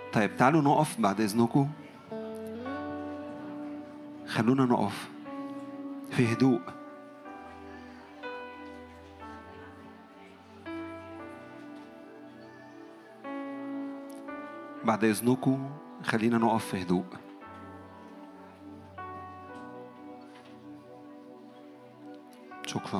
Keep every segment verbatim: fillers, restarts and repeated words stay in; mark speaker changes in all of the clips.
Speaker 1: طيب تعالوا نقف بعد إذنكم. خلونا نقف في هدوء. بعد إذنكم خلينا نقف في هدوء. شكرا.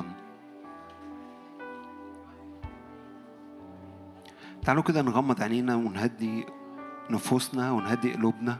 Speaker 1: تعالوا كده نغمض عينينا ونهدي نفوسنا ونهدي قلوبنا.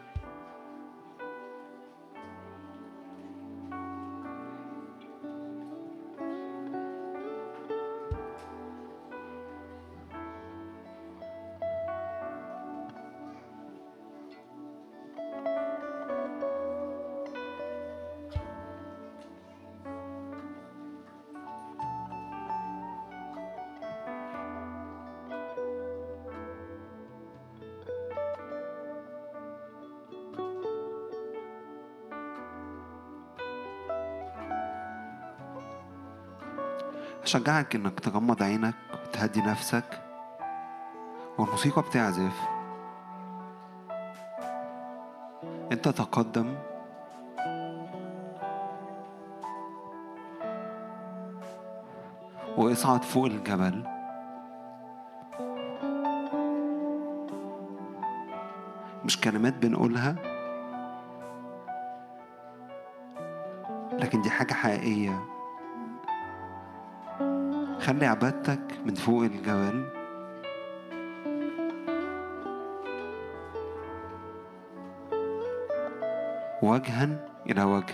Speaker 1: أشجعك إنك تغمض عينك وتهدي نفسك والموسيقى بتعزف. أنت تقدم واصعد فوق الجبل. مش كلمات بنقولها، لكن دي حاجة حقيقية. خلي عبادتك من فوق الجبل، وجها إلى وجه.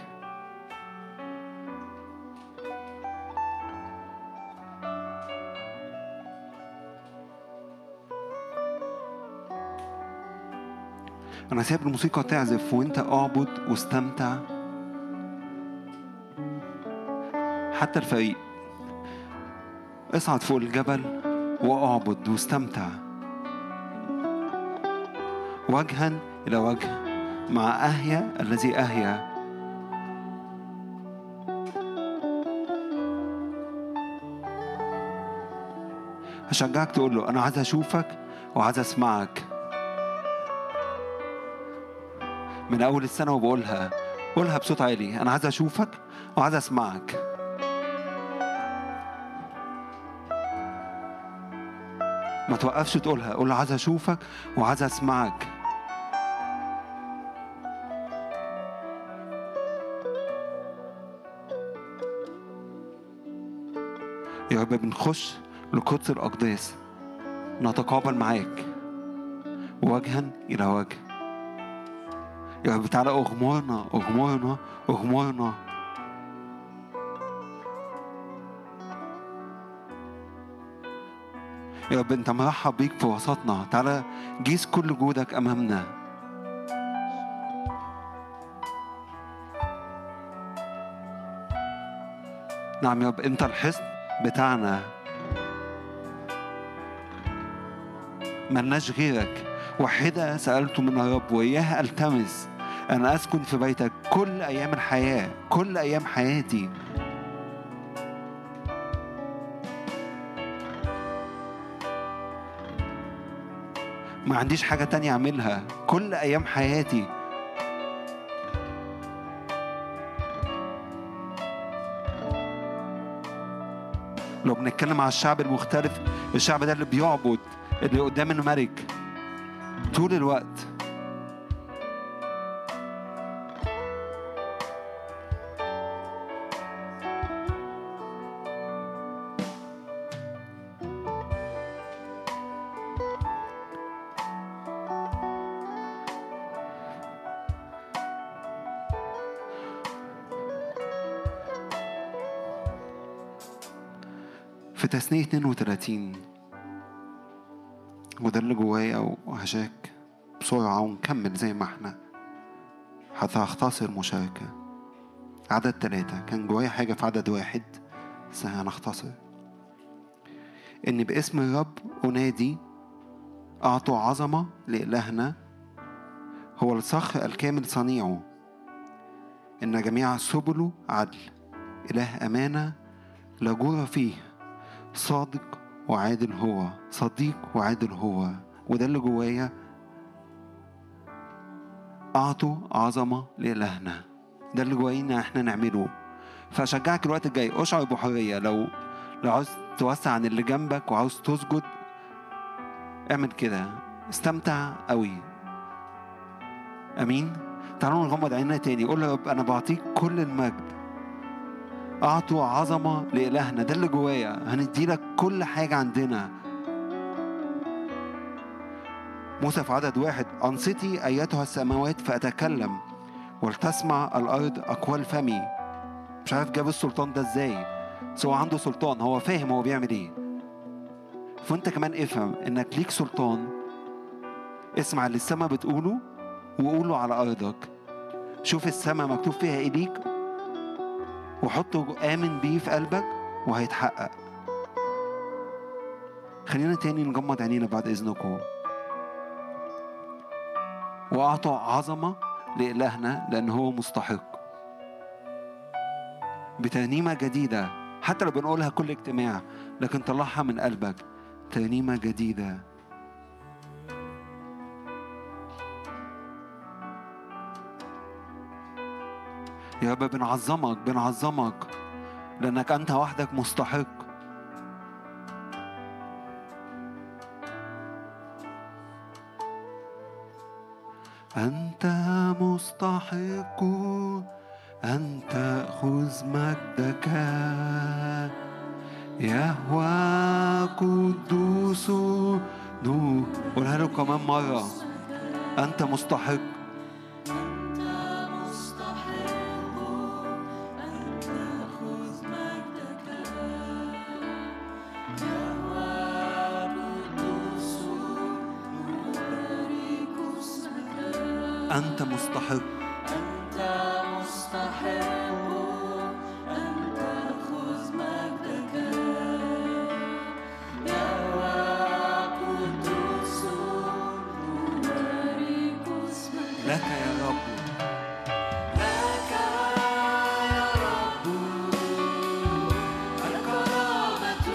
Speaker 1: أنا سايب الموسيقى تعزف وأنت أعبد واستمتع. حتى الفريق اصعد فوق الجبل وأعبد واستمتع وجها إلى وجه مع أهيا الذي أهيا. هشجعك تقول له أنا عايز أشوفك وعايز أسمعك. من أول السنة وبقولها، قولها بصوت عالي، أنا عايز أشوفك وعايز أسمعك. ما توقفش تقولها، قول عايز أشوفك وعايز أسمعك. يا رب بنخش لقدس الأقداس نتقابل معاك وجها إلى وجه. يا رب تعالى أغمرنا أغمرنا أغمرنا. يا رب أنت مرحب بيك في وسطنا. تعالى جيس كل جودك أمامنا. نعم يا رب أنت الحصن بتاعنا، ملناش غيرك. واحدة سألت من الرب وإياها ألتمس أن أسكن في بيتك كل أيام الحياة، كل أيام حياتي. ما عنديش حاجة تانية أعملها كل أيام حياتي. لو بنتكلم على الشعب المختلف، الشعب ده اللي بيعبد، اللي قدام الملك طول الوقت. في تثنية اثنين وثلاثين، وده اللي جوايا وهشاك بسرعة ونكمل زي ما احنا، حتى هختصر مشاركة. عدد ثلاثة كان جوايا حاجة في عدد واحد بس هنختصر. إن باسم الرب أنادي، أعطوا عظمة لإلهنا، هو الصخر الكامل صنيعه، إن جميع سبله عدل، إله أمانة لا جور فيه، صادق وعادل هو، صديق وعادل هو. وده اللي جوايا أعطوا عظمة لإلهنا. ده اللي جواينا احنا نعمله. فأشجعك الوقت الجاي أشعر بحرية. لو لو عاوز توسع عن اللي جنبك وعاوز تسجد اعمل كده، استمتع قوي. أمين. تعالوا نغمض عيننا تاني. قول له يا رب أنا بعطيك كل المجد. أعطوا عظمة لإلهنا. ده اللي جوايا. هنديلك كل حاجة عندنا. موسى في عدد واحد: أنصتي أيتها السماوات فأتكلم ولتسمع الأرض أقوال فمي. مش عارف جاب السلطان ده إزاي، بس هو عنده سلطان. هو فاهم هو بيعمل إيه. فأنت كمان افهم إنك ليك سلطان. اسمع اللي السماء بتقوله وقوله على أرضك. شوف السماء مكتوب فيها إيه ليك وحطه آمن بيه في قلبك وهيتحقق. خلينا تاني نغمض عينينا بعد إذنكم. وأعطوا عظمة لإلهنا لأن هو مستحق. بترنيمة جديدة، حتى لو بنقولها كل اجتماع، لكن طلعها من قلبك. ترنيمة جديدة. يا رب بنعظمك بنعظمك لأنك أنت وحدك مستحق. أنت مستحق أن تأخذ مجدك يهوى قدوس نور. قولها له كمان مرة. أنت مستحق. أنت مستحق.
Speaker 2: أنت مستحق أن تأخذ مجدك يهوى قدوس نبارك اسمك.
Speaker 1: لك يا رب.
Speaker 2: لك يا رب الكرامة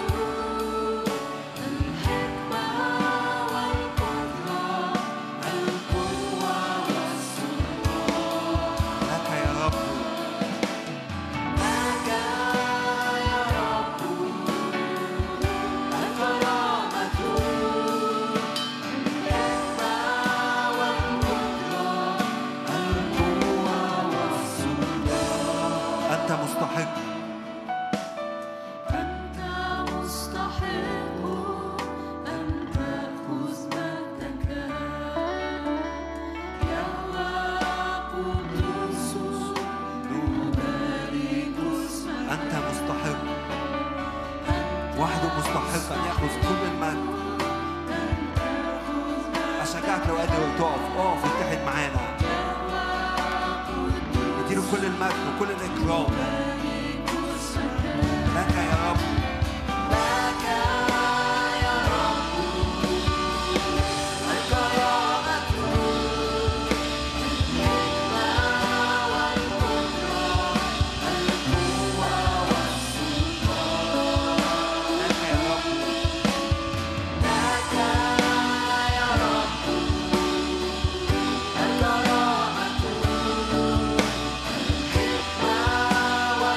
Speaker 2: الحكمة والقدرة القوة والسلطان.
Speaker 1: لك يا رب.
Speaker 2: لك يا رب الكرامة الحكمة والقدرة القوة والسلطان.
Speaker 1: أنت مستحق.
Speaker 2: أنت مستحق أن تأخذ مجدك يهوى قدوس نبارك اسمك.
Speaker 1: أنت مستحق. وحده مستحق أن يأخذ كل المجد. أشجعك لو قادر تقف اقف واتحد معانا. اديله كل المجد وكل الإكرام. لك يا رب.
Speaker 2: لك يا رب الكرامة الحكمة والقدرة القوة والسلطان.
Speaker 1: لك يا رب.
Speaker 2: لك يا رب الكرامة الحكمة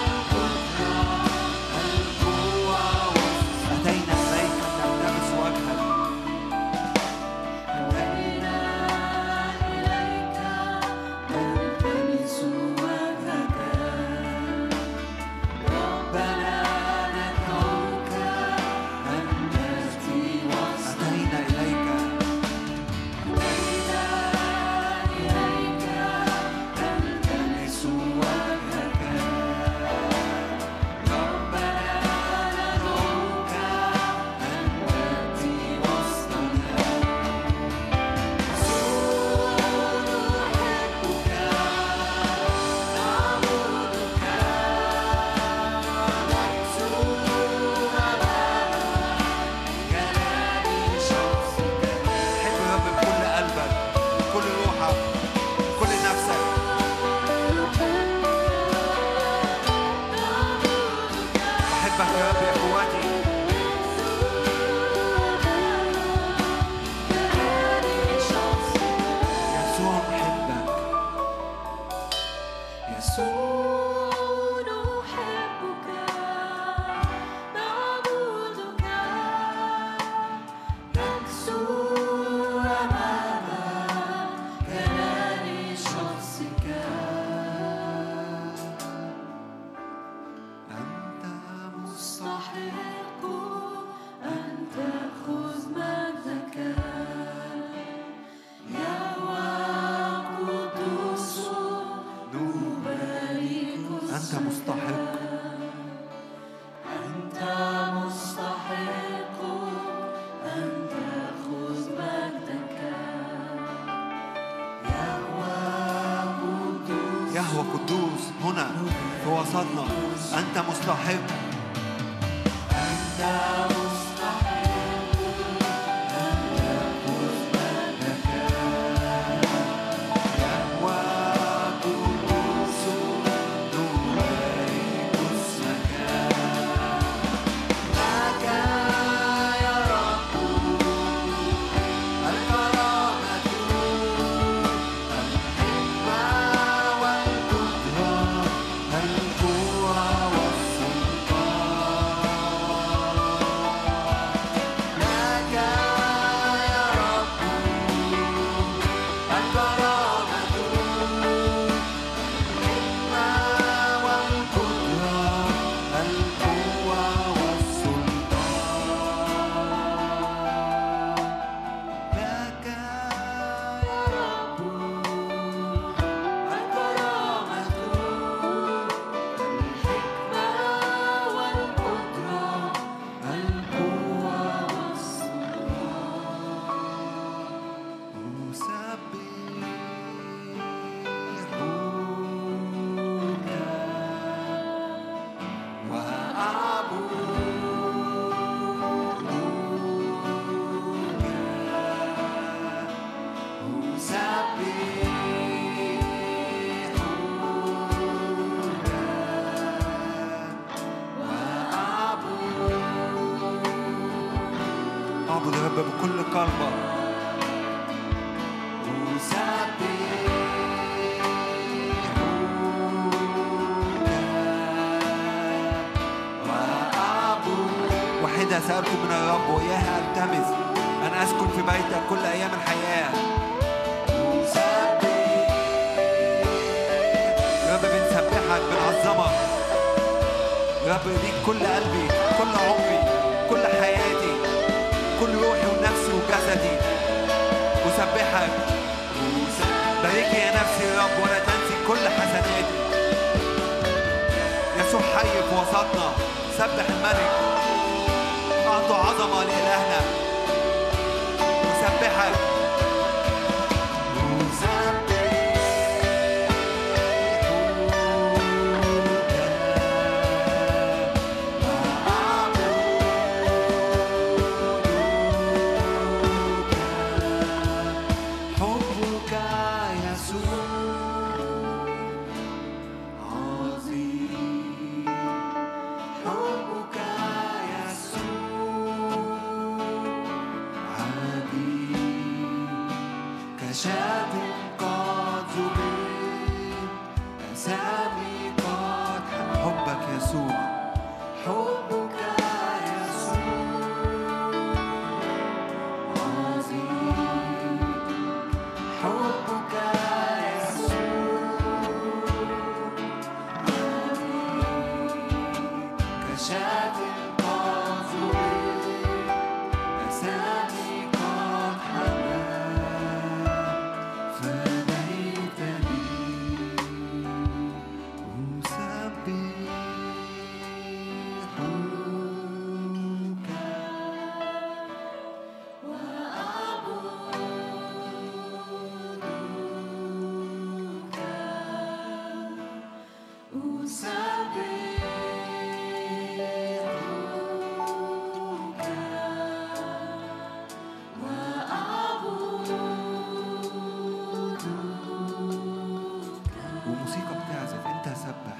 Speaker 1: إله وقدوس هنا في وسطنا. أنت مستحق،
Speaker 2: أنت مستحق أن يأخذ مجدك. يهوى قدوس نبارك اسمك. لك يا رب الكرامة الحكمة والقدرة القوة والسلطان. لك يا رب الكرامة الحكمة والقدرة القوة والسلطان. لك يا رب الكرامة الحكمة والقدرة القوة والسلطان.
Speaker 1: اعبد يا رب بكل قلبك. واحدة سألت من الرب وإياها ألتمس أن أسكن في بيتك كل أيام الحياة. يا رب بنسبحك بنعظمك يا رب، ليك كل قلبي كل عمري كل حياتي كل روحي ونفسي وجسدي أسبحك. باركي يا نفسي يا رب ولا تنسي كل حسناتي. يسوع حي في وسطنا، سبح الملك، أعطوا عظمة لإلهنا. أسبحك
Speaker 2: حبك يسوع عظيم. حبك يسوع عجيب. كشاب قد ذبح أسامي قد
Speaker 1: حبك يسوع.
Speaker 2: حبك يسوع عظيم. حبك يسوع عظيم. كشاف قد ذبح أسامي قد حمل فديتني.
Speaker 1: وموسيقى بتعزف، انت سبح،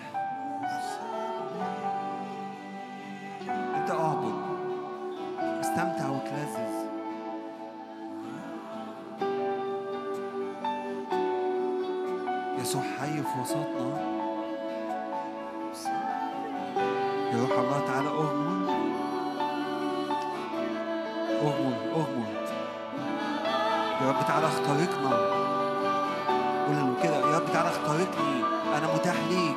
Speaker 1: انت اعبد، استمتع وتلذذ. يسوع حي في وسطنا. يا روح الله تعالى اغمر اغمر اغمر يا رب تعالى اخترقنا. قول له كده، يا رب تعالى اخترقني، انا متاح ليك.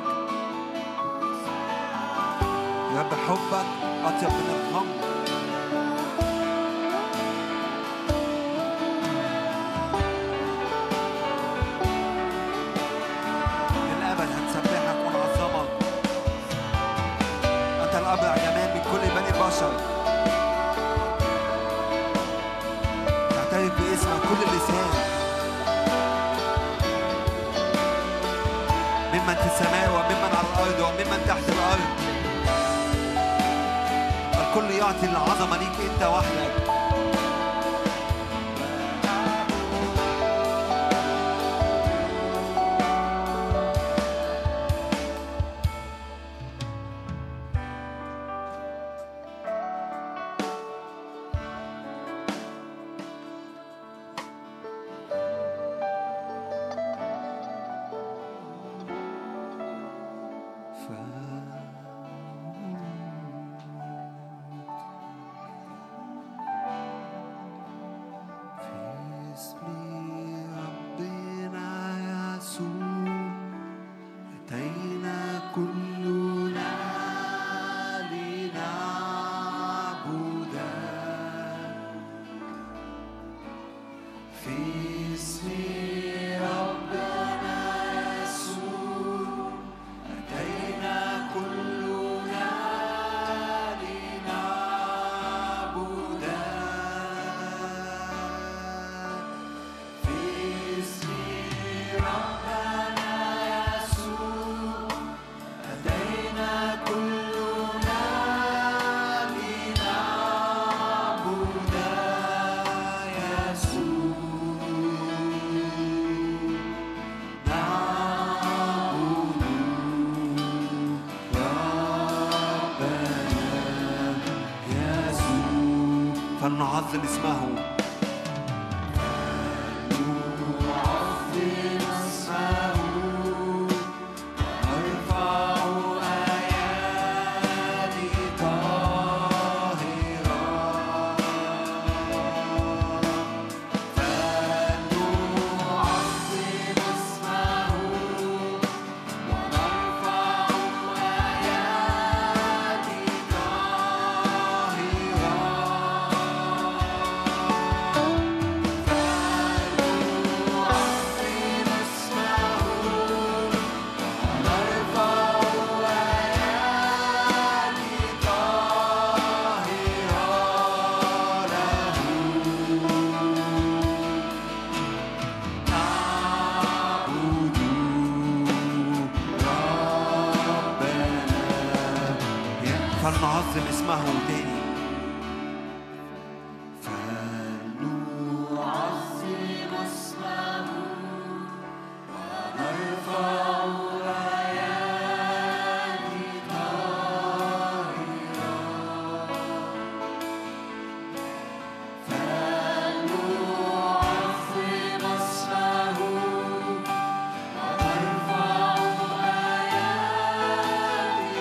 Speaker 1: يا رب حبك اطيب من الخمر. للابد هنسبحك ونعظمك. انت الابرع جمال من كل بني البشر. تعترف باسمك كل لسان. ممن يعطي العظمة ليك أنت وحدك. فلنعظم اسمه. فلنعظم اسمه تاني.
Speaker 2: فلنعظم اسمه ونرفع أيادي طاهرة. فلنعظم اسمه ونرفع أيادي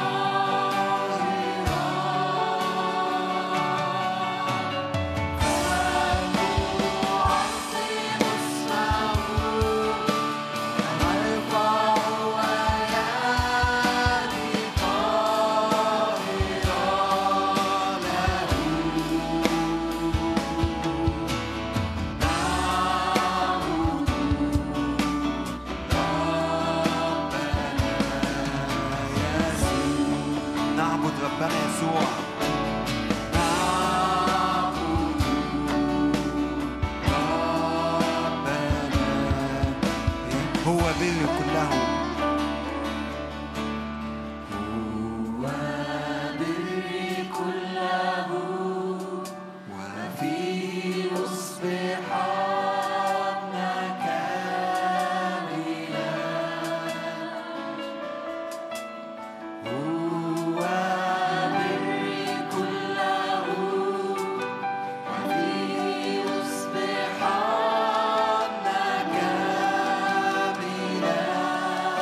Speaker 1: نعبد ربنا يسوع. هو بر كله.
Speaker 2: هو بر كله وفيه أصبحنا كاملا. هو بر كله وفيه أصبحنا كاملا.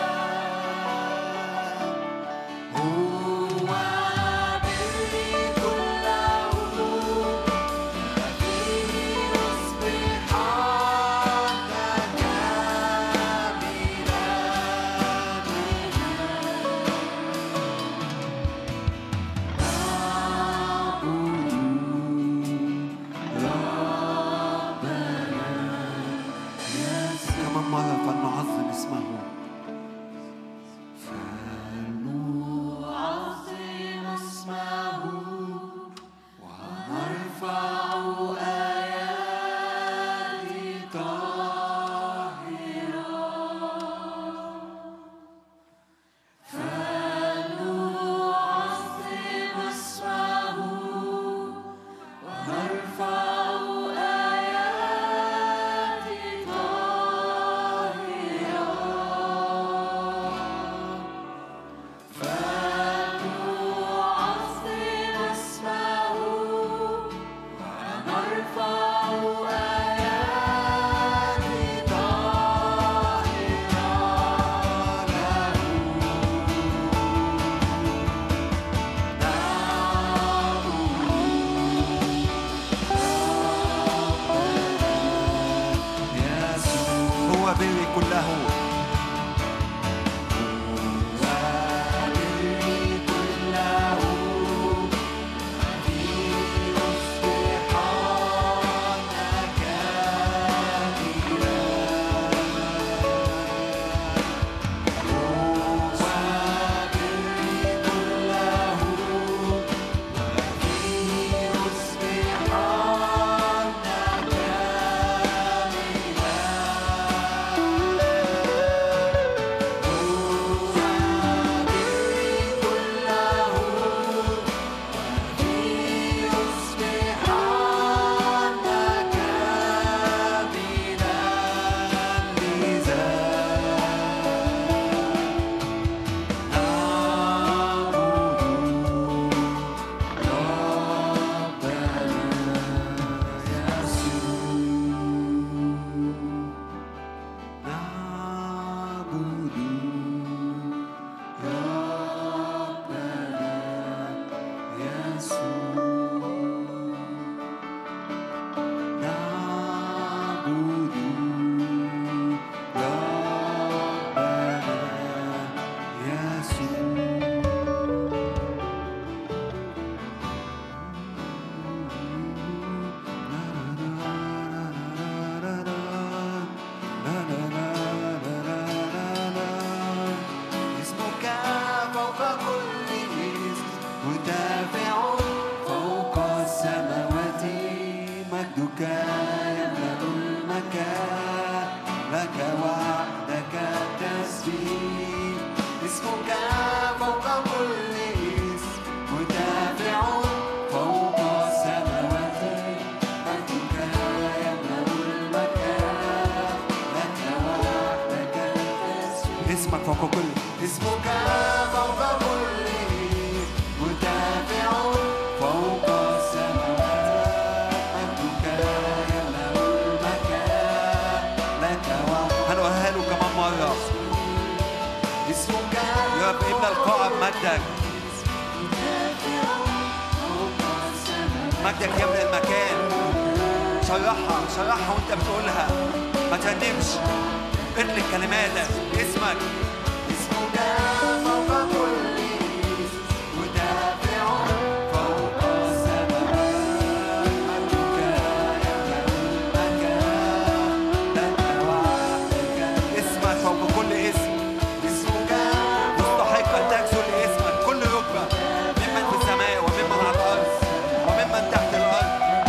Speaker 1: بري كله مجدك يملأ المكان. شرحها شرحها وانت بتقولها، ما ترنمش، اطلق كلماتك. اسمك اسمك فوق كل اسم، مدافع فوق السماوات، مجدك يملأ المكان، لك وحدك. اسمك فوق كل اسم، اسمك مستحق ان تكسو لاسمك كل ركبة، ممن في السماء وممن على الأرض وممن تحت الأرض.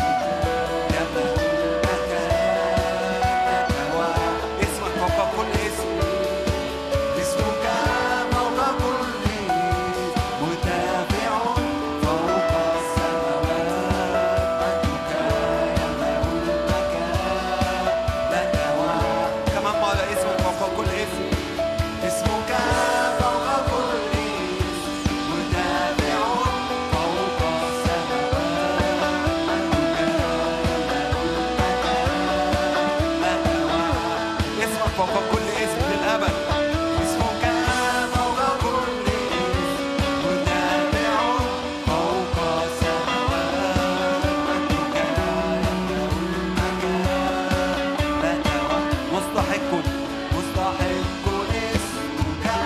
Speaker 1: اسمك فوق كل اسم، اسمك فوق كل اسم، مدافع فوق السماوات، مجدك يملأ المكان، لك وحدك. كمان مرة، اسمك فوق كل اسم، اسمك فوق كل اسم، مدافع فوق السماوات، مجدك يملأ المكان، لك وحدك. اسمك فوق كل اسم للأبد. اسمك فوق كل اسم، مدافع فوق السماوات، مجدك يملأ المكان، لك وحدك. مستحق مستحق اسمك يا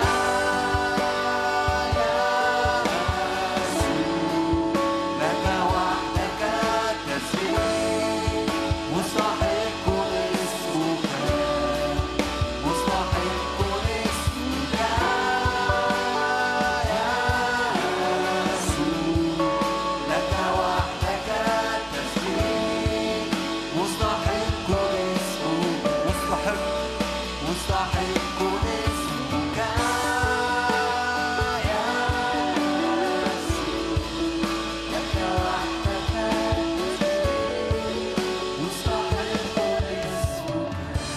Speaker 1: يسوع، لك وحدك التسبيح. مستحق اسمك، مستحق اسمك يا يسوع، لك وحدك التسبيح. مستحق اسمك، مستحق مستحق اسمك يا يسوع، لك وحدك التسبيح. مستحق اسمك،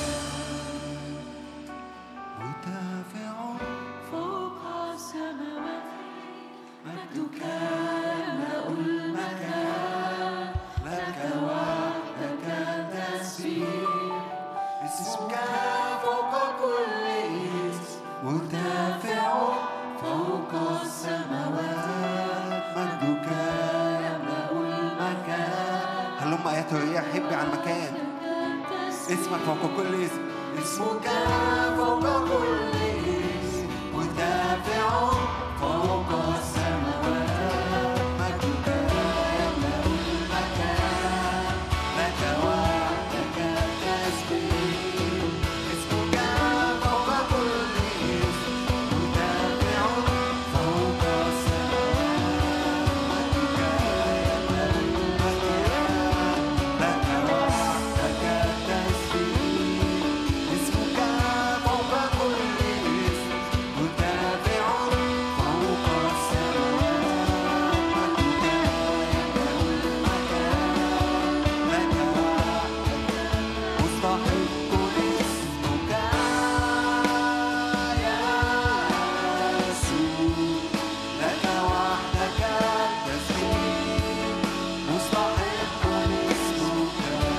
Speaker 1: مدافع
Speaker 2: فوق السماوات، مجدك يملأ المكان،
Speaker 1: لك وحدك التسبيح. اسمك فوق كل اسم، مرتفع فوق السماوات، مجدك يملأ المكان. هلم آيات الرياح، حبي على المكان. اسمك فوق كل اسم،
Speaker 2: اسمك فوق كل اسم مرتفع فوق السماوات مجدك يملأ المكان لك وحدك التسبيح اسمك فوق كل اسم مرتفع فوق السماوات مجدك يملأ المكان لك وحدك التسبيح اسمك فوق كل اسم مرتفع فوق السماوات مجدك يملأ المكان لك وحدك مستحق اسمك يا يسوع لك وحدك التسبيح مستحق اسمك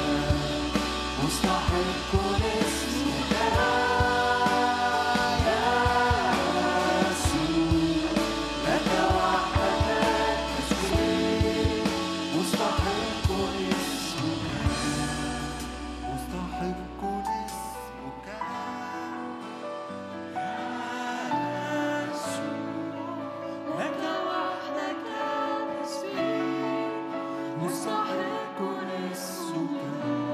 Speaker 2: مستحق اسمك يا يسوع لك وحدك التسبيح مستحق اسمك مستحق اسمك يا يسوع لك وحدك التسبيح مستحق اسمك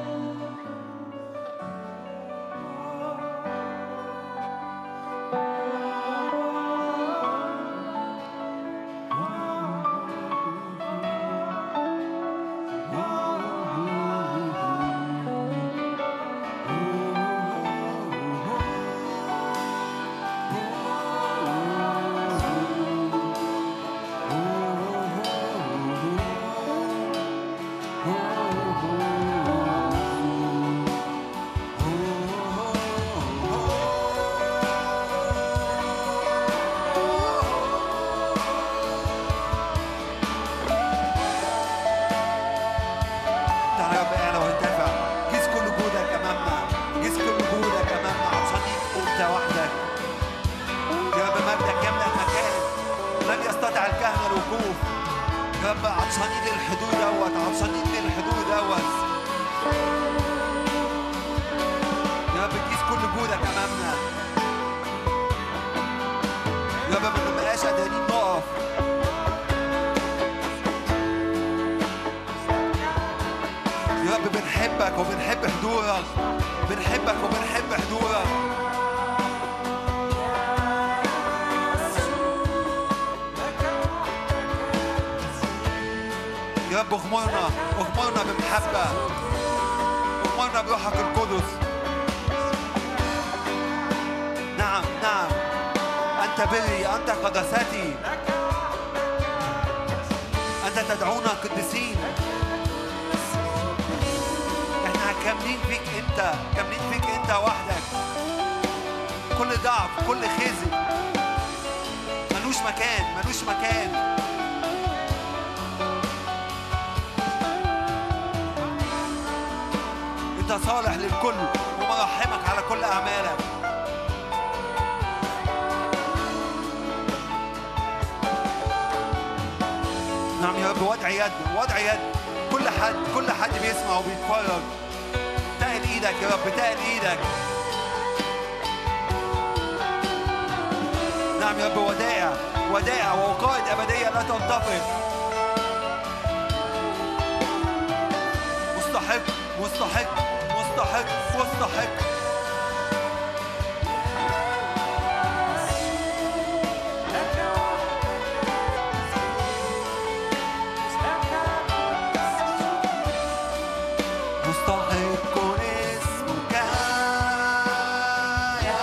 Speaker 2: تعالى يا رب اعلى وارتفع قيس كل وجودك امامنا قيس كل وجودك امامنا عطشانين انت وحدك يا رب مجدك يملأ المكان لم يستطع الكهنة الوقوف يا رب عطشانين للحضور دوت عطشانين للحضور دوت يا رب قيس كل وجودك امامنا يا رب ما نبقاش قادرين نقف يا رب بنحبك وبنحب حضورك بنحبك وبنحب حضورك يا رب اغمرنا اغمرنا بمحبة اغمرنا بروحك القدس نعم نعم أنت بري أنت قداستي أنت تدعونا قديسين احنا كاملين فيك انت كاملين فيك انت وحدك كل ضعف كل خزي ملوش مكان ملوش مكان انت صالح للكل ومرحمك على كل اعمالك نعم يا رب وضع يد وضع يد كل حد كل حد بيسمع وبيتفرج تقل ايدك يا رب تقل ايدك نعم يا رب ودائع ودائع ووقائد ابديه لا تنطفئ مستحق مستحق مستحق مستحق مستحق اسمك يا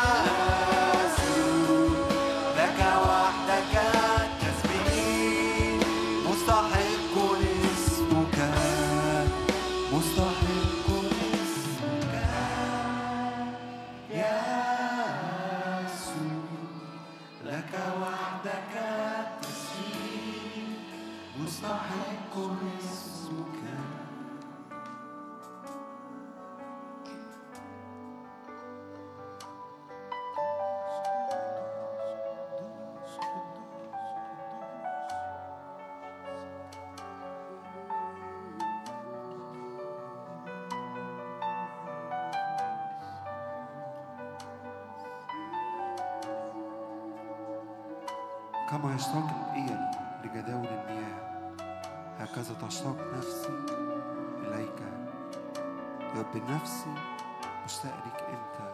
Speaker 2: يسوع لك وحدك التسبيح مستحق اسمك مستحق اسمك
Speaker 1: كما يشتاق الإيل لجداول المياه هكذا تشتاق نفسي إليك. يا رب نفسي مشتاق ليك أنت.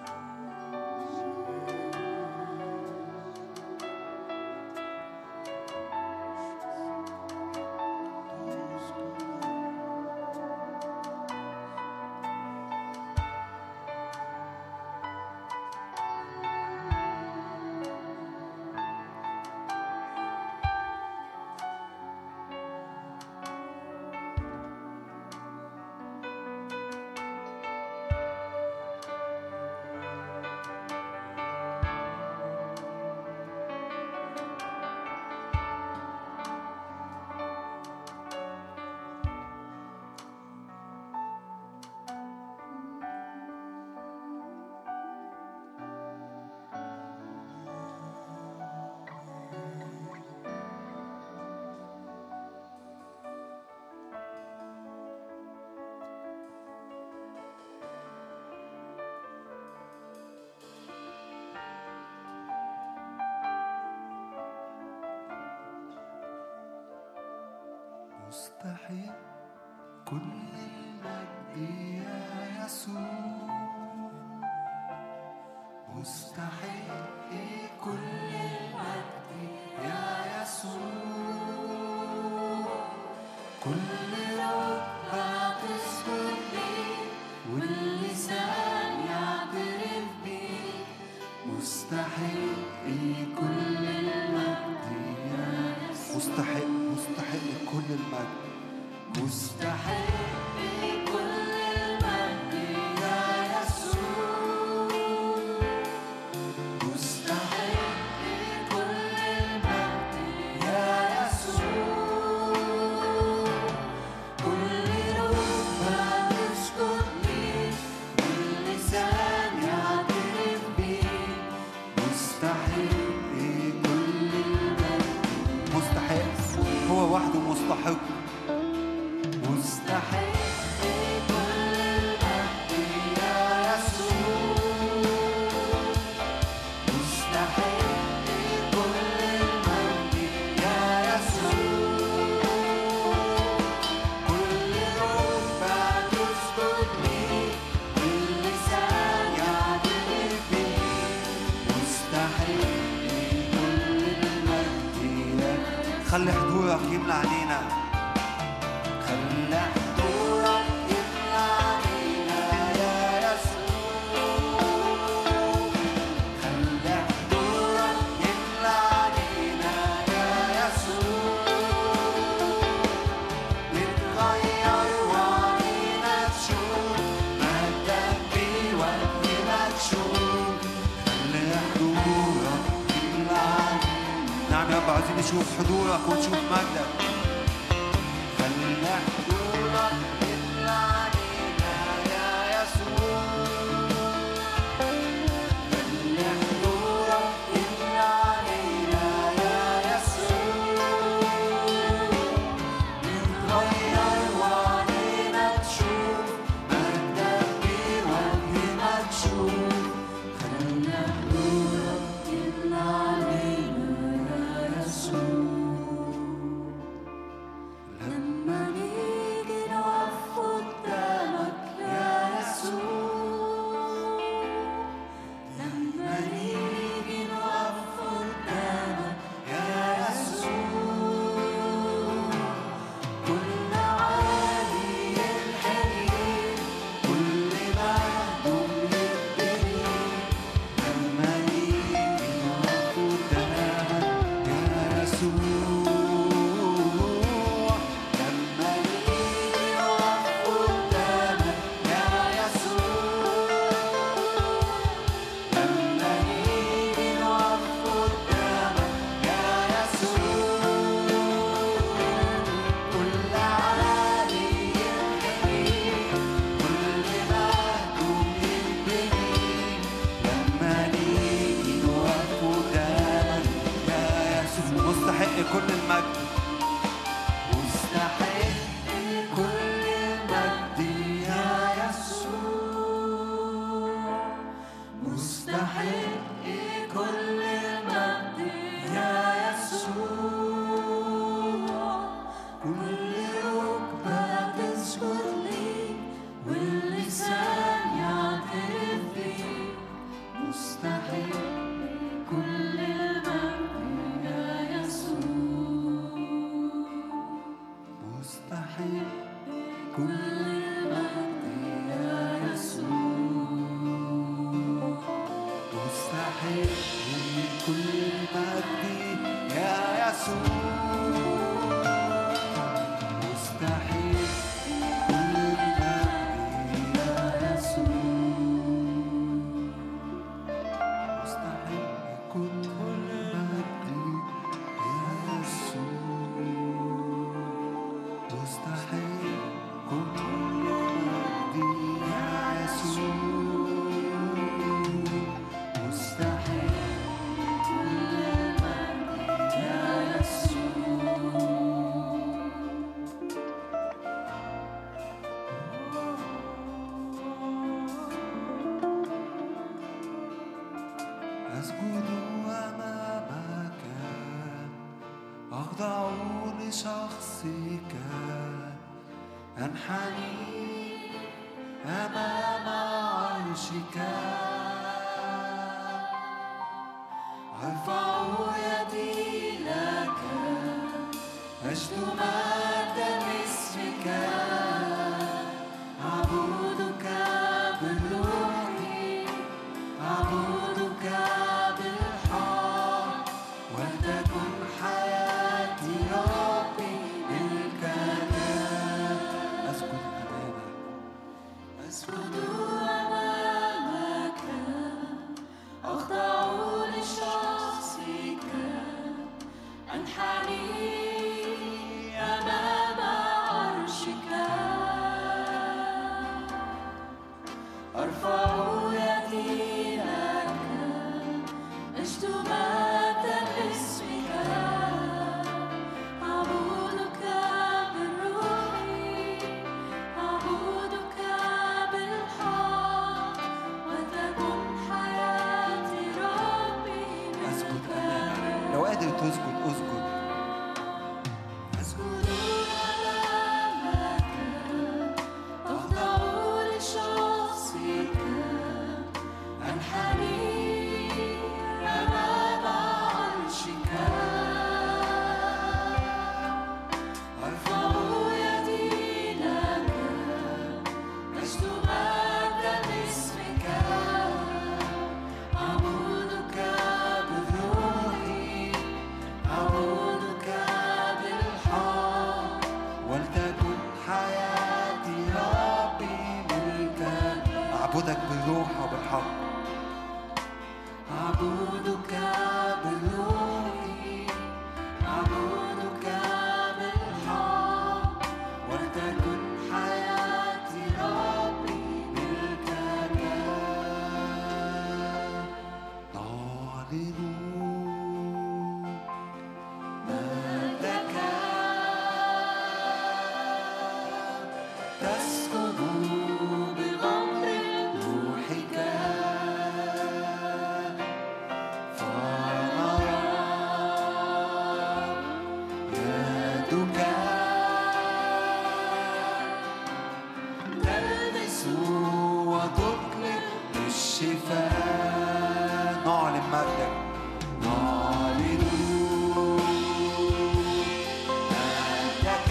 Speaker 1: مستحيل كل المجد يا يسوع، مستحيل كل المجد يا يسوع، كل ركبة تسجد ليك واللسان يعترف بيك، مستحيل كل المجد يا يسوع، مستحيل مستحيل كل المجد، مستحيل كل المجد يا يسوع، مستحيل كل المجد يا يسوع، كل ركبة تسجد ليك واللسان يعترف بيك، مستحيل كل المجد، مستحيل هو وحده مستحق، مستحيل كل المجد يا يسوع، مستحيل كل المجد يا يسوع، كل ركبة تسجد ليك واللسان يعترف بيك، مستحيل كل المجد يا. خلي حضورك يملى علينا، خلي حضورك يملى علينا يا يسوع، خلي حضورك يملى علينا يا يسوع، نتغير وعينا تشوف مجدك بوجه مكشوف، خلي حضورك يملى علينا. نعم يا رب، عايزين نشوف حضورك ونشوف مجدك. خلي حضورك يملى علينا يا يسوع، خلي حضورك يملى علينا يا يسوع، نتغير وعينا تشوف مجدك بوجه مكشوف، خلي حضورك يملى علينا يا يسوع. لما
Speaker 2: أسجد أمامك أخضع لشخصك أنحني أمام عرشك أرفع يدي لك أشدو مجدا لاسمك أعبدك بالروح أعبدك بالحق ولتكن حياتي ربي بالكمال أسجد أمامك أسجد أمامك أخضع لشخصك أنحني أمام عرشك أرفع يدي لك أشدو مجدا لاسمك أعبدك بالروح أعبدك بالحق وتكن حياتي ربي
Speaker 1: أسجد أمامك. لو قادر تسجد أسجد.
Speaker 2: أسجد أمامك أخضع لشخصك أنحني أمام عرشك أرفع يدي لك أشدو مجدا لاسمك أعبدك بالروح أعبدك بالحق ولتكن حياتي ربي ملكك أعبدك بالروح وبالحق أعبدك بالروح أعبدك بالحق ولتكن حياتي ربي ملكك نعلن مجدك تسكب بغمر روحك فنرى يدك تلمس وتطلق بالشفاء نعلن مجدك نعلن مجدك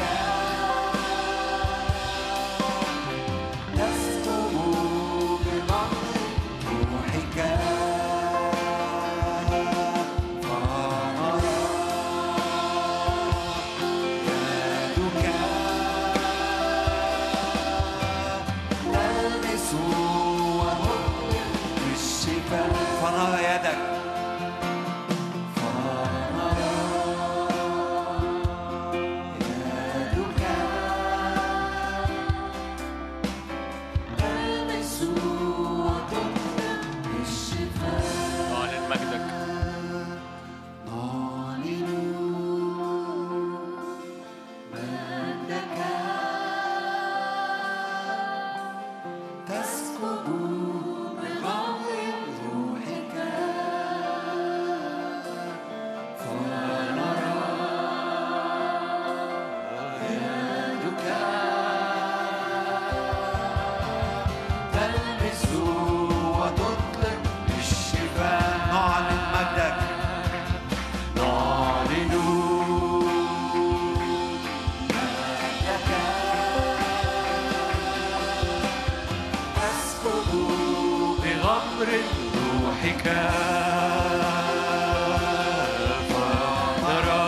Speaker 2: تسكب بغمر روحك فنرى يدك تلمس وتطلق بالشفاء فنرى يدك فنرى يدك تلمس وتطلق بالشفاء
Speaker 3: نعلن مجدك
Speaker 2: نعلن مجدك تسكب بغمر روحك فنرى يدك تلمس وتطلق بالشفاء نعلن مجدك نعلن مجدك تسكب بغمر روحك فنرى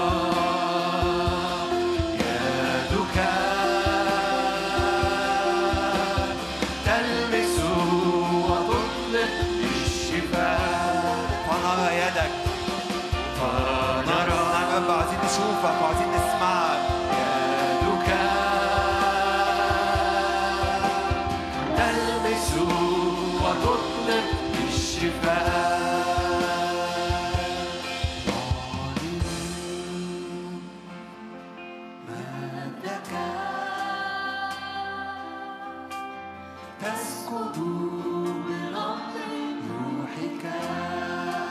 Speaker 2: يدك تلمس وتطلق بالشفاء فنرى يدك فنرى نعم عايزين نشوفك وعايزين نسمعك يدك تلمس وتطلق بالشفاء مجدك تسكب بغمر روحك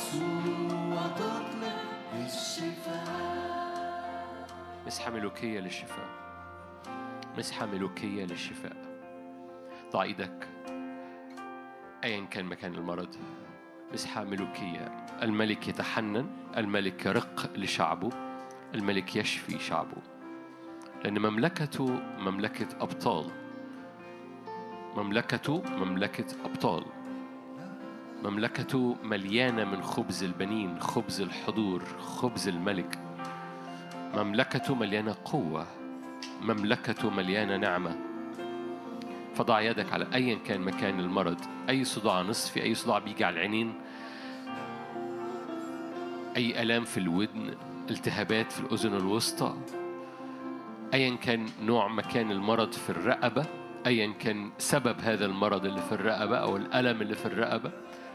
Speaker 3: مسحة ملوكية للشفاء، مسحة ملوكية للشفاء. ضع ايدك ايا كان مكان المرض. مسحة ملوكية. الملك يتحنن، الملك يرق لشعبه، الملك يشفي شعبه، لأن مملكته مملكة أبطال. مملكته مملكة أبطال. مملكته مليانة من خبز البنين، خبز الحضور، خبز الملك. مملكته مليانة قوة، مملكته مليانة نعمة. فضع يدك على أيا كان مكان المرض، أي صداع نصفي، أي صداع بيجي على العينين، أي ألام في الودن، التهابات في الأذن الوسطى، أيا كان نوع مكان المرض في الرقبة، أيا كان سبب هذا المرض اللي في الرقبة أو الألم اللي في الرقبة،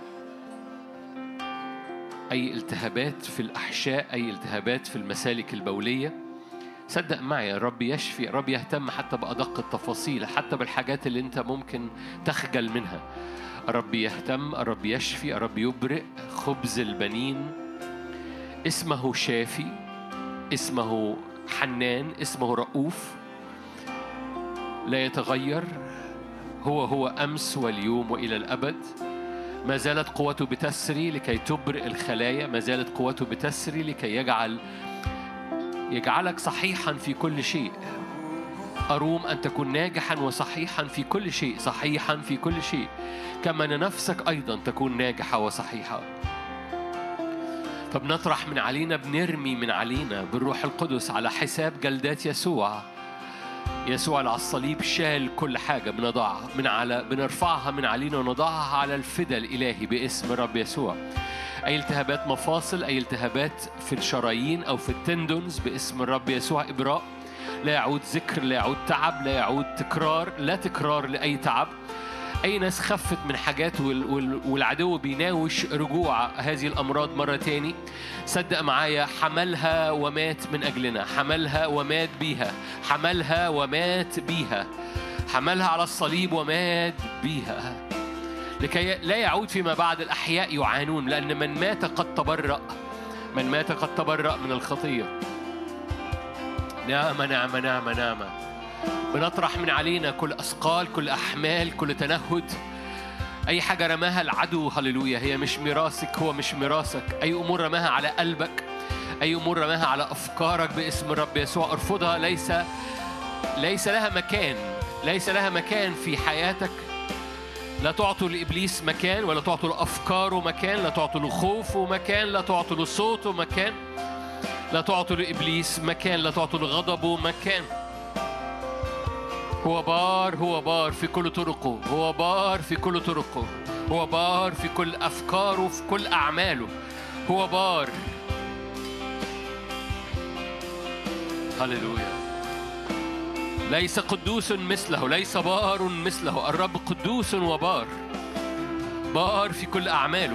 Speaker 3: أي التهابات في الأحشاء، أي التهابات في المسالك البولية. صدق معي، الرب يشفي، الرب يهتم حتى بأدق التفاصيل، حتى بالحاجات اللي أنت ممكن تخجل منها. الرب يهتم، الرب يشفي، الرب يبرئ. خبز البنين اسمه شافي، اسمه حنان، اسمه رؤوف، لا يتغير، هو هو أمس واليوم وإلى الأبد. ما زالت قوته بتسري لكي تبرئ الخلايا، ما زالت قوته بتسري لكي يجعل يجعلك صحيحا في كل شيء. أروم أن تكون ناجحا وصحيحا في كل شيء، صحيحا في كل شيء، كما أن نفسك أيضا تكون ناجحة وصحيحة. فبنطرح من علينا، بنرمي من علينا بالروح القدس على حساب جلدات يسوع. يسوع على الصليب شال كل حاجة، بنضعها من على بنرفعها من علينا ونضعها على الفداء الإلهي باسم الرب يسوع. أي التهابات مفاصل، أي التهابات في الشرايين أو في التندونز باسم الرب يسوع إبراء. لا يعود ذكر، لا يعود تعب، لا يعود تكرار، لا تكرار لأي تعب. أي ناس خفت من حاجات والعدو بيناوش رجوع هذه الأمراض مرة تاني، صدق معايا، حملها ومات من أجلنا، حملها ومات بيها، حملها ومات بيها، حملها على الصليب ومات بيها، لكي لا يعود فيما بعد الأحياء يعانون، لأن من مات قد تبرأ، من مات قد تبرأ من الخطية. نعمة نعمة نعمة نعمة. بنطرح من علينا كل أثقال، كل أحمال، كل تنهد، أي حاجة رماها العدو، هللويا، هي مش ميراثك، هو مش ميراثك. أي أمور رماها على قلبك، أي أمور رماها على أفكارك باسم الرب يسوع ارفضها. ليس ليس لها مكان، ليس لها مكان في حياتك. لا تعطوا لإبليس مكان، ولا تعطوا لأفكاره مكان، لا تعطوا لخوفه مكان، لا تعطوا لصوته مكان، لا تعطوا لإبليس مكان، لا تعطوا لغضبه مكان. هو بار، هو بار في كل طرقه، هو بار في كل طرقه، هو بار في كل أفكاره، في كل أعماله، هو بار. هللويا. ليس قدوس مثله، ليس بار مثله. الرب قدوس وبار، بار في كل أعماله.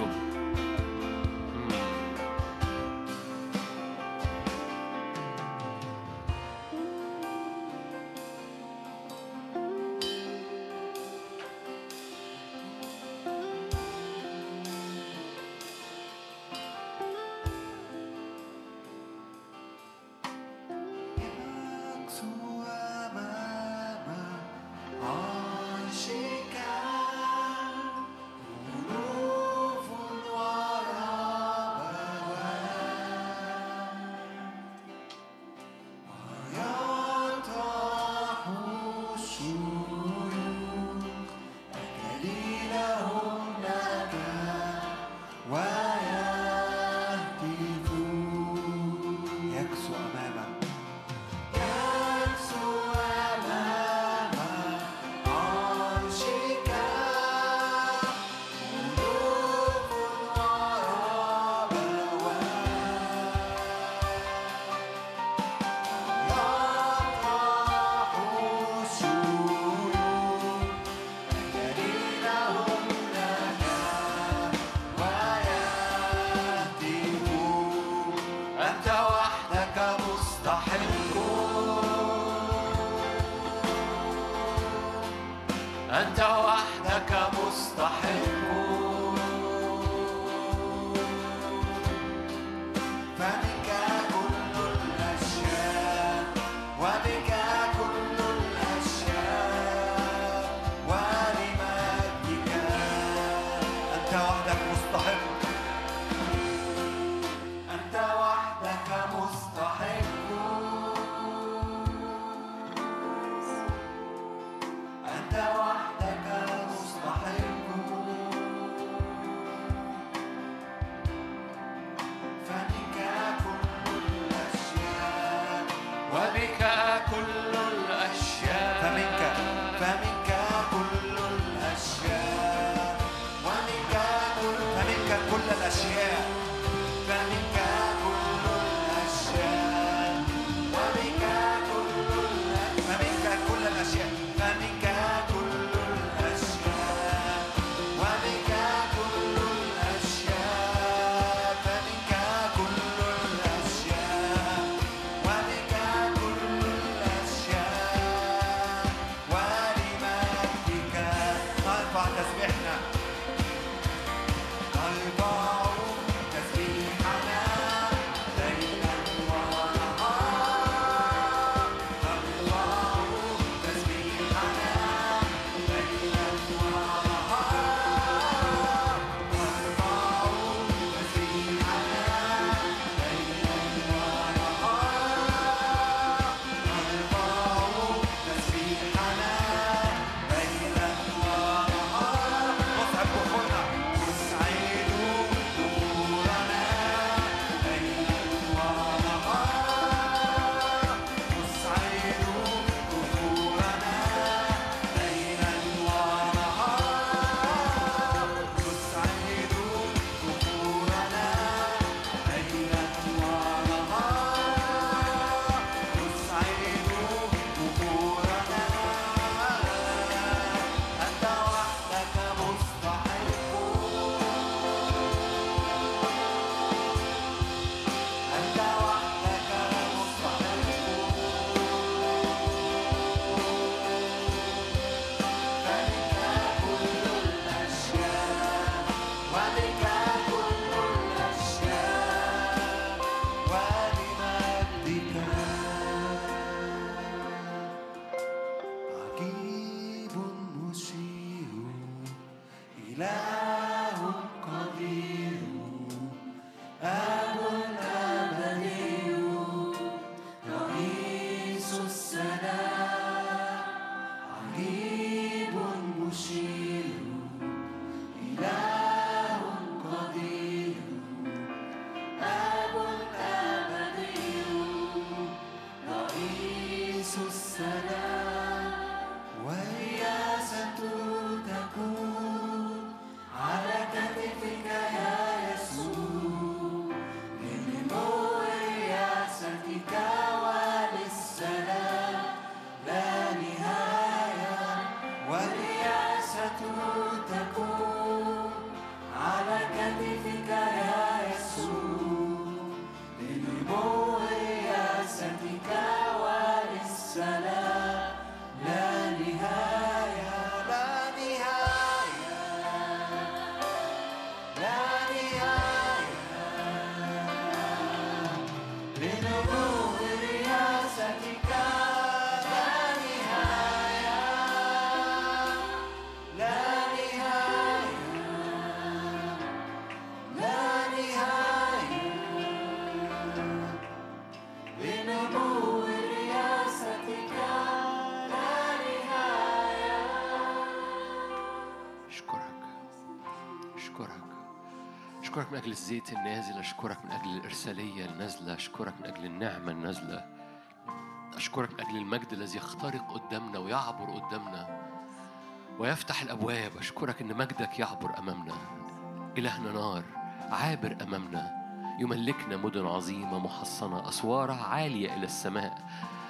Speaker 3: أشكرك من أجل الزيت النازل، أشكرك من أجل الإرسالية النازلة، أشكرك من أجل النعمة النازلة، أشكرك من أجل المجد الذي يخترق قدامنا ويعبر قدامنا ويفتح الأبواب. أشكرك إن مجدك يعبر أمامنا، إلهنا نار عابر أمامنا، يملكنا مدن عظيمة محصنة أسوارها عالية إلى السماء،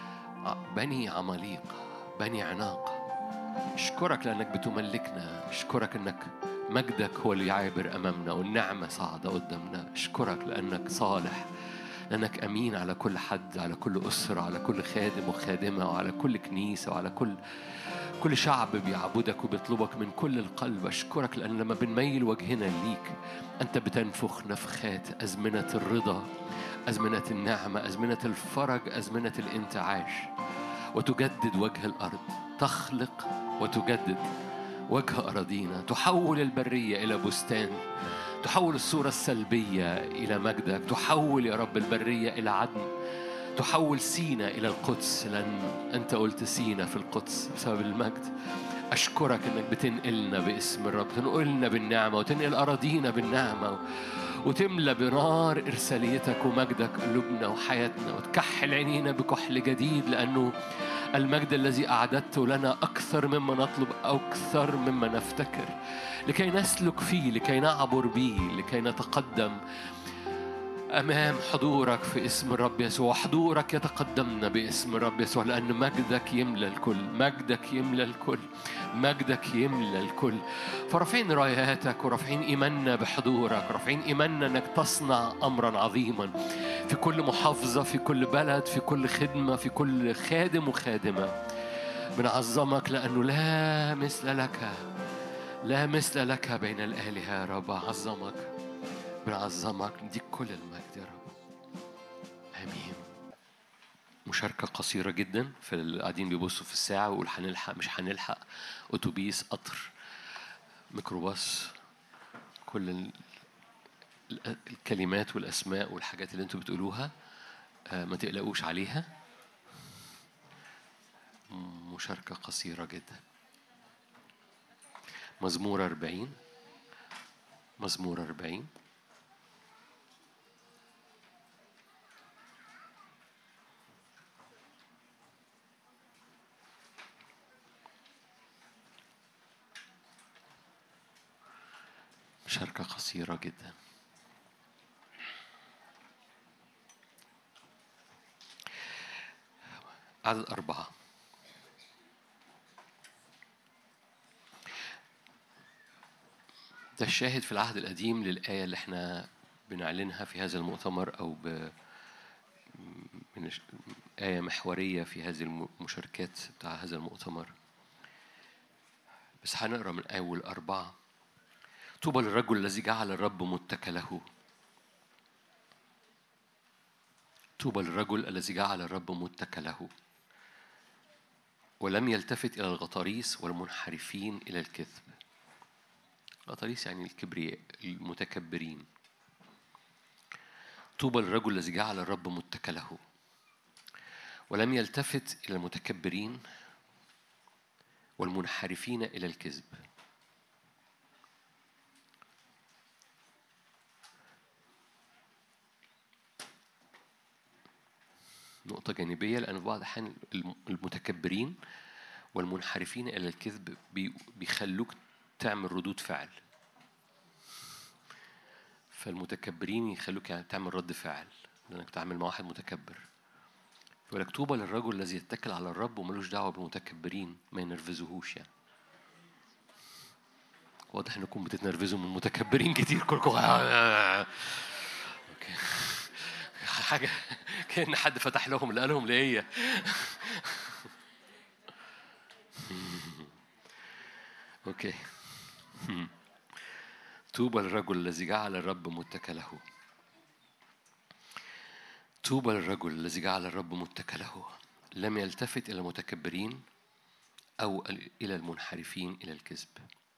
Speaker 3: بني عماليق بني عناق. أشكرك لأنك بتملكنا، أشكرك أنك مجدك هو اللي عابر أمامنا والنعمة صاعدة قدامنا. أشكرك لأنك صالح، لأنك أمين على كل حد، على كل أسرة، على كل خادم وخادمة، وعلى كل كنيسة، وعلى كل كل شعب بيعبدك وبيطلبك من كل القلب. أشكرك لأن لما بنميل وجهنا ليك أنت بتنفخ نفخات، أزمنة الرضا، أزمنة النعمة، أزمنة الفرج، أزمنة الانتعاش، وتجدد وجه الأرض، تخلق وتجدد وجه أراضينا، تحول البرية إلى بستان، تحول الصورة السلبية إلى مجدك، تحول يا رب البرية إلى عدن، تحول سينا إلى القدس، لأن أنت قلت سينا في القدس بسبب المجد. أشكرك أنك بتنقلنا باسم الرب، تنقلنا بالنعمة وتنقل أراضينا بالنعمة، وتملى بنار إرساليتك ومجدك قلوبنا وحياتنا، وتكحل عينينا بكحل جديد، لأنه المجد الذي أعددته لنا أكثر مما نطلب أو أكثر مما نفتكر، لكي نسلك فيه، لكي نعبر به، لكي نتقدم أمام حضورك في اسم الرب يسوع. حضورك يتقدمنا باسم الرب يسوع، لأن مجدك يملى الكل، مجدك يملى الكل، مجدك يملى الكل. فرافعين راياتك ورافعين إيماننا بحضورك، رافعين إيماننا أنك تصنع أمرا عظيما في كل محافظة، في كل بلد، في كل خدمة، في كل خادم وخادمة. بنعظمك لأنه لا مثل لك، لا مثل لك بين الآلهة يا رب. أعظمك، بنعظمك، نديك كل المجد يا رب. آمين. مشاركة قصيرة جدا، في اللي قاعدين بيبصوا في الساعة ويقول هنلحق مش هنلحق، أتوبيس، قطر، ميكروباص، كل الكلمات والأسماء والحاجات اللي انتوا بتقولوها ما تقلقوش عليها. مشاركة قصيرة جدا. مزمور أربعين، مزمور أربعين. مشاركة قصيرة جدا. عدد أربعة. ده الشاهد في العهد القديم للآية اللي احنا بنعلنها في هذا المؤتمر، أو ب من آية محورية في هذه المشاركات بتاع هذا المؤتمر. بس هنقرأ من أول أربعة. طوبى للرجل الذي جعل الرب متكله، طوبى للرجل الذي جعل الرب متكله، ولم يلتفت إلى الغطاريس والمنحرفين إلى الكذب. الغطاريس يعني الكبرياء، المتكبرين. طوبى للرجل الذي جعل الرب متكله، ولم يلتفت إلى المتكبرين والمنحرفين إلى الكذب. نقطة جانبية، لأن بعض الأحيان المتكبرين والمنحرفين إلى الكذب بيخلوك تعمل ردود فعل. فالمتكبرين يخلوك يعني تعمل رد فعل لأنك تعمل مع واحد متكبر. يقول لك طوبى للرجل الذي يتكل على الرب وملوش دعوة بالمتكبرين، ما ينرفزوهوش. يعني واضح انكم بتتنرفزوا من متكبرين كتير كلكم. اوكي، حاجة كأن حد فتح لهم اللي قالهم ليا. اوكي. طوبى للرجل الذي جعل الرب متكله، طوبى للرجل الذي جعل الرب متكله، لم يلتفت إلى المتكبرين أو إلى المنحرفين إلى الكذب.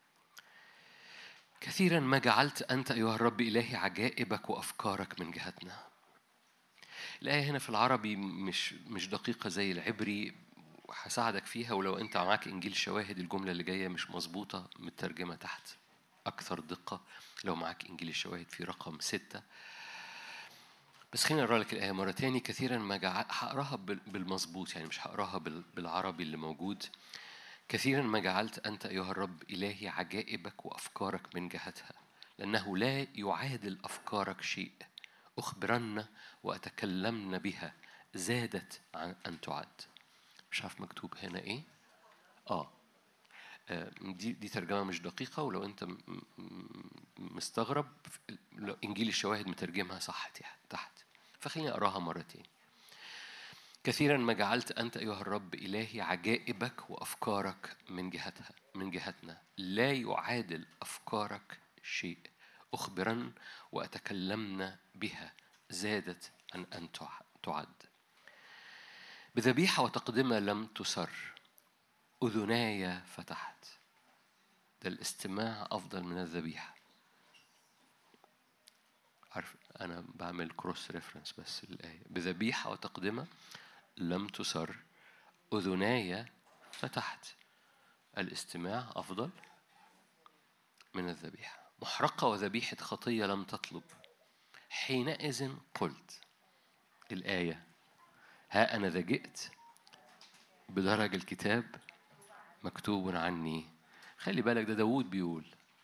Speaker 3: كثيرا ما جعلت أنت أيها الرب إلهي عجائبك وأفكارك من جهتنا. الآية هنا في العربي مش مش دقيقة زي العبري، هساعدك فيها. ولو أنت معاك إنجيل شواهد الجملة اللي جاية مش مظبوطة مترجمة تحت. أكثر دقة. لو معك إنجيل الشواهد في رقم ستة. بس خليني أقرأ لك الآية مرة تاني. كثيرا ما جعل هقراها بالمظبوط، يعني مش هقراها بالعربي اللي موجود. كثيرا ما جعلت أنت أيها الرب إلهي عجائبك وأفكارك من جهتها، لأنه لا يعادل أفكارك شيء. أخبرن وأتكلمن بها، زادت عن أن تعد. مش عارف مكتوب هنا إيه. آه دي دي ترجمة مش دقيقة، ولو أنت مستغرب إنجيل الشواهد مترجمها صح تحت، فخليني أقراها مرتين. كثيرا ما جعلت أنت أيها الرب إلهي عجائبك وأفكارك من جهتها من جهتنا، لا يعادل أفكارك شيء. أخبرن وأتكلمن بها، زادت عن أن تعد. بذبيحة وتقدمة لم تسر، أذناي فتحت. ده الاستماع أفضل من الذبيحة. عارف أنا بعمل كروس ريفرنس بس الآية. بذبيحة وتقدمة لم تسر، أذناي فتحت. الاستماع أفضل من الذبيحة. محرقة وذبيحة خطية لم تطلب. حينئذ قلت الآية: ها أنا ذا جئت، بدرج الكتاب مكتوب عني. خلي بالك ده داود بيقول،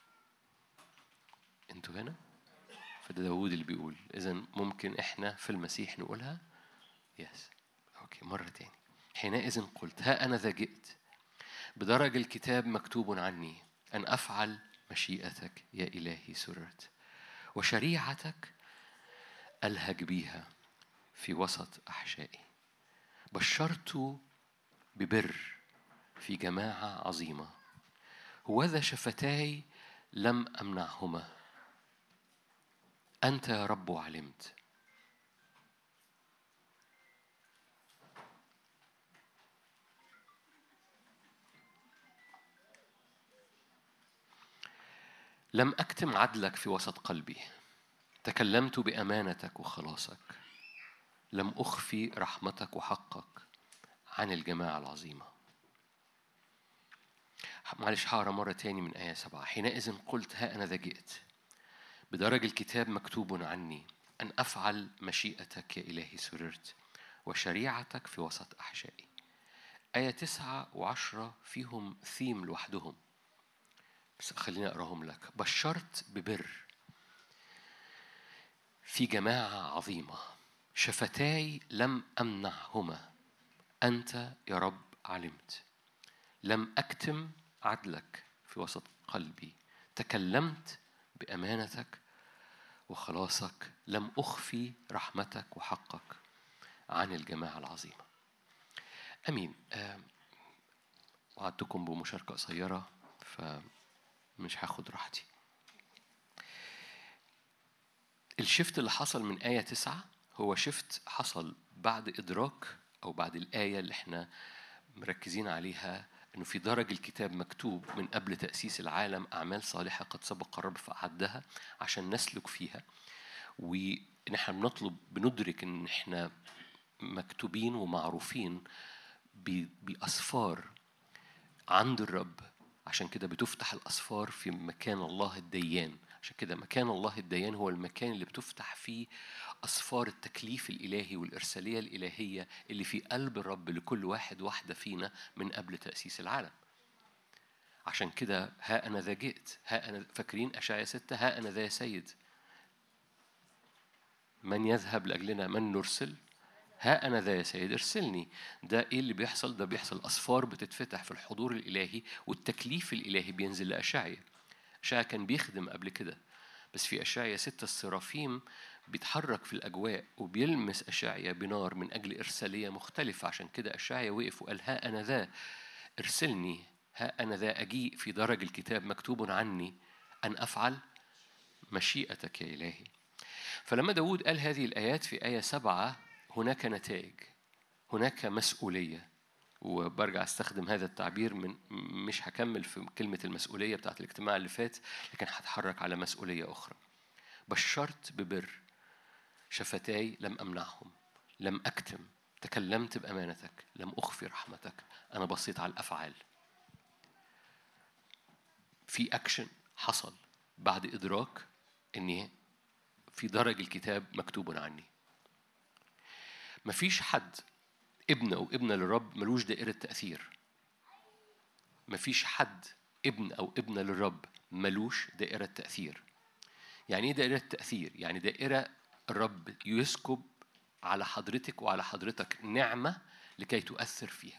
Speaker 3: انتوا هنا، فده داود اللي بيقول. إذن ممكن إحنا في المسيح نقولها. يس أوكي مرة تاني. حينئذ قلت ها أنا ذا جئت، بدرج الكتاب مكتوب عني، أن أفعل مشيئتك يا إلهي سررت، وشريعتك ألهج بيها في وسط أحشائي. بشرت ببر في جماعة عظيمة، هوذا شفتاي لم أمنعهما. أنت يا رب علمت. لم أكتم عدلك في وسط قلبي، تكلمت بأمانتك وخلاصك، لم أخفي رحمتك وحقك عن الجماعة العظيمة. معلش هقرا مرة تاني من آية سبعة. حينئذ قلت ها أنا ذا جئت، بدرج الكتاب مكتوب عني، أن أفعل مشيئتك يا إلهي سررت، وشريعتك في وسط أحشائي. آية تسعة وعشرة فيهم ثيم لوحدهم، بس خليني أقراهم لك. بشرت ببر في جماعة عظيمة، شفتاي لم أمنعهما. أنت يا رب علمت. لم أكتم عدلك في وسط قلبي، تكلمت بأمانتك وخلاصك، لم أخفي رحمتك وحقك عن الجماعة العظيمة. أمين. وعدتكم بمشاركة قصيرة فمش هاخد راحتي. الشفت اللي حصل من آية تسعة هو شفت حصل بعد إدراك أو بعد الآية اللي احنا مركزين عليها، إنه في درج الكتاب مكتوب من قبل تأسيس العالم أعمال صالحة قد سبق الرب فأعدها عشان نسلك فيها. ونحن بنطلب بندرك إن احنا مكتوبين ومعروفين بأسفار عند الرب. عشان كده بتفتح الأسفار في مكان الله الديان. عشان كده مكان الله الديان هو المكان اللي بتفتح فيه أسفار التكليف الإلهي والإرسالية الإلهية اللي في قلب الرب لكل واحد واحدة فينا من قبل تأسيس العالم. عشان كده ها أنا ذا جئت. ها أنا، فاكرين أشعياء ستة؟ ها أنا ذا يا سيد، من يذهب لأجلنا، من نرسل؟ ها أنا ذا يا سيد ارسلني. ده إيه اللي بيحصل؟ ده بيحصل أسفار بتتفتح في الحضور الإلهي والتكليف الإلهي بينزل لأشعياء. أشعياء كان بيخدم قبل كده، بس في أشعياء ستة السرافيم بيتحرك في الأجواء وبيلمس أشعياء بنار من أجل إرسالية مختلفة. عشان كده أشعياء وقف وقال ها أنا ذا ارسلني، ها أنا ذا أجيء في درج الكتاب مكتوب عني أن أفعل مشيئتك يا إلهي. فلما داود قال هذه الآيات في آية سبعة، هناك نتائج، هناك مسؤولية. وبرجع استخدم هذا التعبير، من مش هكمل في كلمة المسؤولية بتاعت الاجتماع اللي فات، لكن هتحرك على مسؤولية أخرى. بشرت ببر، شفتاي لم أمنعهم، لم أكتم، تكلمت بأمانتك، لم أخفي رحمتك. أنا بصيت على الأفعال، في أكشن حصل، بعد إدراك إن في درج الكتاب مكتوب عني. مفيش حد ابن أو ابنة للرب ملوش دائرة تأثير. مفيش حد ابن أو ابنة للرب ملوش دائرة تأثير. يعني إيه دائرة تأثير؟ يعني دائرة الرب يسكب على حضرتك وعلى حضرتك نعمة لكي تؤثر فيها.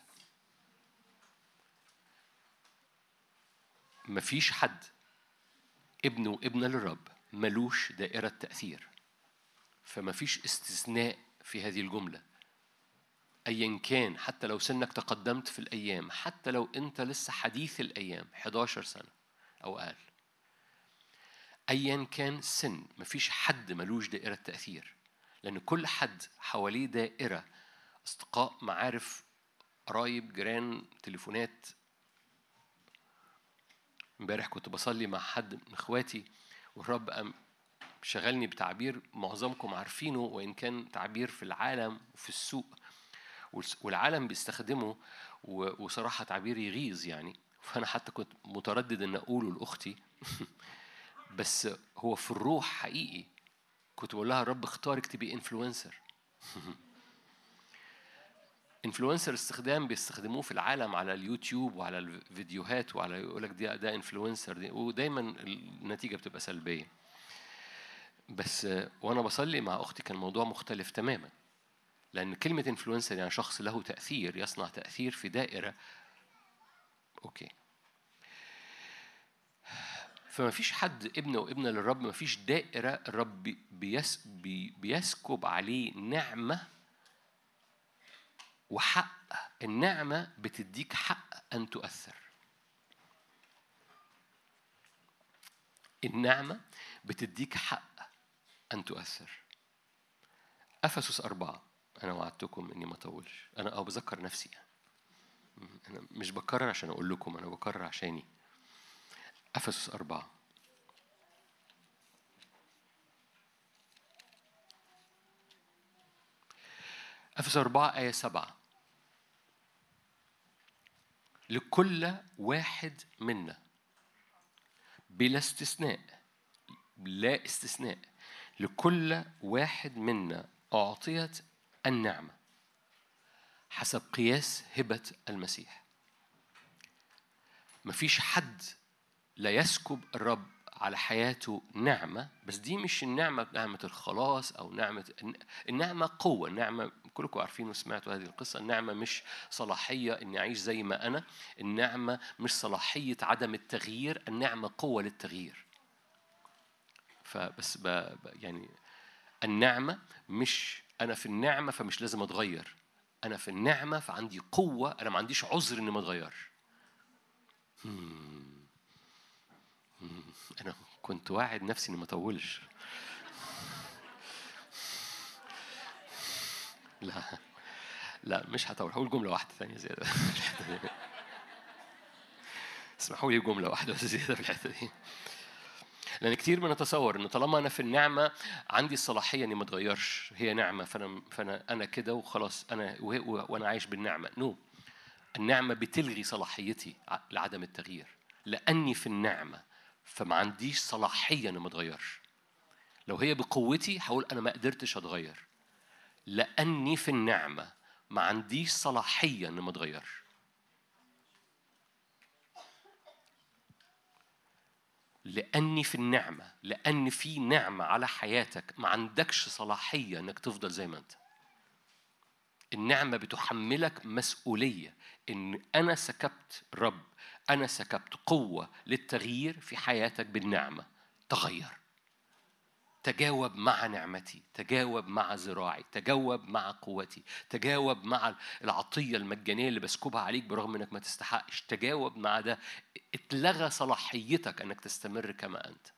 Speaker 3: مفيش حد ابن وابنة للرب ملوش دائرة تأثير. فمفيش استثناء في هذه الجملة. أيا كان، حتى لو سنك تقدمت في الأيام، حتى لو أنت لسه حديث الأيام إحدى عشرة سنة أو أقل، أيا كان سن، مفيش حد ملوش دائرة تأثير. لأن كل حد حواليه دائرة، أصدقاء، معارف، قرايب، جيران، تليفونات. امبارح كنت بصلي مع حد من إخواتي والرب قام شغلني بتعبير معظمكم عارفينه، وإن كان تعبير في العالم وفي السوق والعالم بيستخدمه، وصراحة تعبير يغيظ يعني. فأنا حتى كنت متردد أن أقوله لأختي بس هو في الروح حقيقي. كنت بقول لها الرب اختارك تبقي انفلونسر. انفلونسر استخدام بيستخدموه في العالم على اليوتيوب وعلى الفيديوهات، وعلى يقولك ده ده انفلونسر، ودايما النتيجة بتبقى سلبية. بس وأنا بصلي مع أختي كان الموضوع مختلف تماما. لأن كلمة انفلونسر يعني شخص له تأثير، يصنع تأثير في دائرة. أوكي. فما فيش حد ابن وابنة للرب، ما فيش دائرة الرب بيس بي بيسكب عليه نعمة وحق. النعمة بتديك حق أن تؤثر. النعمة بتديك حق أن تؤثر. أفسس أربعة. أنا وعدتكم إني ما أطولش. أنا أو بذكر نفسي. أنا مش بكرر عشان أقول لكم، أنا بكرر عشاني. أفسس أربعة. أفسس أربعة آية سبعة. لكل واحد منا بلا استثناء، لا استثناء، لكل واحد منا أعطيت النعمة حسب قياس هبة المسيح. مفيش حد لا يسكب الرب على حياته نعمة، بس دي مش النعمة نعمة الخلاص أو نعمة النعمة قوة. النعمة كلكم عارفين وسمعتوا هذه القصة. النعمة مش صلاحية إني أعيش زي ما أنا. النعمة مش صلاحية عدم التغيير. النعمة قوة للتغيير. فبس ب... ب... يعني النعمة مش أنا في النعمة فمش لازم أتغير. أنا في النعمة فعندي قوة، أنا ما عنديش عذر إني ما أتغيرش. أنا كنت واعد نفسي إني ما أطولش. لا لا مش هطول. هقول جملة واحدة ثانية زيادة. اسمحوا لي جملة واحدة زيادة في الحتة دي. لأن كتير بنتصور إنه طالما أنا في النعمة عندي الصلاحية إني ما أتغيرش. هي نعمة فأنا فأنا أنا كده وخلاص. أنا وأنا عايش بالنعمة. نو. النعمة بتلغي صلاحيتي لعدم التغيير. لأني في النعمة فما عنديش صلاحية إني ما أتغيرش. لو هي بقوتي هقول أنا ما قدرتش أتغير. لأني في النعمة ما عنديش صلاحية إني ما أتغيرش. لأني في النعمة، لأن في نعمة على حياتك، ما عندكش صلاحية إنك تفضل زي ما أنت. النعمة بتحملك مسؤولية إن أنا سكبت رب، أنا سكبت قوة للتغيير في حياتك بالنعمة. تغير، تجاوب مع نعمتي، تجاوب مع زراعي، تجاوب مع قوتي، تجاوب مع العطية المجانية اللي بسكبها عليك برغم أنك ما تستحقش. تجاوب مع ده. اتلغى صلاحيتك أنك تستمر كما أنت.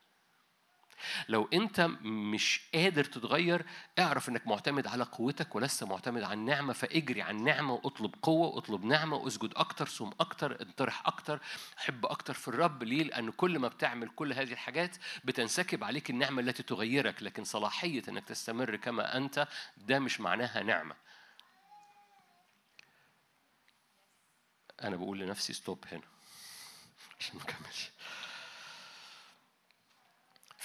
Speaker 3: لو أنت مش قادر تتغير اعرف أنك معتمد على قوتك ولسه معتمد على النعمة. فاجري عن النعمة واطلب قوة واطلب نعمة واسجد أكتر، صوم أكتر، انطرح أكتر، حب أكتر في الرب. ليه؟ لأن كل ما بتعمل كل هذه الحاجات بتنسكب عليك النعمة التي تغيرك. لكن صلاحية أنك تستمر كما أنت ده مش معناها نعمة. أنا بقول لنفسي ستوب هنا عشان ما أكملش.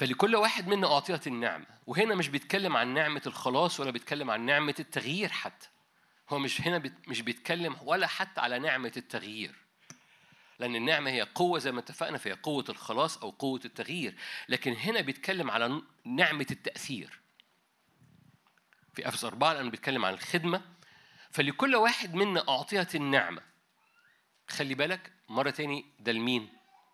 Speaker 3: فلكل واحد منا أعطيت النعمة. وهنا مش بيتكلم عن نعمة الخلاص ولا بيتكلم عن نعمة التغيير حتى. هو مش هنا بيت مش بيتكلم ولا حتى على نعمة التغيير، لأن النعمة هي قوة زي ما اتفقنا، فهي قوة الخلاص أو قوة التغيير. لكن هنا بيتكلم على نعمة التأثير. في أفسس أربعة لأنه بيتكلم عن الخدمة. فلكل واحد منا أعطيت النعمة. خلي بالك مرة تاني، ده لمين؟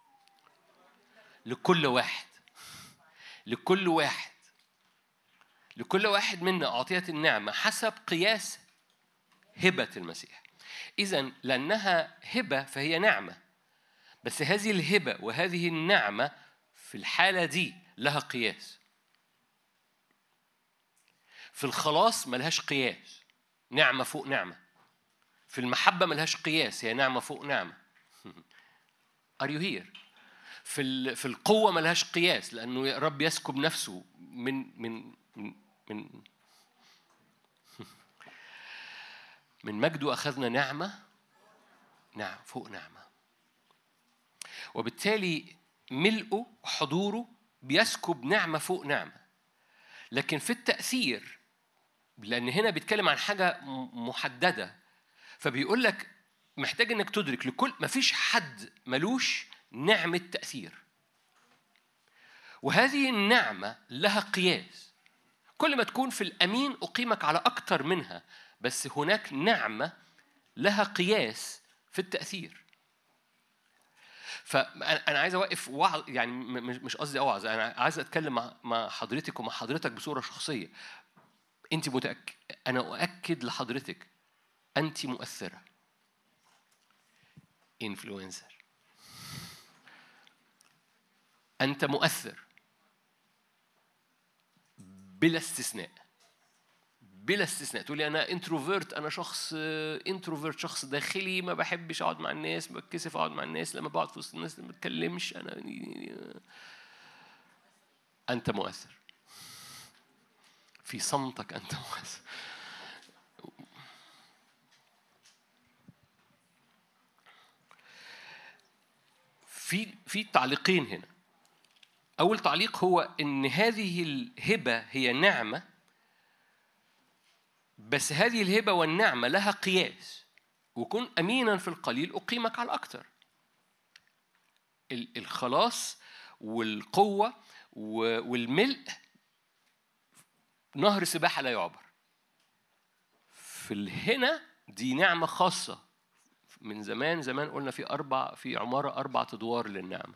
Speaker 3: لكل واحد. لكل واحد لكل واحد منا أعطيت النعمة حسب قياس هبة المسيح. إذن لأنها هبة فهي نعمة، بس هذه الهبة وهذه النعمة في الحالة دي لها قياس. في الخلاص ملهاش قياس، نعمة فوق نعمة. في المحبة ملهاش قياس، هي نعمة فوق نعمة. Are you here؟ في في القوة ملهاش قياس، لأنه رب يسكب نفسه من من من من مجده أخذنا نعمة نعم فوق نعمة. وبالتالي ملئه وحضوره بيسكب نعمة فوق نعمة. لكن في التأثير، لأن هنا بيتكلم عن حاجة محددة، فبيقول لك محتاج إنك تدرك لكل ما فيش حد ملوش نعمة تأثير، وهذه النعمة لها قياس. كل ما تكون في الأمين أقيمك على أكتر منها، بس هناك نعمة لها قياس في التأثير. فأنا عايز أوقف وعظ، يعني مش قصدي أوعظ، أنا عايز أتكلم مع حضرتك ومع حضرتك بصورة شخصية. أنت متأكد، أنا أؤكد لحضرتك أنت مؤثرة، إنفلونسر. أنت مؤثر بلا استثناء، بلا استثناء. تقولي أنا انتروفيرت، أنا شخص انتروفيرت، شخص داخلي، ما بحبش أقعد مع الناس، بتكسف أقعد مع الناس، لما بقعد في وسط الناس ما بتكلمش. أنا أنت مؤثر في صمتك، أنت مؤثر. في في تعليقين هنا. أول تعليق هو إن هذه الهبة هي نعمة، بس هذه الهبة والنعمة لها قياس. وكن أمينا في القليل أقيمك على الأكثر. الخلاص والقوة والملء نهر سباحة لا يعبر. في الهنا دي نعمة خاصة. من زمان زمان قلنا في أربع في عمارة أربع أدوار للنعمة.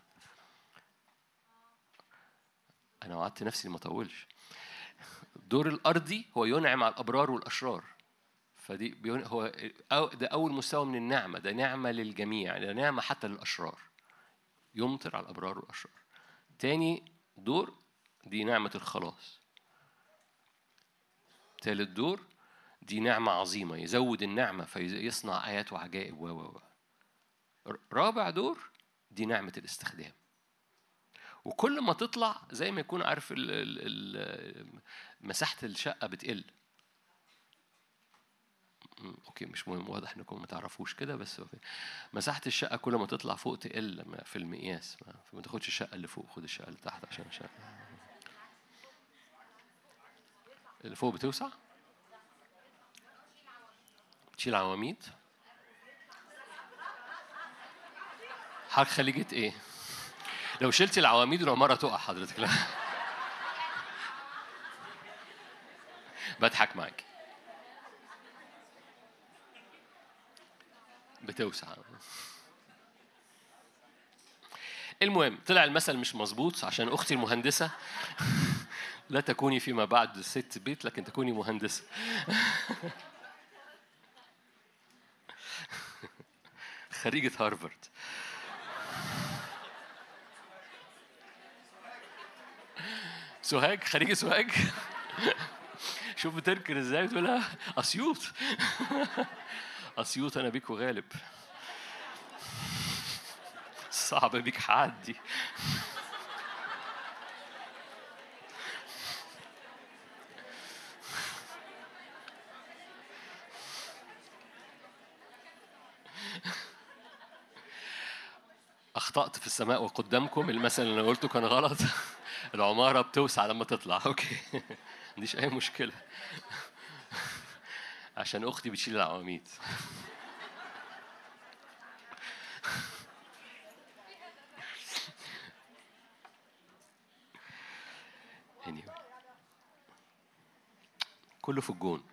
Speaker 3: أنا وعدت نفسي ما أطولش. الدور الأرضي هو ينعم على الأبرار والأشرار، فدي هو ده أول مستوى من النعمة. ده نعمة للجميع، ده نعمة حتى للأشرار، يمطر على الأبرار والأشرار. تاني دور دي نعمة الخلاص. ثالث دور دي نعمة عظيمة، يزود النعمة فيصنع آيات وعجائب و و رابع دور دي نعمة الاستخدام. وكل ما تطلع زي ما يكون عارف ال ال ال مساحة الشقة بتقل. اوكي مش مهم، واضح انكم ما تعرفوش كده، بس أوكي. مساحة الشقة كل ما تطلع فوق تقل في المقياس، فما تاخدش الشقة اللي فوق، خد الشقة اللي تحت عشان الشقة اللي فوق بتوسع. تشيل عواميد. حاجة خليجة ايه؟ لو شلتي العواميد العمارة تقع حضرتك. لا بضحك معاك. بتوسع. المهم طلع المثل مش مظبوط عشان أختي المهندسة. لا تكوني فيما بعد ست بيت، لكن تكوني مهندسة. خريجة هارفارد. سوهاج، خريجة سوهاج. شوف بتنكر ازاي، تقولها أسيوط. أسيوط أنا بيك وغالب. صعب بيك حعدي. أخطأت في السماء وقدامكم، المثل اللي أنا قلته كان غلط. العمارة بتوسع لما تطلع. أوكي، ما عنديش أي مشكلة عشان أختي بتشيل العواميد. anyway. كله في الجون.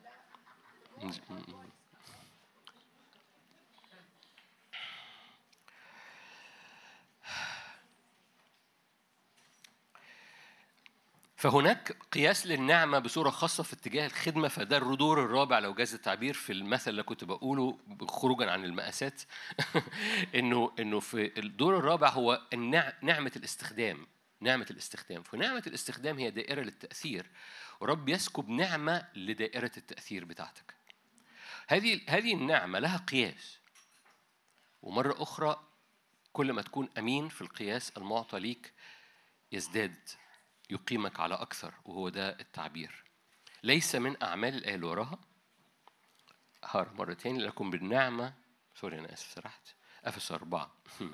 Speaker 3: فهناك قياس للنعمة بصورة خاصة في اتجاه الخدمة، فده الدور الرابع لو جاز التعبير في المثل اللي كنت بقوله خروجا عن المقاسات. إنه إنه في الدور الرابع هو نعمة الاستخدام. نعمة الاستخدام فنعمة الاستخدام هي دائرة للتأثير، ورب يسكب نعمة لدائرة التأثير بتاعتك. هذه هذه النعمة لها قياس، ومرة أخرى كل ما تكون أمين في القياس المعطى ليك يزداد، يقيمك على أكثر، وهو ده التعبير. ليس من أعمال الآية اللي وراها، هار مرة تاني، لكم بالنعمة، سوري أنا آسف سرحت، أفسس أربعة.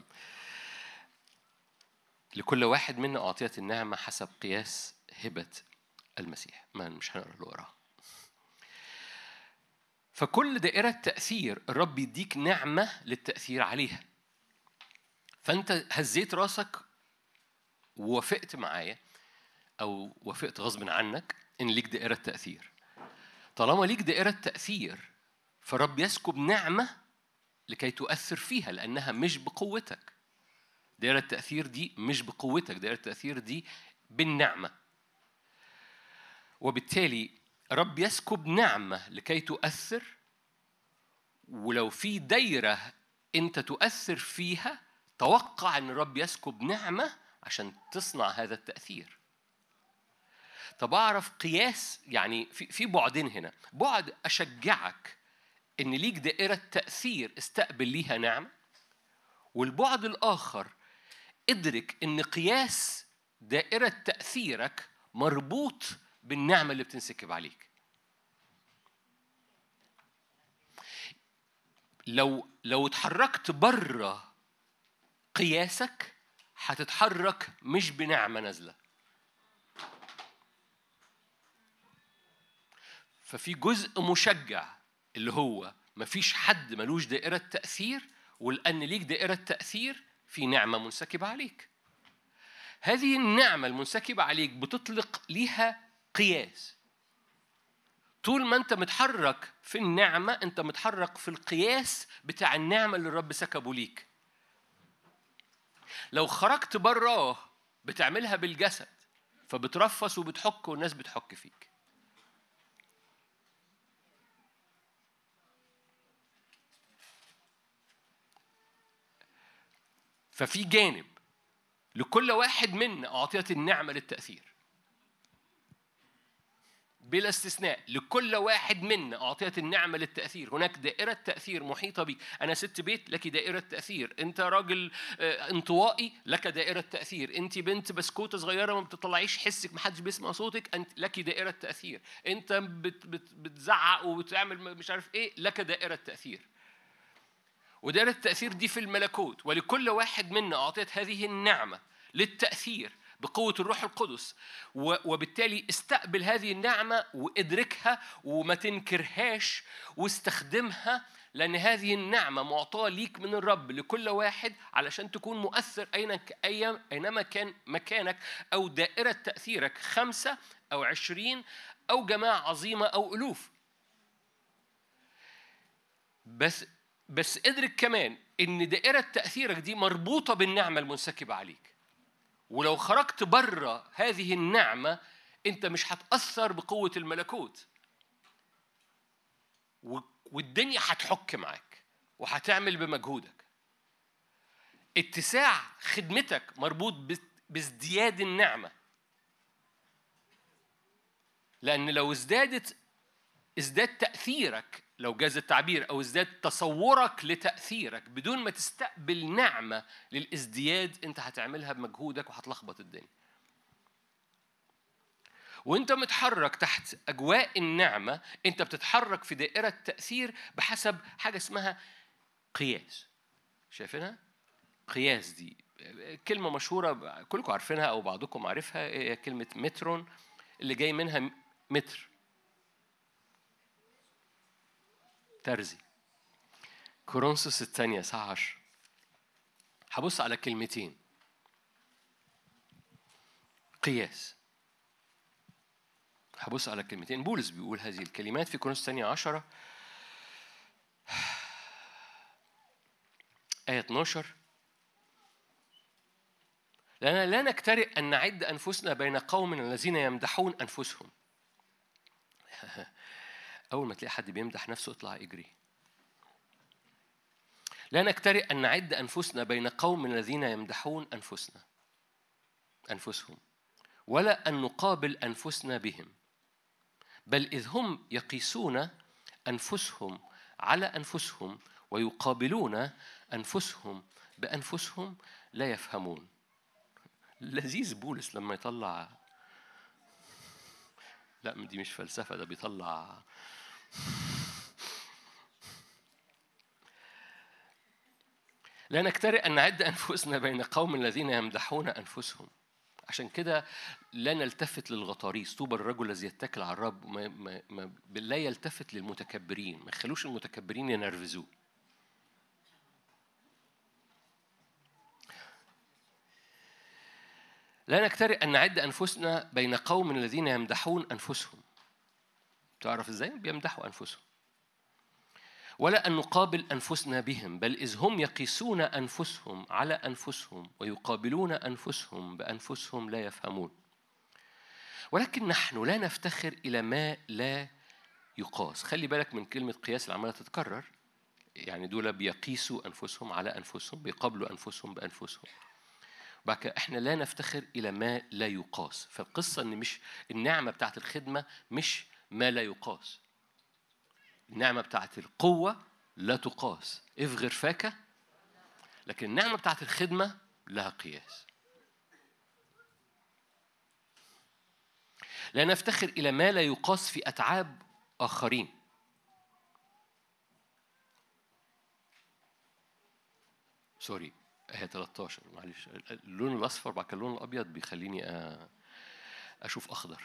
Speaker 3: لكل واحد منا أعطيت النعمة حسب قياس هبة المسيح. ما مش هنقرأ اللي وراها. فكل دائرة تأثير الرب يديك نعمة للتأثير عليها، فأنت هزيت راسك ووافقت معايا أو وافقت غصب عنك إن ليك دائرة تأثير. طالما ليك دائرة تأثير فالرب يسكب نعمة لكي تؤثر فيها، لأنها مش بقوتك. دائرة التأثير دي مش بقوتك، دائرة التأثير دي بالنعمة. وبالتالي رب يسكب نعمة لكي تؤثر، ولو في دايرة أنت تؤثر فيها توقع أن الرب يسكب نعمة عشان تصنع هذا التأثير. طب أعرف قياس، يعني في في بعدين هنا، بعد أشجعك إن ليك دائرة تأثير استقبل ليها نعمة، والبعد الآخر ادرك إن قياس دائرة تأثيرك مربوط بالنعمة اللي بتنسكب عليك. لو لو اتحركت بره قياسك هتتحرك مش بنعمة نازلة. ففي جزء مشجع اللي هو مفيش حد ملوش دائرة تأثير، ولأن ليك دائرة تأثير في نعمة منسكبة عليك. هذه النعمة المنسكبة عليك بتطلق ليها قياس. طول ما أنت متحرك في النعمة أنت متحرك في القياس بتاع النعمة اللي الرب سكبه ليك. لو خرجت براه بتعملها بالجسد فبترفس وبتحك والناس بتحك فيك. ففي جانب لكل واحد منا أعطيت النعمة للتأثير بلا استثناء. لكل واحد منا أعطيت النعمة للتأثير. هناك دائرة تأثير محيطة بي. أنا ست بيت لك دائرة تأثير. أنت راجل انطوائي لك دائرة تأثير. أنت بنت بسكوتة صغيرة ما بتطلعيش حسك محدش بيسمع صوتك، أنت لك دائرة تأثير. أنت بت بت بتزعق وبتعمل مش عارف إيه، لك دائرة تأثير. ودائرة التأثير دي في الملكوت، ولكل واحد منا أعطيت هذه النعمة للتأثير بقوة الروح القدس. وبالتالي استقبل هذه النعمة وادركها وما تنكرهاش واستخدمها، لأن هذه النعمة معطاة ليك من الرب لكل واحد علشان تكون مؤثر أينما كان مكانك أو دائرة تأثيرك، خمسة أو عشرين أو جماعة عظيمة أو ألوف. بس بس ادرك كمان إن دائرة تأثيرك دي مربوطة بالنعمة المنسكبة عليك. ولو خرجت بره هذه النعمة أنت مش هتأثر بقوة الملكوت، والدنيا هتحك معاك وهتعمل بمجهودك. اتساع خدمتك مربوط بازدياد النعمة، لأن لو ازدادت ازداد تأثيرك لو جاز التعبير، أو ازداد تصورك لتأثيرك بدون ما تستقبل نعمة للازدياد، أنت هتعملها بمجهودك وهتلخبط الدنيا. وأنت متحرك تحت أجواء النعمة أنت بتتحرك في دائرة تأثير بحسب حاجة اسمها قياس. شايفينها؟ قياس دي كلمة مشهورة كلكم عارفينها أو بعضكم عارفها، هي كلمة مترون اللي جاي منها متر، ترزي. كورنثوس الثانية ساعة عشر. هبص على كلمتين، قياس. هبص على كلمتين، بولس بيقول هذه الكلمات في كورنثوس الثانية عشرة آية اثناشر: لأننا لا نكترئ أن نعد أنفسنا بين قوم الذين يمدحون أنفسهم. أول ما تلاقي حد بيمدح نفسه اطلع اجري. لا نكترئ أن نعد أنفسنا بين قوم الذين يمدحون أنفسنا أنفسهم ولا أن نقابل أنفسنا بهم، بل إذ هم يقيسون أنفسهم على أنفسهم ويقابلون أنفسهم بأنفسهم لا يفهمون. لذيذ بولس لما يطلع، لا دي مش فلسفة، ده بيطلع لا نكترئ أن نعد أنفسنا بين قوم الذين يمدحون أنفسهم. عشان كده لا نلتفت للغطاريس. طوبى الرجل الذي يتكل على الرب، ما ما ما لا يلتفت للمتكبرين، ما يخلوش المتكبرين ينرفزوه. لا نكترئ أن نعد أنفسنا بين قوم الذين يمدحون أنفسهم. تعرف إزاي بيمدحوا أنفسهم؟ ولا أن نقابل أنفسنا بهم، بل إذ هم يقيسون أنفسهم على أنفسهم ويقابلون أنفسهم بأنفسهم لا يفهمون. ولكن نحن لا نفتخر إلى ما لا يقاس. خلي بالك من كلمة قياس اللي عمالة تتكرر. يعني دول بيقيسوا أنفسهم على أنفسهم، بيقابلوا أنفسهم بأنفسهم. بعد إحنا لا نفتخر إلى ما لا يقاس. فالقصة إن مش النعمة بتاعت الخدمة مش ما لا يقاس. النعمة بتاعت القوة لا تقاس، افغر فاك. لكن النعمة بتاعت الخدمة لها قياس. لا نفتخر إلى ما لا يقاس في أتعاب آخرين. سوري آية ثلاثة عشر، معلش. اللون الأصفر بعد كده اللون الأبيض بيخليني أشوف أخضر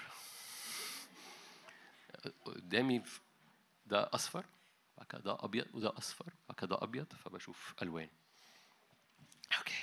Speaker 3: قدامي. ده أصفر بعد كده ده أبيض وده أصفر بعد كده ده أبيض، فبشوف ألوان. أوكي.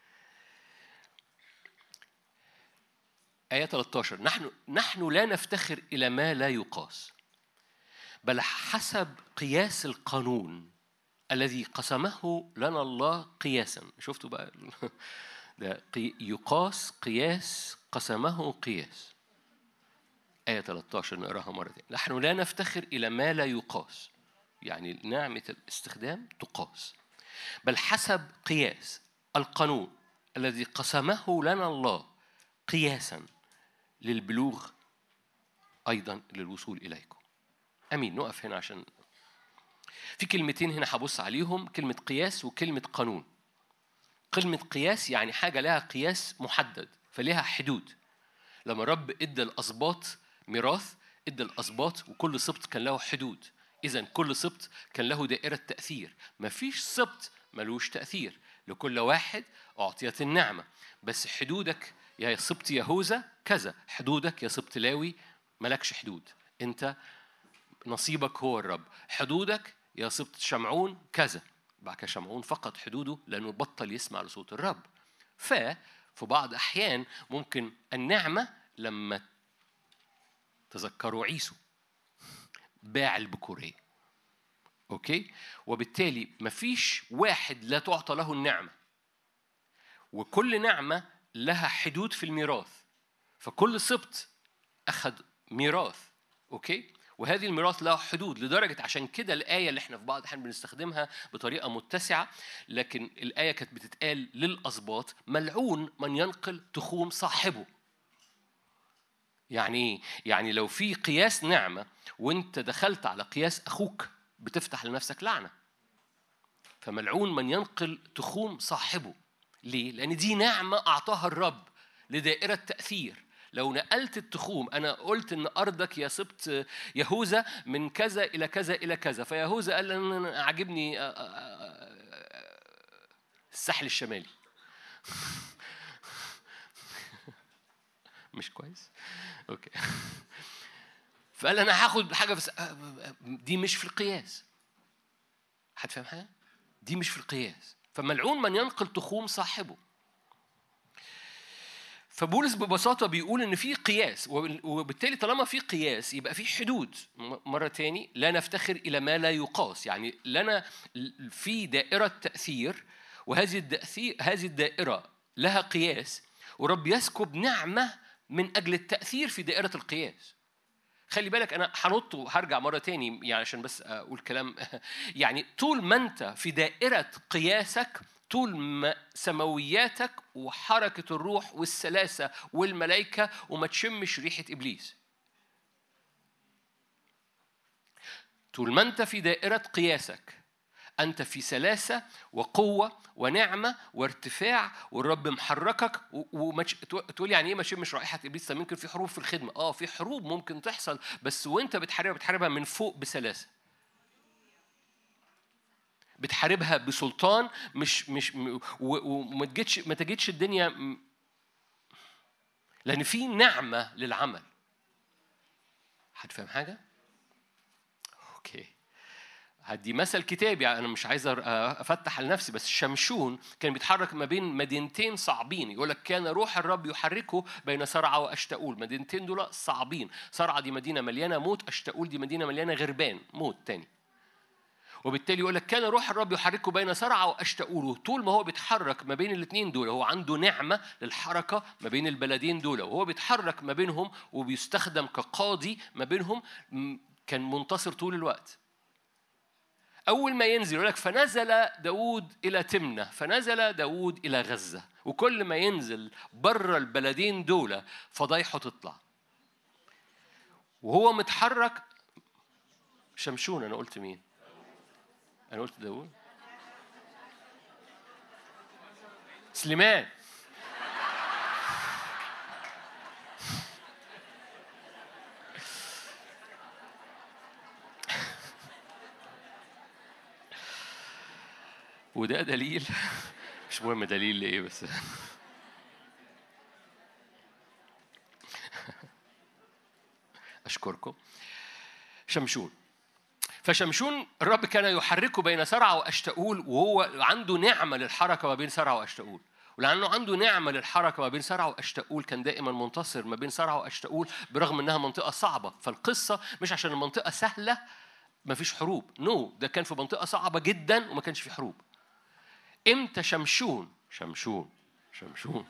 Speaker 3: آية ثلاثة عشر: نحن نحن لا نفتخر إلى ما لا يقاس، بل حسب قياس القانون الذي قسمه لنا الله قياسا. شفتوا بقى ده يقاس قياس قسمه قياس. آية ثلاثة عشر نقراها مرتين. نحن لا نفتخر إلى ما لا يقاس، يعني نعمة الاستخدام تقاس، بل حسب قياس القانون الذي قسمه لنا الله قياسا للبلوغ أيضا للوصول إليكم. أمين. نقف هنا عشان في كلمتين هنا هبص عليهم، كلمة قياس وكلمة قانون. كلمة قياس يعني حاجة لها قياس محدد فلها حدود. لما الرب إدى الأسباط ميراث، إدى الأسباط وكل سبط كان له حدود. إذن كل سبط كان له دائرة تأثير. ما فيش سبط ملوش تأثير، لكل واحد أعطيت النعمة. بس حدودك يا سبط يهوذا كذا، حدودك يا سبط لاوي ملكش حدود، أنت نصيبك هو الرب. حدودك يا سبط شمعون كذا، بعد كده شمعون فقط حدوده لأنه بطل يسمع لصوت الرب. ففي بعض أحيان ممكن النعمة لما تذكروا عيسو باع البكورية، أوكي، وبالتالي مفيش واحد لا تعطى له النعمة، وكل نعمة لها حدود في الميراث. فكل سبط أخذ ميراث، أوكي، وهذه الميراث له حدود. لدرجة عشان كده الآية اللي احنا في بعض الأحيان بنستخدمها بطريقة متسعة، لكن الآية كانت بتتقال للأسباط: ملعون من ينقل تخوم صاحبه. يعني يعني لو في قياس نعمة وانت دخلت على قياس أخوك بتفتح لنفسك لعنة. فملعون من ينقل تخوم صاحبه. ليه؟ لأن دي نعمة أعطاها الرب لدائرة تأثير. لو نقلت التخوم، أنا قلت إن أرضك يا سبط يهوذا من كذا إلى كذا إلى كذا، فيهوذا قال أنا عجبني الساحل الشمالي، مش كويس؟ اوكي. فقال انا هاخد حاجه بس دي مش في القياس. هتفهم حاجه؟ دي مش في القياس. فملعون من ينقل تخوم صاحبه. فبولس ببساطة بيقول إن في قياس، وبالتالي طالما في قياس يبقى في حدود. مرة تاني، لا نفتخر إلى ما لا يقاس. يعني لنا في دائرة تأثير، وهذه التأثير هذه الدائرة لها قياس، ورب يسكب نعمة من أجل التأثير في دائرة القياس. خلي بالك، أنا هنط وهرجع مرة تاني يعني عشان بس أقول كلام. يعني طول ما أنت في دائرة قياسك، طول ما سماوياتك وحركة الروح والسلاسة والملائكة وما تشمش ريحة إبليس. طول ما أنت في دائرة قياسك، أنت في سلاسة وقوة ونعمة وارتفاع، والرب محركك. ومش تقول يعني إيه ما تشمش رائحة إبليس؟ ممكن في حروب في الخدمة، آه في حروب ممكن تحصل، بس وأنت بتحاربها بتحاربها من فوق بسلاسة، بتحاربها بسلطان. مش مش وما تجيش ما تجيش الدنيا، لأن في نعمة للعمل. هتفهم حاجة؟ أوكي. هدي مثل كتابي، يعني أنا مش عايز أفتح على نفسي، بس شمشون كان بيتحرك ما بين مدينتين صعبين. يقول لك كان روح الرب يحركه بين صرعة وأشتاؤول. مدينتين دول صعبين. صرعة دي مدينة مليانة موت، أشتاؤول دي مدينة مليانة غربان موت تاني. وبالتالي يقول لك كان روح الرب يحركه بين صرعة وأشتاؤول. طول ما هو بيتحرك ما بين الاثنين دول، هو عنده نعمة للحركة ما بين البلدين دول، وهو بيتحرك ما بينهم وبيستخدم كقاضي ما بينهم، كان منتصر طول الوقت. أول ما ينزل يقول لك فنزل داود إلى تمنة، فنزل داود إلى غزة. وكل ما ينزل بره البلدين دول فضايحه تطلع. وهو متحرك. شمشون. أنا قلت مين؟ أنا قلت داود. سليمان. وده دليل، مش مهم دليل لإيه بس. أشكركم. شمشون. فشمشون الرب كان يحركه بين صرعة وأشتاؤول، وهو عنده نعمة للحركة ما بين صرعة وأشتاؤول. ولأنه عنده نعمة للحركة ما بين صرعة وأشتاؤول كان دائما منتصر ما بين صرعة وأشتاؤول، برغم أنها منطقة صعبة. فالقصة مش عشان المنطقة سهلة ما فيش حروب، نو no. ده كان في منطقة صعبة جدا وما كانش في حروب. إمتى شمشون شمشون شمشون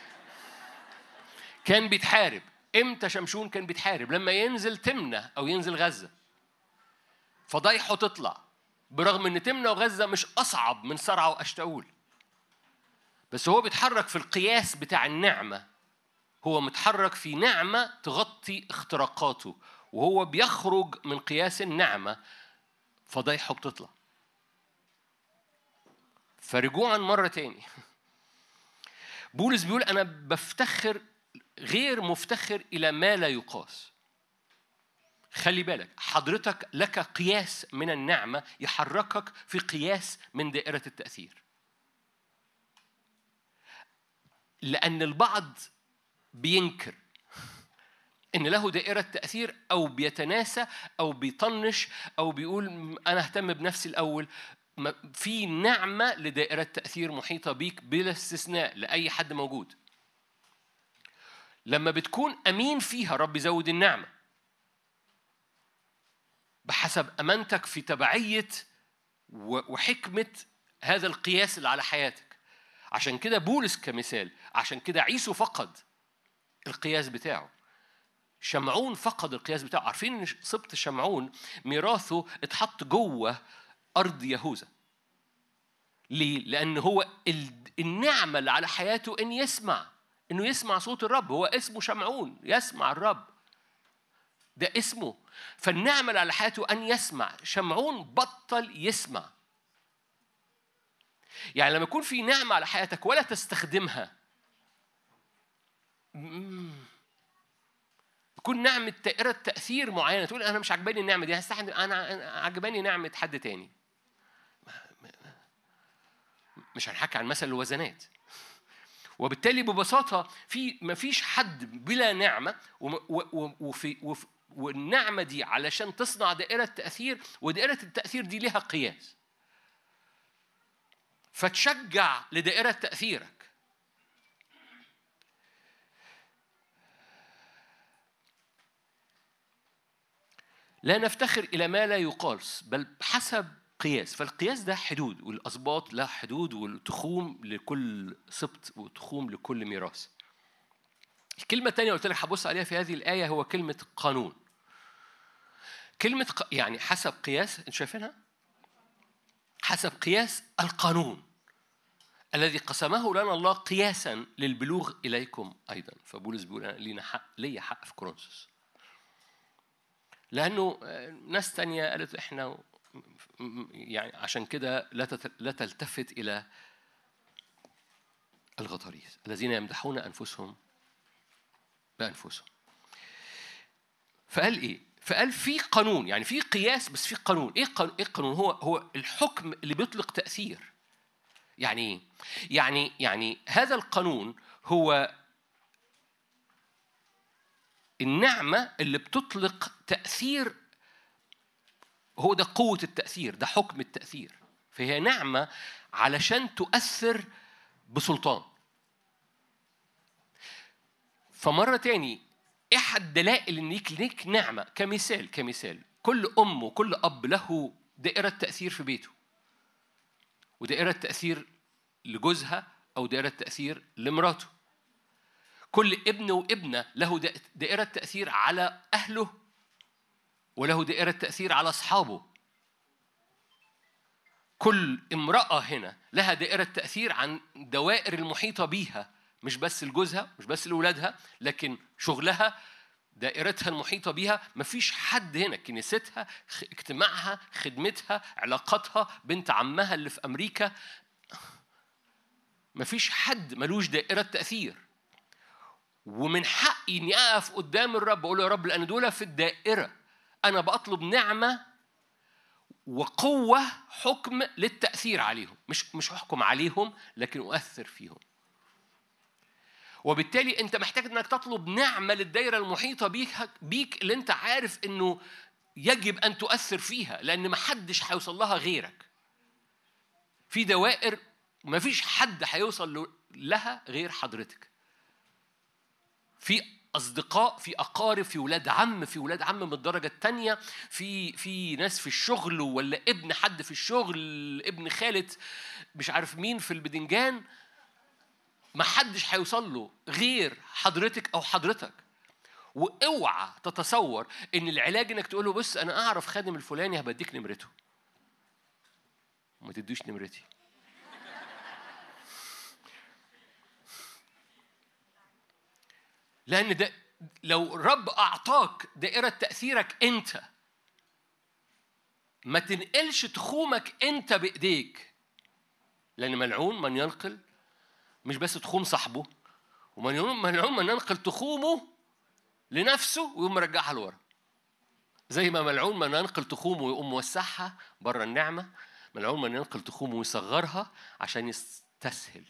Speaker 3: كان بيتحارب؟ إمتى شمشون كان بيتحارب؟ لما ينزل تمنة أو ينزل غزة فضايحه تطلع، برغم ان تمنة وغزة مش اصعب من صرعة واشتاؤول، بس هو بيتحرك في القياس بتاع النعمة. هو متحرك في نعمة تغطي اختراقاته، وهو بيخرج من قياس النعمة فضايحه بتطلع. فرجوعا مرة تاني، بولس بيقول أنا بفتخر غير مفتخر إلى ما لا يقاس. خلي بالك، حضرتك لك قياس من النعمة يحركك في قياس من دائرة التأثير. لأن البعض بينكر إن له دائرة تأثير، أو بيتناسى أو بيطنش أو بيقول أنا أهتم بنفسي الأول. في نعمة لدائرة تأثير محيطة بيك بلا استثناء لأي حد موجود. لما بتكون أمين فيها رب يزود النعمة بحسب أمانتك في تبعية وحكمة هذا القياس اللي على حياتك. عشان كده بولس كمثال، عشان كده عيسو فقد القياس بتاعه، شمعون فقد القياس بتاعه. عارفين ان سبط شمعون ميراثه اتحط جوه أرض يهوذا. ليه؟ لأن هو النعمة اللي على حياته إن يسمع، إنه يسمع صوت الرب. هو اسمه شمعون، يسمع الرب، ده اسمه. فالنعمة اللي على حياته أن يسمع. شمعون بطل يسمع. يعني لما يكون في نعمة على حياتك ولا تستخدمها، يكون نعمة دائرة تأثير معينة، تقول أنا مش عجباني النعمة دي، هستحمل، أنا عجباني نعمة حد تاني. مش هنحكي عن مثل الوزنات. وبالتالي ببساطة في ما فيش حد بلا نعمة، وفي وفي والنعمة دي علشان تصنع دائرة تأثير، ودائرة التأثير دي لها قياس، فتشجع لدائرة تأثيرك. لا نفتخر إلى ما لا يقاس، بل حسب قياس. فالقياس ده حدود، والأسباط لها حدود، والتخوم لكل سبط وتخوم لكل ميراث. الكلمة الثانية قلت لك هبص عليها في هذه الآية هو كلمة قانون. كلمة ق... يعني حسب قياس، انتوا شايفينها؟ حسب قياس القانون الذي قسمه لنا الله قياسا للبلوغ إليكم أيضا. فبولس بيقول لينا حق، ليا حق في كورنثوس، لأنه ناس تانية قالت إحنا يعني عشان كده لا تلتفت إلى الغطاريس الذين يمدحون أنفسهم بأنفسهم. فقال إيه؟ فقال في قانون، يعني في قياس بس في قانون. إيه قانون؟ إيه القانون؟ هو هو الحكم اللي بيطلق تأثير. يعني إيه؟ يعني يعني هذا القانون هو النعمة اللي بتطلق تأثير. هو ده قوة التأثير، ده حكم التأثير. فهي نعمة علشان تؤثر بسلطان. فمرة تاني، أحد دلائل إن ليك نعمة كمثال كمثال كل أم وكل أب له دائرة تأثير في بيته، ودائرة تأثير لجوزها أو دائرة تأثير لمراته. كل ابن وابنة له دائرة تأثير على أهله، وله دائرة تأثير على أصحابه. كل امرأة هنا لها دائرة تأثير عن دوائر المحيطة بيها، مش بس لجوزها، مش بس لأولادها، لكن شغلها، دائرتها المحيطة بيها. مفيش حد هنا، كنيستها، اجتماعها، خدمتها، علاقتها، بنت عمها اللي في أمريكا، مفيش حد ملوش دائرة تأثير. ومن حقي إني أقف قدام الرب أقول له يا رب لأن دول في الدائرة أنا بطلب نعمة وقوة حكم للتأثير عليهم، مش مش أحكم عليهم لكن أؤثر فيهم. وبالتالي أنت محتاج إنك تطلب نعمة للدائرة المحيطة بيك بيك اللي أنت عارف إنه يجب أن تؤثر فيها، لأن ما حدش هيوصل لها غيرك. في دوائر ما فيش حد هيوصل لها غير حضرتك. في أصدقاء، في أقارب، في ولاد عم، في ولاد عم من الدرجة التانية، في في ناس في الشغل، ولا ابن حد في الشغل، ابن خالة مش عارف مين في البدنجان، ما حدش هيوصل له غير حضرتك أو حضرتك. واوعى تتصور إن العلاج إنك تقول له بص أنا أعرف خادم الفلاني هبديك نمرته، وما تدوش نمرتي. لأن ده لو رب أعطاك دائرة تأثيرك أنت، ما تنقلش تخومك أنت بإيديك، لأن ملعون من ينقل مش بس تخوم صاحبه، وملعون من ينقل تخومه لنفسه ويقوم مرجعها لورا. زي ما ملعون من ينقل تخومه ويقوم موسعها بره النعمة، ملعون من ينقل تخومه ويصغرها عشان يستسهل.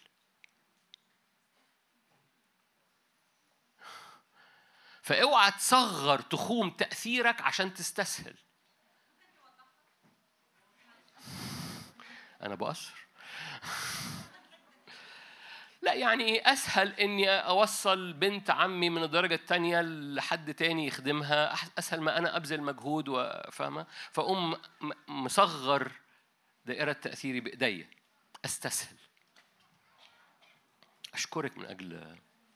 Speaker 3: فاوعى تصغر تخوم تأثيرك عشان تستسهل. أنا بقصر. لا يعني أسهل إني أوصل بنت عمي من الدرجة التانية لحد تاني يخدمها، أسهل ما أنا أبذل مجهود وفهمة، فأقوم مصغر دائرة تأثيري بإيديا، أستسهل. أشكرك من أجل.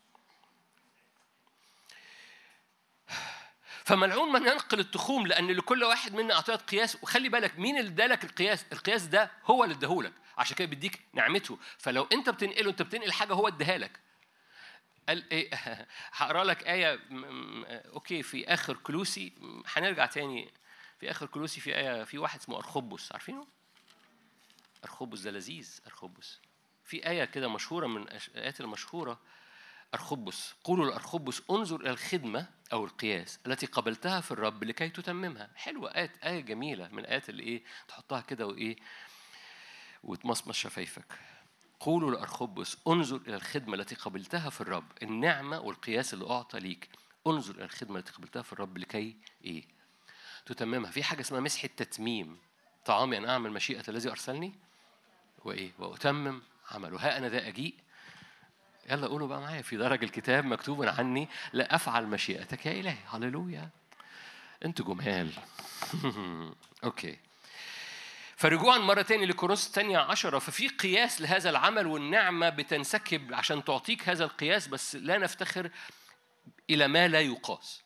Speaker 3: فملعون من ينقل التخوم، لأن لكل واحد منا أعطيت قياس. وخلي بالك مين اللي ادالك القياس؟ القياس ده هو اللي اداهولك، عشان كده بيديك نعمته. فلو أنت بتنقله، أنت بتنقل حاجة هو اداها لك. قال إيه؟ هقرأ لك آية أوكي في آخر كلوسي، هنرجع تاني في آخر كلوسي في آية، في واحد اسمه أرخبس، عارفينه؟ أرخبس ده لذيذ. أرخبس في آية كده مشهورة من الآيات المشهورة. أرخبس، قولوا لأرخبس انظر إلى الخدمة أو القياس التي قبلتها في الرب لكي تتممها. حلوة آية، آية جميلة من آيات اللي إيه تحطها كده وإيه وتمصمص شفايفك. قولوا لأرخبس انظر إلى الخدمة التي قبلتها في الرب، النعمة والقياس اللي أعطى ليك، انظر إلى الخدمة التي قبلتها في الرب لكي إيه؟ تتممها. في حاجة اسمها مسح التتميم. طعامي أن أعمل مشيئة الذي أرسلني وإيه؟ وأتمم عمله. ها أنا ذا أجيء. يلا قولوا بقى معايا، في درج الكتاب مكتوب عني لا أفعل مشيئتك يا إلهي. هللويا، أنتوا جمال. أوكي، فرجوعا مرة تاني لكورنثوس الثانية عشرة، ففي قياس لهذا العمل والنعمة بتنسكب عشان تعطيك هذا القياس، بس لا نفتخر إلى ما لا يقاس.